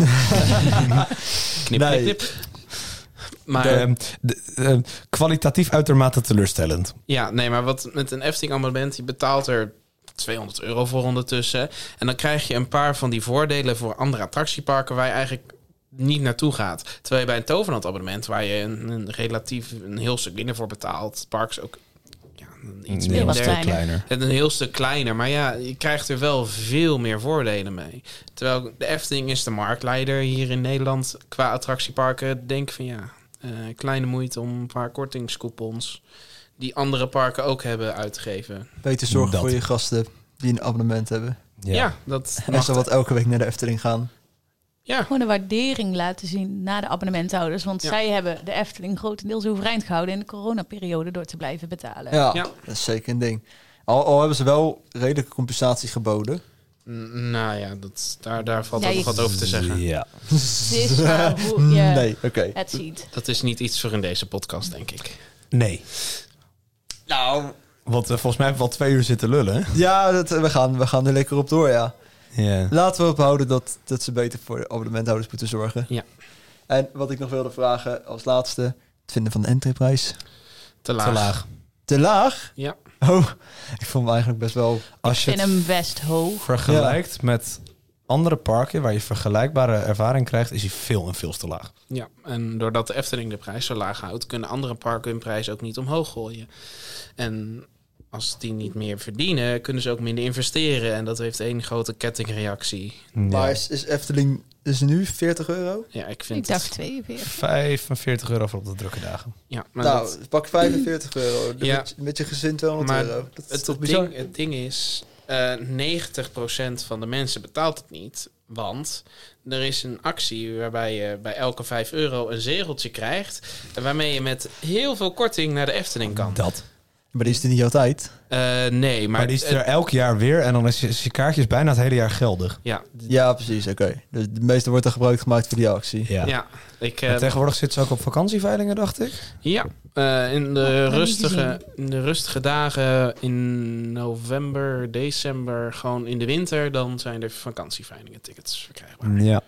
Knip, Nee. knip, knip. Maar Kwalitatief uitermate teleurstellend. ja, nee, maar wat met een Efteling abonnement, je betaalt er €200 voor ondertussen. En dan krijg je een paar van die voordelen voor andere attractieparken waar je eigenlijk niet naartoe gaat. Terwijl je bij een Toverland abonnement, waar je een heel stuk minder voor betaalt, het park is ook iets Heel wat minder. kleiner. Het is een heel stuk kleiner, maar ja, je krijgt er wel veel meer voordelen mee. Terwijl de Efteling is de marktleider hier in Nederland qua attractieparken. Denk van kleine moeite om een paar kortingscoupons die andere parken ook hebben uit te geven. Beter zorgen Dat. voor je gasten die een abonnement hebben. Ja, dat En als ze wat elke week naar de Efteling gaan. Ja, Gewoon een waardering laten zien naar de abonnementhouders. Want Ja. zij hebben de Efteling grotendeels overeind gehouden in de coronaperiode door te blijven betalen. Ja, Ja. dat is zeker een ding. Al hebben ze wel redelijke compensatie geboden. Nou ja, daar valt Ja, ook nog wat over te zeggen. Ja. Het is maar hoe je Nee, oké. het ziet. Dat is niet iets voor in deze podcast, denk ik. Nee. Nou, Want volgens mij hebben we al 2 uur zitten lullen. Hè? ja, we gaan er lekker op door, ja. Ja. Laten we ophouden dat ze beter voor de abonnementhouders moeten zorgen. Ja. En wat ik nog wilde vragen als laatste. Het vinden van de entryprijs. Te laag. Te laag. Te laag? Ja. Oh, ik vond hem eigenlijk best wel... Als je Ik het vind hem best hoog. vergelijkt met andere parken waar je vergelijkbare ervaring krijgt, is hij veel en veel te laag. Ja, en doordat de Efteling de prijs zo laag houdt, kunnen andere parken hun prijs ook niet omhoog gooien. En als die niet meer verdienen, kunnen ze ook minder investeren. En dat heeft één grote kettingreactie. Maar is Efteling is nu €40? Ja, ik vind Ik dacht 42. €45 voor op de drukke dagen. Ja, maar Nou, dat, pak €45. Ja. Met je gezin €200. Maar Dat is toch bizar? het ding is, 90% van de mensen betaalt het niet. Want er is een actie waarbij je bij elke €5 een zegeltje krijgt. Waarmee je met heel veel korting naar de Efteling kan. Dat. Maar die is er niet altijd. Nee, Maar die is er elk jaar weer en dan is je kaartjes bijna het hele jaar geldig. Ja, Ja, precies. Oké. Dus de meeste wordt er gebruik gemaakt voor die actie. Ja. ja. Ik, En tegenwoordig zit ze ook op vakantieveilingen, dacht ik. ja, in de rustige dagen in november, december, gewoon in de winter, dan zijn er vakantieveilingen tickets verkrijgbaar. Ja.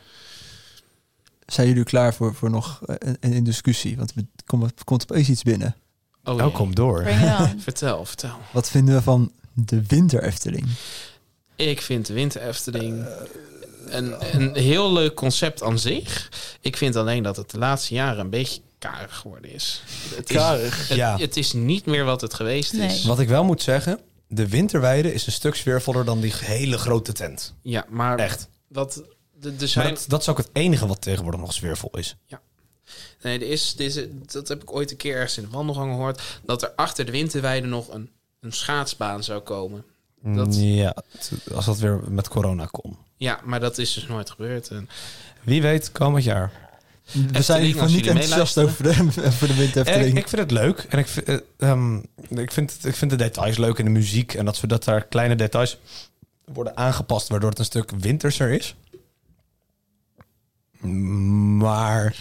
Zijn jullie klaar voor nog een discussie? Want er komt opeens iets binnen. Oh, Oh, kom door. Bring it on. Vertel. Wat vinden we van de winter Efteling? Ik vind de Winter Efteling een heel leuk concept aan zich. Ik vind alleen dat het de laatste jaren een beetje karig geworden is. Karig? Ja. Het is niet meer wat het geweest Nee. is. Wat ik wel moet zeggen, de winterweide is een stuk sfeervoller dan die hele grote tent. Ja, maar Echt. er Maar zijn... dat is ook het enige wat tegenwoordig nog sfeervol is. Nee, dat heb ik ooit een keer ergens in de wandelgang gehoord. Dat er achter de winterweide nog een schaatsbaan zou komen. Ja, als dat weer met corona kon. Ja, maar dat is dus nooit gebeurd. En Wie weet, komend jaar. We zijn in ieder geval niet enthousiast over de winterefteling. Ik vind het leuk. En ik vind de details leuk in de muziek. En dat daar kleine details worden aangepast, waardoor het een stuk winterser is. Maar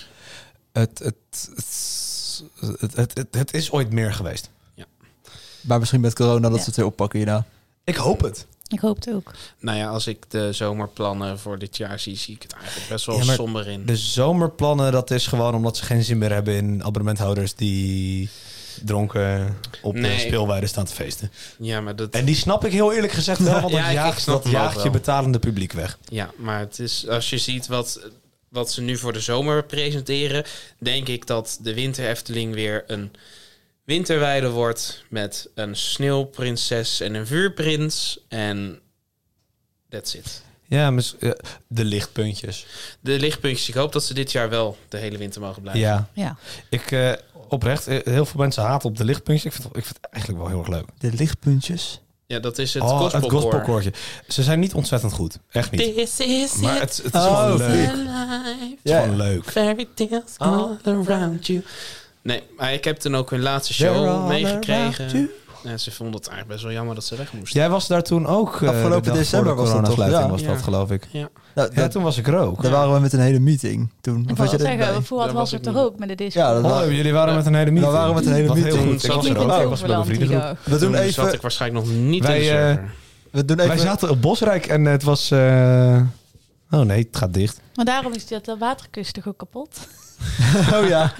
het is ooit meer geweest. Maar misschien met corona dat ze het weer oppakken hierna. Ik hoop het. Ik hoop het ook. nou ja, als ik de zomerplannen voor dit jaar zie ik het eigenlijk best wel maar somber in. De zomerplannen, dat is gewoon omdat ze geen zin meer hebben in abonnementhouders die dronken op de speelweide staan te feesten. Ja, maar dat... En die snap ik heel eerlijk gezegd wel, want Ja, ik snap hem ook jaagt je wel. betalende publiek weg. Ja, maar het is, als je ziet wat ze nu voor de zomer presenteren, denk ik dat de Winter Efteling weer een winterweide wordt met een sneeuwprinses en een vuurprins en that's it. Ja, de lichtpuntjes. De lichtpuntjes, ik hoop dat ze dit jaar wel de hele winter mogen blijven. Ja. Oprecht, heel veel mensen haten op de lichtpuntjes. Ik vind het eigenlijk wel heel erg leuk. De lichtpuntjes. Ja, dat is het Het gospelkoor. gospelkoortje. Ze zijn niet ontzettend goed. Echt niet. This is Maar it. het is gewoon leuk. Het Life. is gewoon leuk. Fairy tales all around you. Nee, maar ik heb toen ook hun laatste They're show all meegekregen. around you. En ze vonden het eigenlijk best wel jammer dat ze weg moesten. Jij was daar toen ook. Afgelopen december was dat toch? Ja. Ja. Was dat, geloof ik. Ja. Nou, Ja, toen was ik er ook. daar waren we met een hele meeting toen. Ik Of wil was je er zeggen, bij? Voetbal Daar was was er ik toch niet. ook met de disco? Ja, dat Oh, jullie waren met een hele meeting. We waren met een hele Wat meeting. heel goed. Toen Ik was zat er ik ook. in Ik was bij mijn vriendengroep. We doen Toen zat even... ik waarschijnlijk nog niet Wij, in de server. We doen Wij even... zaten op Bosrijk en het was... Oh nee, het gaat dicht. Maar daarom is dat waterkust toch ook kapot? Oh ja.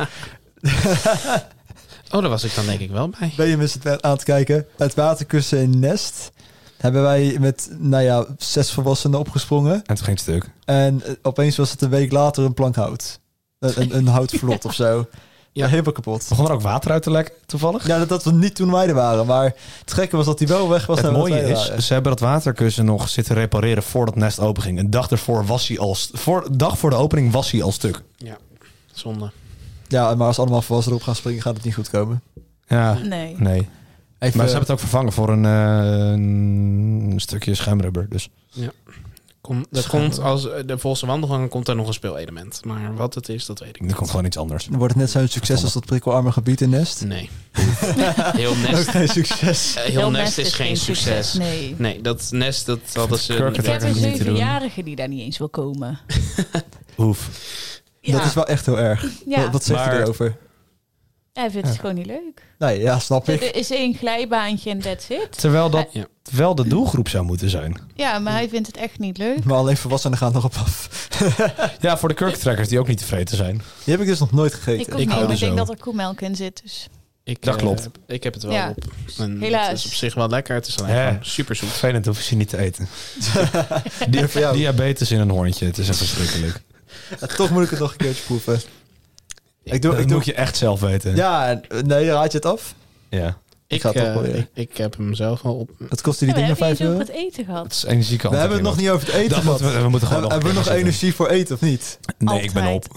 Oh, daar was ik dan denk ik wel bij. Ben je met het aan het kijken? Het waterkussen in Nest hebben wij met, 6 volwassenen opgesprongen. En toen ging het stuk. En opeens was het een week later een plank hout. Een houtvlot of zo. Ja, helemaal kapot. Begon er ook water uit te lekken, toevallig? Ja, dat we niet toen wij er waren. Maar het gekke was dat hij wel weg was. Het nadat wij mooie er is, waren. ze hebben dat waterkussen nog zitten repareren voordat Nest open ging. Een dag ervoor was hij al... dag voor de opening was hij al stuk. Ja, zonde. Ja, maar als allemaal volwassenen erop gaan springen, gaat het niet goed komen. Ja, Nee. nee. Even, Maar ze hebben het ook vervangen voor een stukje schuimrubber. Dus Er komt als de volse wandelgangen komt daar nog een speelelement. Maar wat het is, dat weet ik er niet. komt gewoon iets anders. Dan wordt het net zo'n succes als dat prikkelarme gebied in Nest. Nee. Heel Nest, Ook geen succes. heel Nest is geen succes. Nee. Nee, dat Nest, dat hadden ze... Kirk Ik heb Attack een niet te doen. 7-jarige die daar niet eens wil komen. Oef. Ja. Dat is wel echt heel erg. Ja, Wat zeg je Maar- erover? hij vindt het gewoon niet leuk. Nee, ja, snap ik. Er is één glijbaantje en that's it. Terwijl dat Ja. wel de doelgroep zou moeten zijn. Ja, maar hij vindt het echt niet leuk. Maar alleen volwassenen gaan erop af. Ja, voor de kurkentrekkers die ook niet tevreden zijn. Die heb ik dus nog nooit gegeten. Ik ook Ik niet, hou maar er ik denk zo. dat er koemelk in zit. Dus. Dat klopt. Ik heb het wel Ja. op. En Helaas. Het is op zich wel lekker. Het is alleen Ja. gewoon super zoet. Vervelend, hoef je niet te eten. Voor jou. Diabetes in een hoorntje, het is echt verschrikkelijk. Ja, toch moet ik het nog een keertje proeven. Dat moet je echt zelf weten. Ja, nee, raad je het af? Ja. Ik ga het toch proberen. ik heb hem zelf al op. Het kostte die Ja, we dingen hebben 5 niet euro. over het eten Het gehad. is energieke We hebben het nog niet over het eten Dat gehad. moeten we moeten gewoon Hebben we nog een keer energie voor eten of niet? zitten. Nee, ik ben op.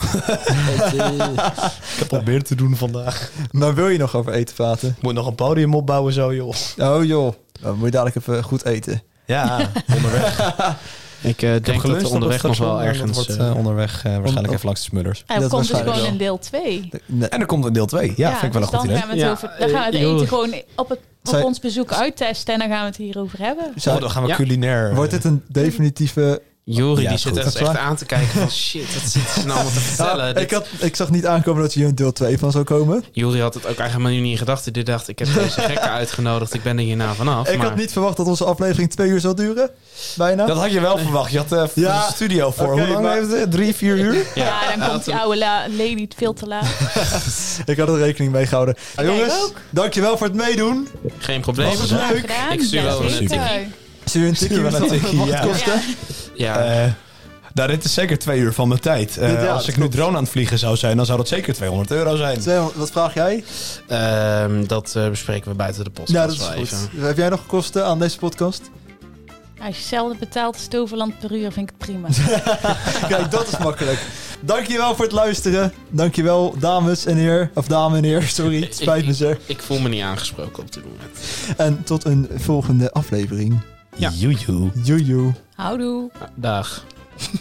Ik heb al meer te doen vandaag. Maar wil je nog over eten praten? Ik moet nog een podium opbouwen zo, joh. Oh joh, dan moet je dadelijk even goed eten. Ja, onderweg. Ik denk dat er onderweg nog wel ergens... Dat wordt onderweg waarschijnlijk even langs de Smullers. Hij Dat komt dus waarschijnlijk gewoon wel. in deel 2. Nee, En er komt een deel 2. Ja, vind ik wel een dus goed dan idee. gaan we het, Ja, over, dan gaan we het joh. eten gewoon op Zou- ons bezoek uittesten en dan gaan we het hierover hebben. zou- Dan gaan we Ja. culinair. Wordt dit een definitieve... Jori Ja, die is zit goed. echt Dat is waar. aan te kijken van shit, wat zitten ze nou allemaal te vertellen? Ja, ik zag niet aankomen dat hier een deel 2 van zou komen. Jori had het ook eigenlijk niet in gedachten. Die dacht, ik heb deze gekken uitgenodigd, ik ben er hierna vanaf. Ik maar had niet verwacht dat onze aflevering 2 uur zou duren. Bijna. Dat had je wel verwacht. Je had Ja. de studio voor. Oké, Hoe lang maar- heeft het? 3-4 uur? Ja, dan hij komt die had oude Lely veel te laat. Ik had er rekening mee gehouden. Jij Jongens, ook. dankjewel voor het meedoen. geen probleem. Was het Graag leuk? gedaan. Ik stuur wel een zeker. tikkie. Stuur je een tikkie Stuur wel een wat tikkie, mag ja. het kosten? Ja, Nou, dit is zeker 2 uur van mijn tijd. Ja, als dat ik nu klopt. drone aan het vliegen zou zijn, dan zou dat zeker €200 zijn. Wat vraag jij? dat bespreken we buiten de podcast Ja, dat is wel goed. even. Heb jij nog kosten aan deze podcast? Als je hetzelfde betaalt als Toverland per uur, vind ik het prima. Kijk, dat is makkelijk. Dankjewel voor het luisteren. Dankjewel, dames en heer. Of dame en heer, sorry. Het spijt me zeer. Ik voel me niet aangesproken op dit moment. En tot een volgende aflevering. Ja. Joejoe. Joejoe. Houdoe. Dag.